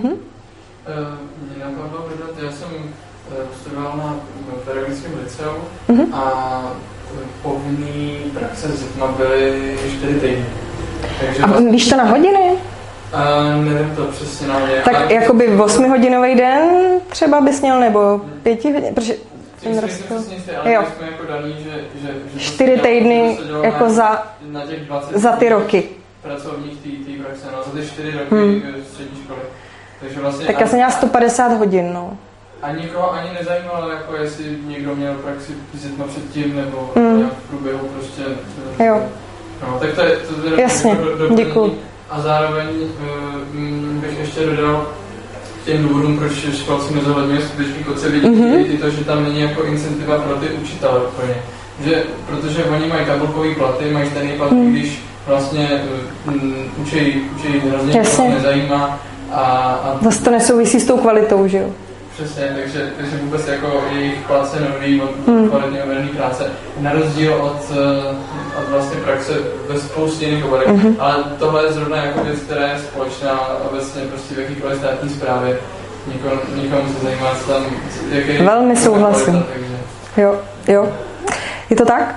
Mě napadlo vydat, já jsem studoval na pedagogickém liceu a povinný praxe s dětma byly 4 týdny. A víš to na hodiny? Nevím to přesně na mě. Tak jakoby 8hodinový den třeba bys měl, nebo 5 hodin, protože ten rozpěl. Jo. Jsme jako daný, že 4 týdny jako za ty roky. Pracovních tý praxe, no, za ty 4 roky střední školy. Takže vlastně tak já jsem měla 150 hodin, no. A nikoho ani nezajímalo, jako jestli někdo měl praxi s dětma předtím, nebo v průběhu prostě. Jo. No, tak to je jasně, děkuji. A zároveň bych ještě dodal těm důvodům, proč školci nezohledňují skutečný koncept, i to, že tam není jako incentiva pro ty učitele úplně. Protože oni mají tabulkový platy, mají stejný plat, když vlastně učí hrozně, to nezajímá. A zase to nesouvisí s tou kvalitou, že jo? Přesně, takže vůbec jako jejich plat se neodvíjí od kvalitně uvedené práce. Na rozdíl od vlastně praxe ve spoustě jiných oborech. Ale tohle je zrovna jako věc, která je společná obecně prostě v jakýkoliv státní správě. Nikomu se zajímá, co tam, jaký velmi souhlasím. Jo. Je to tak?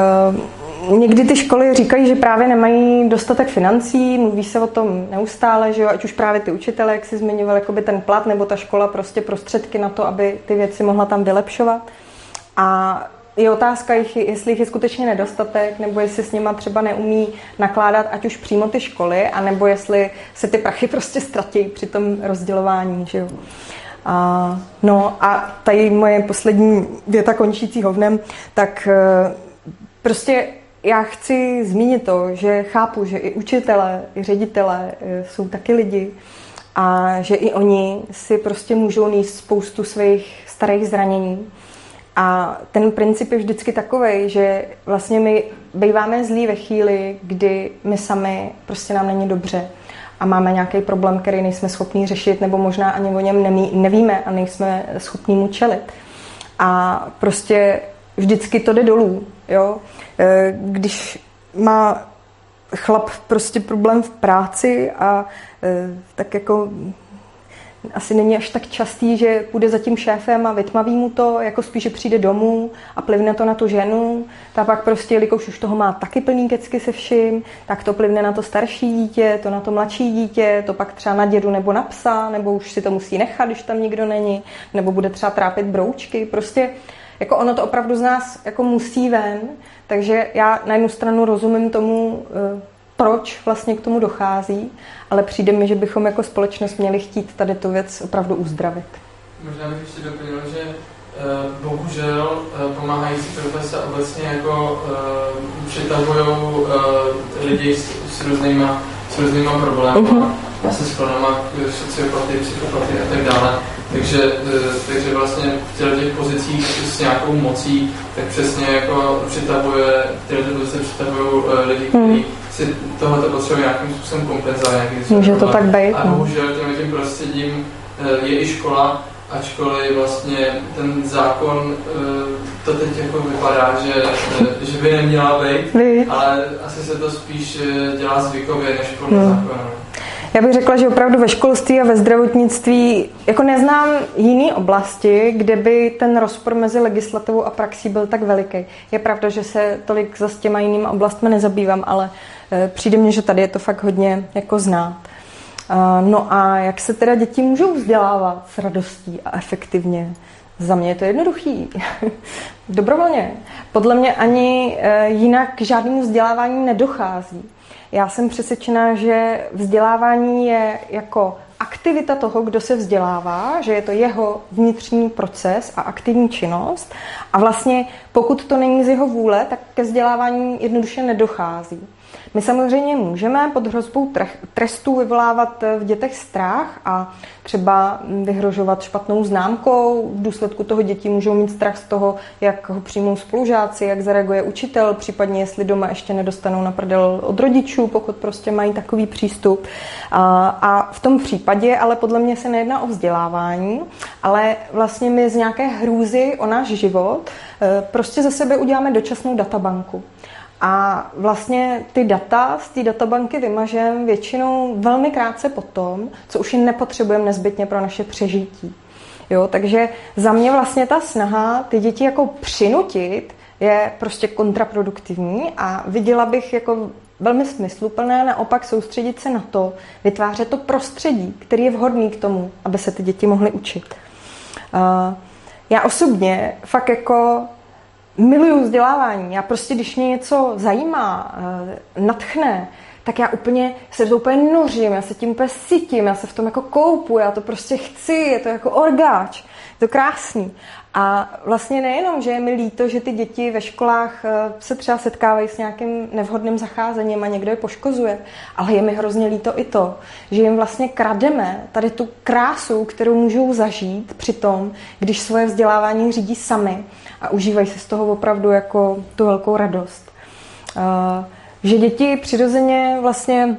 Někdy ty školy říkají, že právě nemají dostatek financí, mluví se o tom neustále, že jo, ať už právě ty učitelé, jak jsi zmiňoval, jakoby ten plat, nebo ta škola prostě prostředky na to, aby ty věci mohla tam vylepšovat. A je otázka, jestli jich je skutečně nedostatek, nebo jestli s nima třeba neumí nakládat ať už přímo ty školy, anebo jestli se ty prachy prostě ztratí při tom rozdělování, že jo. No a tady moje poslední věta končící hovnem, tak prostě já chci zmínit to, že chápu, že i učitelé, i ředitelé jsou taky lidi a že i oni si prostě můžou nést spoustu svých starých zranění. A ten princip je vždycky takovej, že vlastně my býváme zlí ve chvíli, kdy my sami prostě nám není dobře a máme nějaký problém, který nejsme schopní řešit, nebo možná ani o něm nevíme a nejsme schopní mu čelit. A prostě vždycky to jde dolů, jo. Když má chlap prostě problém v práci a tak jako asi není až tak častý, že půjde za tím šéfem a vytmaví mu to, jako spíš, že přijde domů a plivne to na tu ženu, tak pak prostě, jelikož už toho má taky plný kecky se vším, tak to plivne na to starší dítě, to na to mladší dítě, to pak třeba na dědu nebo na psa, nebo už si to musí nechat, když tam nikdo není, nebo bude třeba trápit broučky, prostě jako ono to opravdu z nás jako musí ven, takže já na jednu stranu rozumím tomu, proč vlastně k tomu dochází, ale přijde mi, že bychom jako společnost měli chtít tady tu věc opravdu uzdravit. Možná bych ještě doplnil, že bohužel pomáhající profese obecně jako přitahují lidi s různýma problémy, se skladama, sociopatii, psychopatii a tak dále. Takže vlastně v těch pozicích s nějakou mocí, tak přesně jako tyhle pozice přitahují lidi, kteří si tohle potřebují nějakým způsobem kompenzovat. Může to tak být. A bohužel tím prostředím je i škola, a školy vlastně ten zákon to teď jako vypadá, že by neměla být, ale asi se to spíš dělá zvykově než podle zákona. Já bych řekla, že opravdu ve školství a ve zdravotnictví jako neznám jiný oblasti, kde by ten rozpor mezi legislativou a praxí byl tak veliký. Je pravda, že se tolik za těma jinými oblastmi nezabývám, ale přijde mně, že tady je to fakt hodně jako znát. No a jak se teda děti můžou vzdělávat s radostí a efektivně? Za mě je to jednoduchý. Dobrovolně. Podle mě ani jinak k žádnému vzdělávání nedochází. Já jsem přesvědčená, že vzdělávání je jako aktivita toho, kdo se vzdělává, že je to jeho vnitřní proces a aktivní činnost a vlastně pokud to není z jeho vůle, tak ke vzdělávání jednoduše nedochází. My samozřejmě můžeme pod hrozbou trestu vyvolávat v dětech strach a třeba vyhrožovat špatnou známkou. V důsledku toho děti můžou mít strach z toho, jak ho přijmou spolužáci, jak zareaguje učitel, případně jestli doma ještě nedostanou na prdel od rodičů, pokud prostě mají takový přístup. A v tom případě ale podle mě se nejedná o vzdělávání, ale vlastně my z nějaké hrůzy o náš život prostě ze sebe uděláme dočasnou databanku. A vlastně ty data z té databanky vymažeme většinou velmi krátce potom, co už je nepotřebujeme nezbytně pro naše přežití. Jo, takže za mě vlastně ta snaha ty děti jako přinutit je prostě kontraproduktivní a viděla bych jako velmi smysluplné naopak soustředit se na to, vytvářet to prostředí, který je vhodný k tomu, aby se ty děti mohly učit. Já osobně fakt jako miluju vzdělávání. Já prostě, když mě něco zajímá, nadchne, tak já se to úplně nořím, já se tím úplně sytím, já se v tom jako koupu, já to prostě chci, je to jako orgáč, je to krásný. A vlastně nejenom, že je mi líto, že ty děti ve školách se třeba setkávají s nějakým nevhodným zacházením a někdo je poškozuje, ale je mi hrozně líto i to, že jim vlastně krademe tady tu krásu, kterou můžou zažít při tom, když svoje vzdělávání řídí sami a užívají se z toho opravdu jako tu velkou radost. Že děti přirozeně vlastně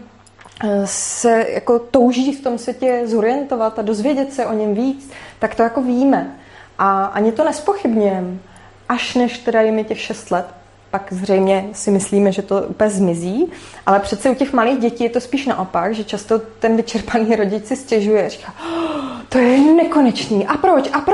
se jako touží v tom světě zorientovat a dozvědět se o něm víc, tak to jako víme. A ani to nespochybňujeme, až než teda jim je těch 6 let. Pak zřejmě si myslíme, že to úplně zmizí, ale přece u těch malých dětí je to spíš naopak, že často ten vyčerpaný rodič si stěžuje a říká, to je nekonečný, a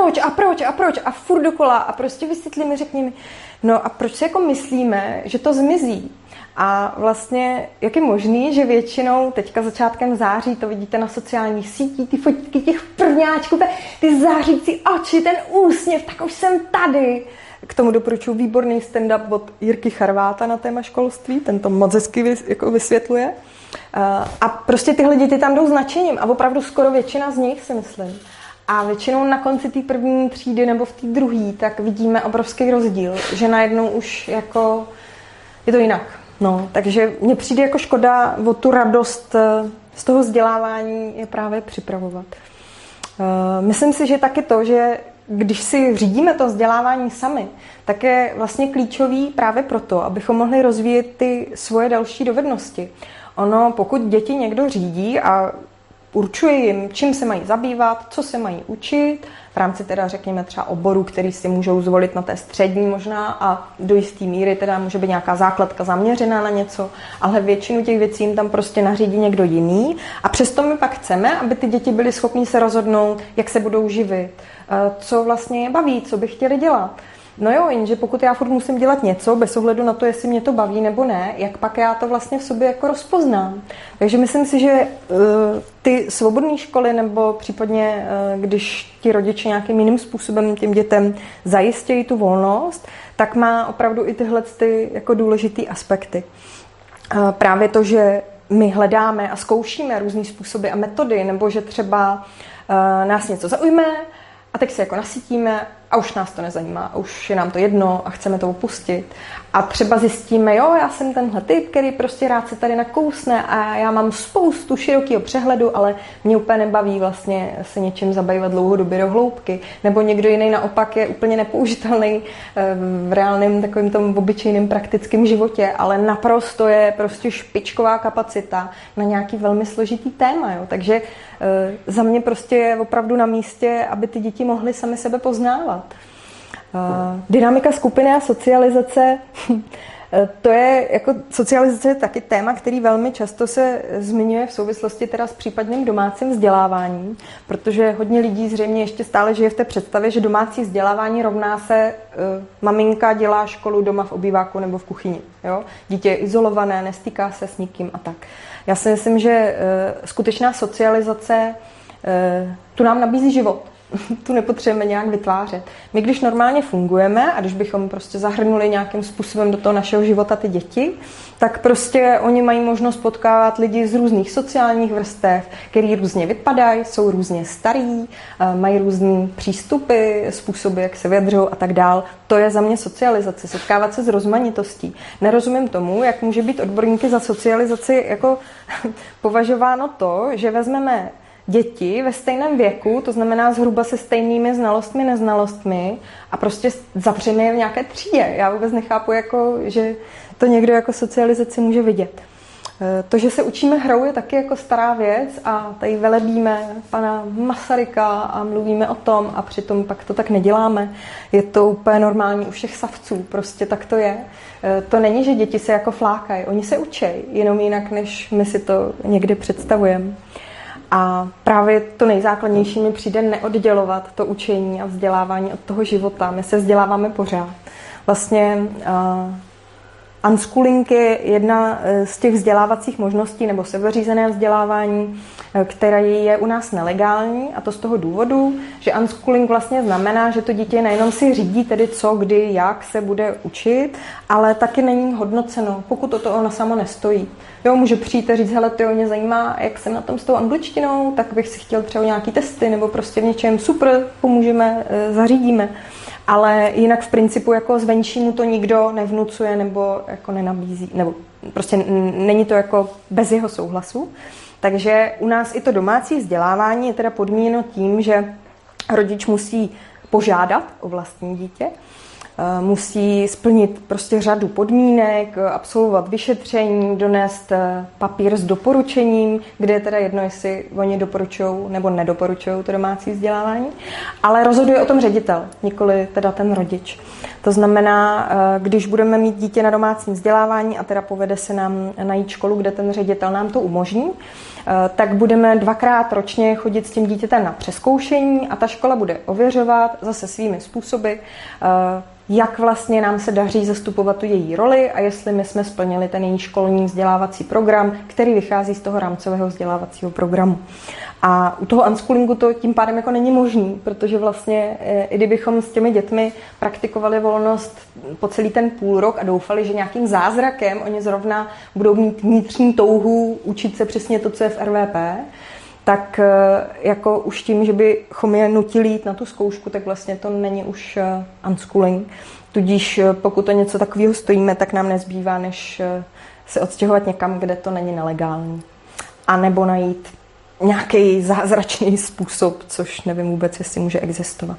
proč a furt dokola a prostě vysvětli mi, řekni mi, no a proč si jako myslíme, že to zmizí? A vlastně, jak je možný, že většinou teďka začátkem září, to vidíte na sociálních sítích, ty fotky těch prvňáčků, ty zářící oči, ten úsměv, tak už jsem tady. K tomu doporučuji výborný stand-up od Jirky Charváta na téma školství, ten to moc hezky jako vysvětluje. A prostě tyhle děti tam jdou s nadšením a opravdu skoro většina z nich, si myslím. A většinou na konci té první třídy nebo v té druhé, tak vidíme obrovský rozdíl, že najednou už jako je to jinak. No, takže mně přijde jako škoda o tu radost z toho vzdělávání je právě připravovat. Myslím si, že taky to, že když si řídíme to vzdělávání sami, tak je vlastně klíčový právě proto, abychom mohli rozvíjet ty svoje další dovednosti. Ono, pokud děti někdo řídí a určuje jim, čím se mají zabývat, co se mají učit, v rámci teda řekněme třeba oboru, který si můžou zvolit na té střední možná a do jisté míry teda může být nějaká základka zaměřená na něco, ale většinu těch věcí jim tam prostě nařídí někdo jiný a přesto my pak chceme, aby ty děti byly schopní se rozhodnout, jak se budou živit, co vlastně je baví, co by chtěli dělat. No jo, jenže pokud já furt musím dělat něco, bez ohledu na to, jestli mě to baví nebo ne, jak pak já to vlastně v sobě jako rozpoznám. Takže myslím si, že ty svobodné školy nebo případně, když ti rodiče nějakým jiným způsobem těm dětem zajistějí tu volnost, tak má opravdu i tyhle ty jako důležitý aspekty. Právě to, že my hledáme a zkoušíme různý způsoby a metody, nebo že třeba nás něco zaujme, a teď se jako nasytíme a už nás to nezajímá, už je nám to jedno a chceme to opustit. A třeba zjistíme, jo, já jsem tenhle typ, který prostě rád se tady nakousne a já mám spoustu širokého přehledu, ale mě úplně nebaví vlastně se něčím zabývat dlouhodobě do hloubky. Nebo někdo jiný naopak je úplně nepoužitelný v reálném takovým tom obyčejném praktickém životě, ale naprosto je prostě špičková kapacita na nějaký velmi složitý téma. Jo. Takže za mě prostě je opravdu na místě, aby ty děti mohly sami sebe poznávat. Dynamika skupiny a socializace, to je jako socializace je taky téma, který velmi často se zmiňuje v souvislosti teda s případným domácím vzděláváním, protože hodně lidí zřejmě ještě stále žije v té představě, že domácí vzdělávání rovná se maminka dělá školu doma v obýváku nebo v kuchyni. Jo? Dítě je izolované, nestýká se s nikým a tak. Já si myslím, že skutečná socializace tu nám nabízí život. tu nepotřebujeme nějak vytvářet. My když normálně fungujeme a když bychom prostě zahrnuli nějakým způsobem do toho našeho života ty děti, tak prostě oni mají možnost potkávat lidi z různých sociálních vrstev, který různě vypadají, jsou různě starí, mají různý přístupy, způsoby, jak se vyjadřují a tak dál. To je za mě socializace, setkávat se s rozmanitostí. Nerozumím tomu, jak může být odborníky za socializaci jako považováno to, že vezmeme děti ve stejném věku, to znamená zhruba se stejnými znalostmi, neznalostmi a prostě zavřeme je v nějaké třídě. Já vůbec nechápu, že to někdo jako socializaci může vidět. To, že se učíme hrou, je taky jako stará věc a tady velebíme pana Masaryka a mluvíme o tom a přitom pak to tak neděláme. Je to úplně normální u všech savců, prostě tak to je. To není, že děti se jako flákají, oni se učí, jenom jinak, než my si to někdy představujeme. A právě to nejzákladnější mi přijde neoddělovat to učení a vzdělávání od toho života. My se vzděláváme pořád. Vlastně unschooling je jedna z těch vzdělávacích možností nebo sebeřízené vzdělávání, které je u nás nelegální, a to z toho důvodu, že unschooling vlastně znamená, že to dítě nejenom si řídí tedy co, kdy, jak se bude učit, ale taky není hodnoceno, pokud to ono samo nestojí. Jo, může přijít a říct, hele, to mě zajímá, jak jsem na tom s tou angličtinou, tak bych si chtěl třeba nějaký testy, nebo prostě v něčem super, pomůžeme, zařídíme. Ale jinak v principu jako zvenčí mu to nikdo nevnucuje nebo jako nenabízí, nebo prostě není to jako bez jeho souhlasu. Takže u nás i to domácí vzdělávání je teda podmíněno tím, že rodič musí požádat o vlastní dítě, musí splnit prostě řadu podmínek, absolvovat vyšetření, donést papír s doporučením, kde je teda jedno, jestli oni doporučují nebo nedoporučují to domácí vzdělávání, ale rozhoduje o tom ředitel, nikoli teda ten rodič. To znamená, když budeme mít dítě na domácím vzdělávání a teda povede se nám najít školu, kde ten ředitel nám to umožní, tak budeme 2krát ročně chodit s tím dítětem na přezkoušení a ta škola bude ověřovat zase svými způsoby, jak vlastně nám se daří zastupovat tu její roli a jestli my jsme splnili ten její školní vzdělávací program, který vychází z toho rámcového vzdělávacího programu. A u toho unschoolingu to tím pádem jako není možný, protože vlastně i kdybychom s těmi dětmi praktikovali volnost po celý ten půl rok a doufali, že nějakým zázrakem oni zrovna budou mít vnitřní touhu učit se přesně to, co je v RVP, tak jako už tím, že bychom je nutili jít na tu zkoušku, tak vlastně to není už unschooling. Tudíž pokud to něco takového stojíme, tak nám nezbývá, než se odstěhovat někam, kde to není nelegální. A nebo najít nějaký zázračný způsob, což nevím vůbec, jestli může existovat.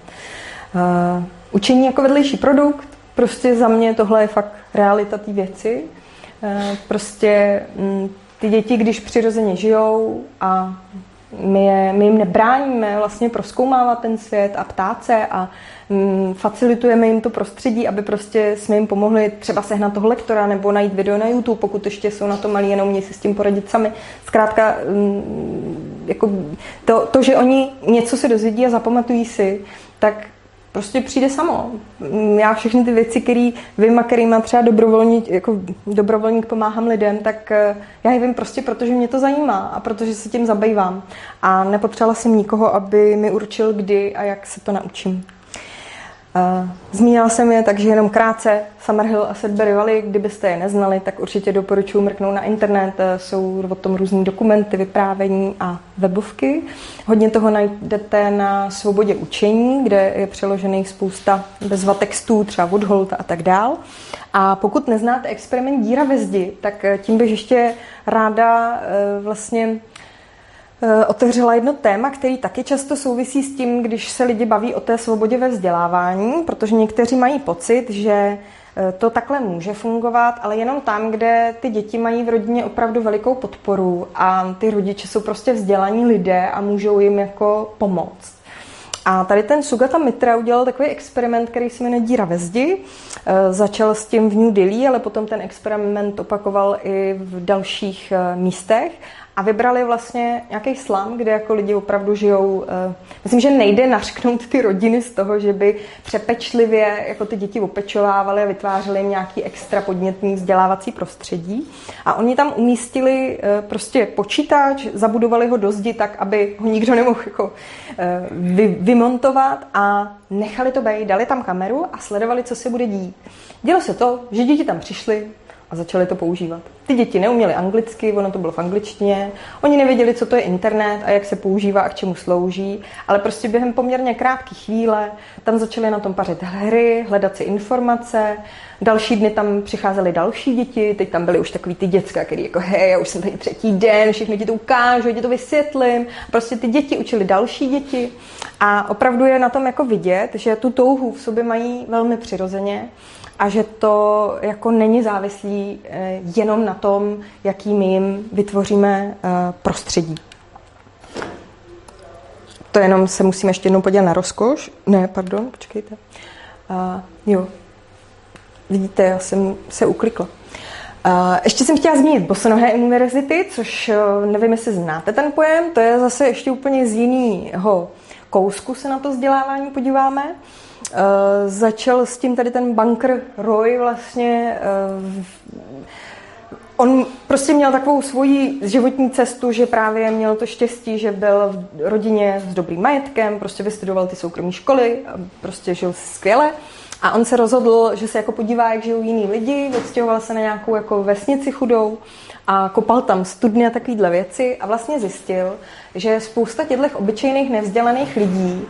Učení jako vedlejší produkt, prostě za mě tohle je fakt realita té věci. Prostě ty děti, když přirozeně žijou a my jim nebráníme vlastně prozkoumávat ten svět a ptát se a facilitujeme jim to prostředí, aby prostě jsme jim pomohli třeba sehnat toho lektora nebo najít video na YouTube, pokud ještě jsou na to malí, jenom umějí si s tím poradit sami. Zkrátka, jako to, že oni něco se dozvědí a zapamatují si, tak prostě přijde samo. Já všechny ty věci, které vím a kterýma třeba dobrovolník pomáhám lidem, tak já je vím prostě, protože mě to zajímá a protože se tím zabývám. A nepotřebovala jsem nikoho, aby mi určil, kdy a jak se to naučím. Zmínila jsem je, takže jenom krátce. Summerhill a Sudbury Valley, kdybyste je neznali, tak určitě doporučuji mrknout na internet. Jsou o tom různý dokumenty, vyprávění a webovky. Hodně toho najdete na Svobodě učení, kde je přeložených spousta bezvatextů, třeba od Holta a tak dál. A pokud neznáte experiment Díra ve zdi, tak tím bych ještě ráda vlastně otevřela jedno téma, který taky často souvisí s tím, když se lidi baví o té svobodě ve vzdělávání, protože někteří mají pocit, že to takhle může fungovat, ale jenom tam, kde ty děti mají v rodině opravdu velikou podporu a ty rodiče jsou prostě vzdělaní lidé a můžou jim jako pomoct. A tady ten Sugata Mitra udělal takový experiment, který se jmenuje Díra ve zdi. Začal s tím v New Delhi, ale potom ten experiment opakoval i v dalších místech. a vybrali vlastně nějaký slum, kde jako lidi opravdu žijou. Myslím, že nejde nařknout ty rodiny z toho, že by přepečlivě jako ty děti opečovávali a vytvářeli jim nějaký extra podnětný vzdělávací prostředí. A oni tam umístili prostě počítač, zabudovali ho do zdi tak, aby ho nikdo nemohl jako vymontovat a nechali to být, dali tam kameru a sledovali, co se bude dít. Dělo se to, že děti tam přišly a začali to používat. Ty děti neuměly anglicky, ono to bylo v angličtině, oni nevěděli, co to je internet a jak se používá a k čemu slouží, ale prostě během poměrně krátké chvíle tam začaly na tom pařit hry, hledat si informace, další dny tam přicházely další děti, teď tam byly už takový ty děcka, který jako hej, já už jsem tady 3. den, všechno ti to ukážu, já ti to vysvětlím. Prostě ty děti učily další děti a opravdu je na tom jako vidět, že tu touhu v sobě mají velmi přirozeně a že to jako není závislý jenom na tom, jaký my jim vytvoříme prostředí. To jenom se musíme ještě jednou podívat na rozkoš. Ne, pardon, počkejte. Jo, vidíte, já jsem se uklikla. Ještě jsem chtěla zmínit Bosonohé univerzity, což nevím, jestli znáte ten pojem, to je zase ještě úplně z jiného kousku se na to vzdělávání podíváme. Začal s tím tady ten banker Roy vlastně. On prostě měl takovou svoji životní cestu, že právě měl to štěstí, že byl v rodině s dobrým majetkem, prostě vystudoval ty soukromé školy, prostě žil skvěle. A on se rozhodl, že se jako podívá, jak žijou jiní lidi, odstěhoval se na nějakou jako vesnici chudou a kopal tam studny a takovýhle věci a vlastně zjistil, že spousta těchto obyčejných nevzdělaných lidí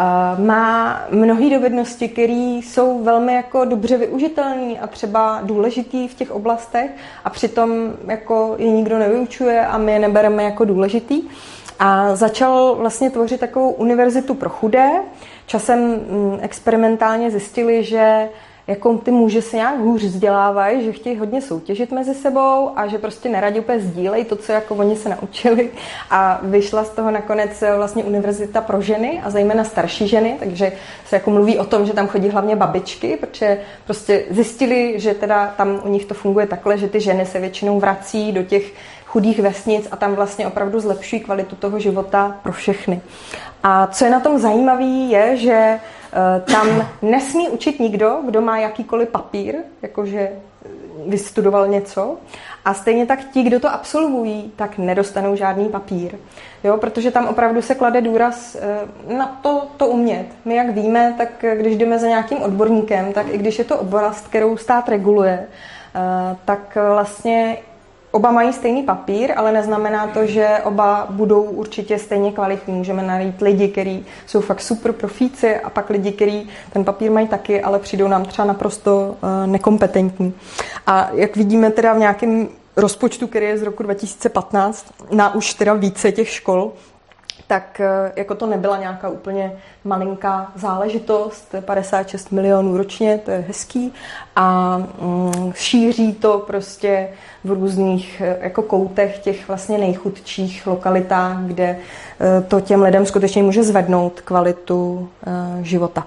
má mnohé dovednosti, které jsou velmi jako dobře využitelné a třeba důležitý v těch oblastech a přitom jako je nikdo nevyučuje a my je nebereme jako důležitý. A začal vlastně tvořit takovou univerzitu pro chudé. Časem experimentálně zjistili, že jako ty muži se nějak hůř vzdělávají, že chtějí hodně soutěžit mezi sebou a že prostě neradi úplně sdílejí to, co jako oni se naučili. A vyšla z toho nakonec vlastně univerzita pro ženy a zejména starší ženy, takže se jako mluví o tom, že tam chodí hlavně babičky, protože prostě zjistili, že teda tam u nich to funguje takhle, že ty ženy se většinou vrací do těch chudých vesnic a tam vlastně opravdu zlepšují kvalitu toho života pro všechny. A co je na tom zajímavé, je, že tam nesmí učit nikdo, kdo má jakýkoliv papír, jakože vystudoval něco. A stejně tak ti, kdo to absolvují, tak nedostanou žádný papír. Jo, protože tam opravdu se klade důraz na to umět. My, jak víme, tak když jdeme za nějakým odborníkem, tak i když je to oblast, kterou stát reguluje, tak vlastně oba mají stejný papír, ale neznamená to, že oba budou určitě stejně kvalitní. Můžeme najít lidi, kteří jsou fakt super profíci a pak lidi, kteří ten papír mají taky, ale přijdou nám třeba naprosto nekompetentní. A jak vidíme teda v nějakém rozpočtu, který je z roku 2015, na už teda více těch škol, tak jako to nebyla nějaká úplně malinká záležitost, 56 milionů ročně, to je hezký a šíří to prostě v různých jako koutech těch vlastně nejchudších lokalitách, kde to těm lidem skutečně může zvednout kvalitu života.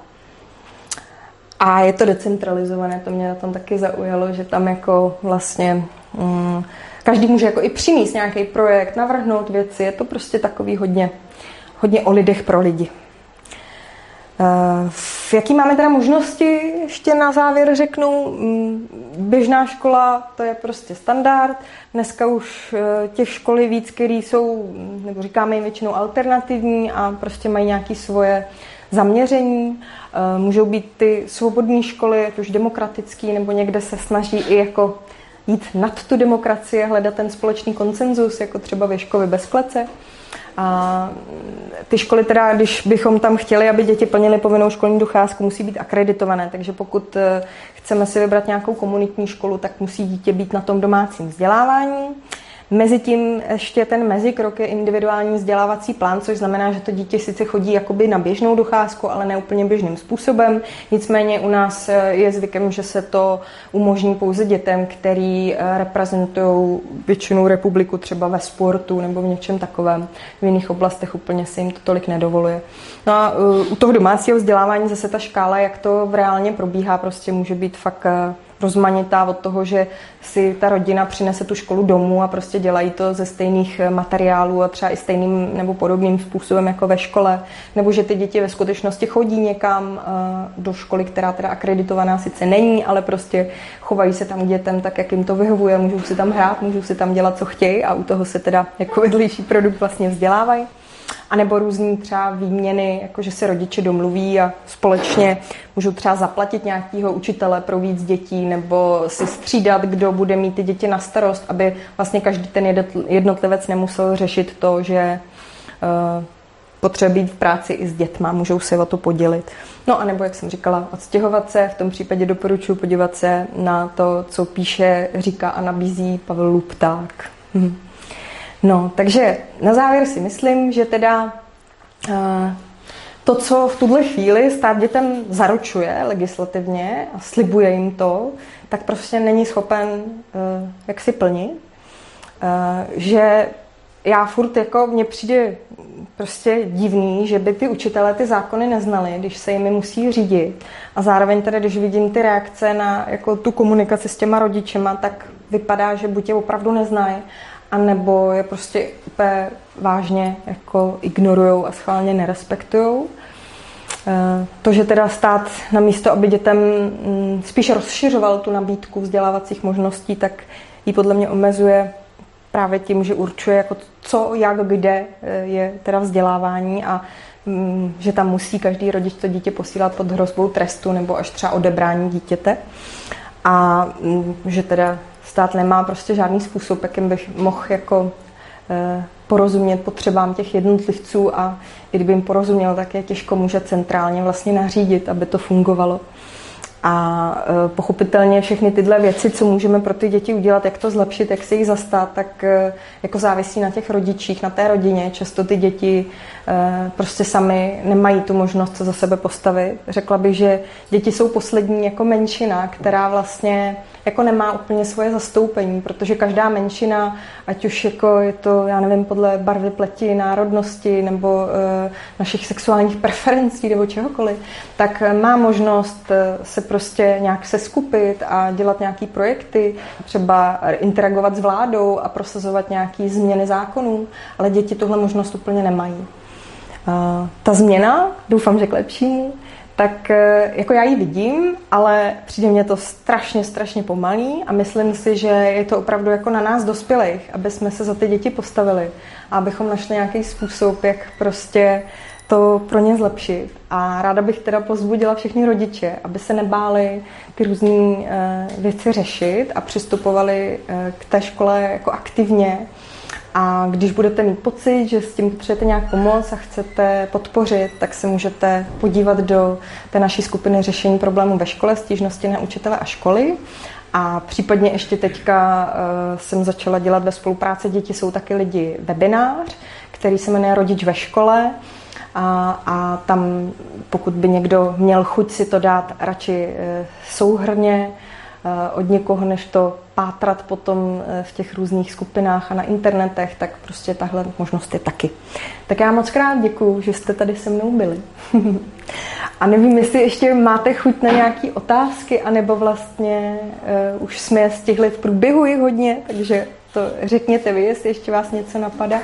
A je to decentralizované, to mě na tom taky zaujalo, že tam jako vlastně každý může jako i přinést nějaký projekt, navrhnout věci, je to prostě takový hodně o lidech pro lidi. Jaký máme teda možnosti, ještě na závěr řeknu, běžná škola, to je prostě standard, dneska už těch škol je víc, které jsou, nebo říkáme jim většinou alternativní a prostě mají nějaké svoje zaměření. Můžou být ty svobodné školy, ať už demokratický, nebo někde se snaží i jako jít nad tu demokracii, hledat ten společný konsenzus, jako třeba ve škole bez klece. A ty školy teda, když bychom tam chtěli, aby děti plnily povinnou školní docházku, musí být akreditované, takže pokud chceme si vybrat nějakou komunitní školu, tak musí dítě být na tom domácím vzdělávání. Mezitím ještě ten mezikrok je individuální vzdělávací plán, což znamená, že to dítě sice chodí jakoby na běžnou docházku, ale ne úplně běžným způsobem. Nicméně u nás je zvykem, že se to umožní pouze dětem, který reprezentují většinou republiku třeba ve sportu nebo v něčem takovém. V jiných oblastech úplně se jim to tolik nedovoluje. No a u toho domácího vzdělávání zase ta škála, jak to reálně probíhá, prostě může být fakt rozmanitá od toho, že si ta rodina přinese tu školu domů a prostě dělají to ze stejných materiálů a třeba i stejným nebo podobným způsobem jako ve škole, nebo že ty děti ve skutečnosti chodí někam do školy, která teda akreditovaná sice není, ale prostě chovají se tam k dětem tak, jak jim to vyhovuje, můžou si tam hrát, můžou si tam dělat, co chtějí a u toho se teda jako vedlejší produkt vlastně vzdělávají. A nebo různý třeba výměny, jako že se rodiče domluví a společně můžou třeba zaplatit nějakého učitele pro víc dětí nebo si střídat, kdo bude mít ty děti na starost, aby vlastně každý ten jednotlivec nemusel řešit to, že potřebuje být v práci i s dětma, můžou se o to podělit. No a nebo, jak jsem říkala, odstěhovat se, v tom případě doporučuji podívat se na to, co píše, říká a nabízí Pavel Lupták. No, takže na závěr si myslím, že teda to, co v tuhle chvíli stát dětem zaručuje legislativně a slibuje jim to, tak prostě není schopen jak si plnit. Že já furt jako mně přijde prostě divný, že by ty učitelé ty zákony neznali, když se jimi musí řídit. A zároveň teda, když vidím ty reakce na jako tu komunikaci s těma rodičema, tak vypadá, že buď je opravdu neznají, anebo je prostě úplně vážně jako ignorujou a schválně nerespektujou. To, že teda stát namísto, aby dětem spíš rozšiřoval tu nabídku vzdělávacích možností, tak ji podle mě omezuje právě tím, že určuje, jako co, jak, kde je teda vzdělávání a že tam musí každý rodič to dítě posílat pod hrozbou trestu nebo až třeba odebrání dítěte. A že teda stát nemá prostě žádný způsob, jakým bych mohl jako porozumět potřebám těch jednotlivců a i kdyby jim porozuměl, tak je těžko může centrálně vlastně nařídit, aby to fungovalo. A pochopitelně všechny tyhle věci, co můžeme pro ty děti udělat, jak to zlepšit, jak se jich zastat, tak jako závisí na těch rodičích, na té rodině. Často ty děti prostě sami nemají tu možnost se za sebe postavit. Řekla bych, že děti jsou poslední jako menšina, která vlastně jako nemá úplně svoje zastoupení, protože každá menšina, ať už jako je to, já nevím, podle barvy pleti, národnosti nebo našich sexuálních preferencí nebo čehokoliv, tak má možnost se prostě nějak seskupit a dělat nějaký projekty, třeba interagovat s vládou a prosazovat nějaké změny zákonů, ale děti tuhle možnost úplně nemají. Ta změna, doufám, že k lepšímu, tak jako já ji vidím, ale přijde mě to strašně pomalý a myslím si, že je to opravdu jako na nás dospělých, aby jsme se za ty děti postavili a abychom našli nějaký způsob, jak prostě to pro ně zlepšit. A ráda bych teda povzbudila všechny rodiče, aby se nebáli ty různé věci řešit a přistupovali k té škole jako aktivně. A když budete mít pocit, že s tím potřebujete nějak pomoct a chcete podpořit, tak se můžete podívat do té naší skupiny řešení problémů ve škole, stížnosti na učitele a školy. A případně ještě teďka jsem začala dělat ve spolupráci Děti jsou taky lidi webinář, který se jmenuje Rodič ve škole. A tam, pokud by někdo měl chuť si to dát radši souhrnně od někoho, než to pátrat potom v těch různých skupinách a na internetech, tak prostě tahle možnost je taky. Tak já moc krát děkuju, že jste tady se mnou byli. A nevím, jestli ještě máte chuť na nějaké otázky, anebo vlastně už jsme je stihli v průběhu jich hodně, takže to řekněte vy, jestli ještě vás něco napadá.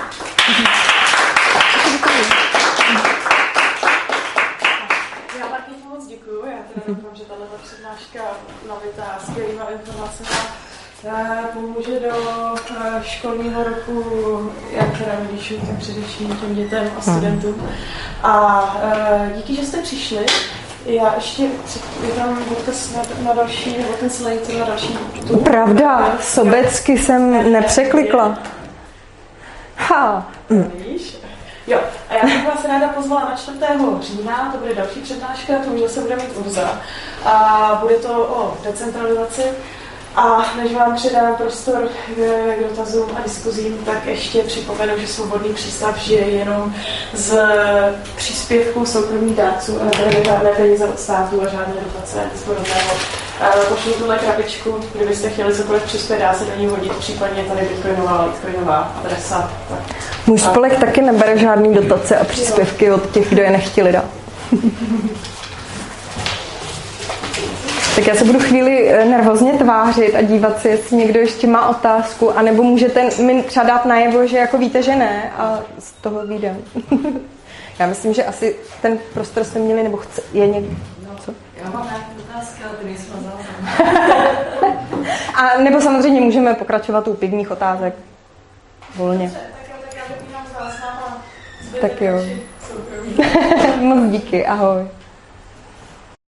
Já taky moc děkuju. Já teda doufám, že tato přednáška nabitá skvělýma informacemi pomůže do školního roku, jak teda rodičům, tak především těm dětem a studentům. A díky, že jste přišli. Já ještě dám odkaz na další, nebo ten slide na další. Pravda, sobecky jsem nepřeklikla. Ha. Víš? Jo, a já bych vás ráda pozvala na 4. října, to bude další přednáška, to už zase bude mít Urza. A bude to o decentralizaci. A než vám předám prostor k dotazům a diskuzím, tak ještě připomenu, že Svobodný přístav žije jenom z příspěvků soukromých dárců a nebere žádné peníze od státu a žádné dotace, nic podobného. Pošlu tuhle krabičku, kdybyste chtěli cokoliv přispět, dá se do ní hodit, případně tady bitcoinová adresa. Tak. Můj spolek taky nebere žádný dotace a příspěvky od těch, kdo je nechtěli dát. Tak já se budu chvíli nervózně tvářit a dívat se, jestli někdo ještě má otázku, anebo můžete mi třeba dát najevo, že jako víte, že ne, a z toho vyjdem. Já myslím, že asi ten prostor jsme měli, nebo je někdo... Co? Já mám nějaké otázky, ale ty nejsou na záznam. A nebo samozřejmě můžeme pokračovat u pivních otázek. Volně. Tak já zapínám záznam a tak jo. Moc díky, ahoj.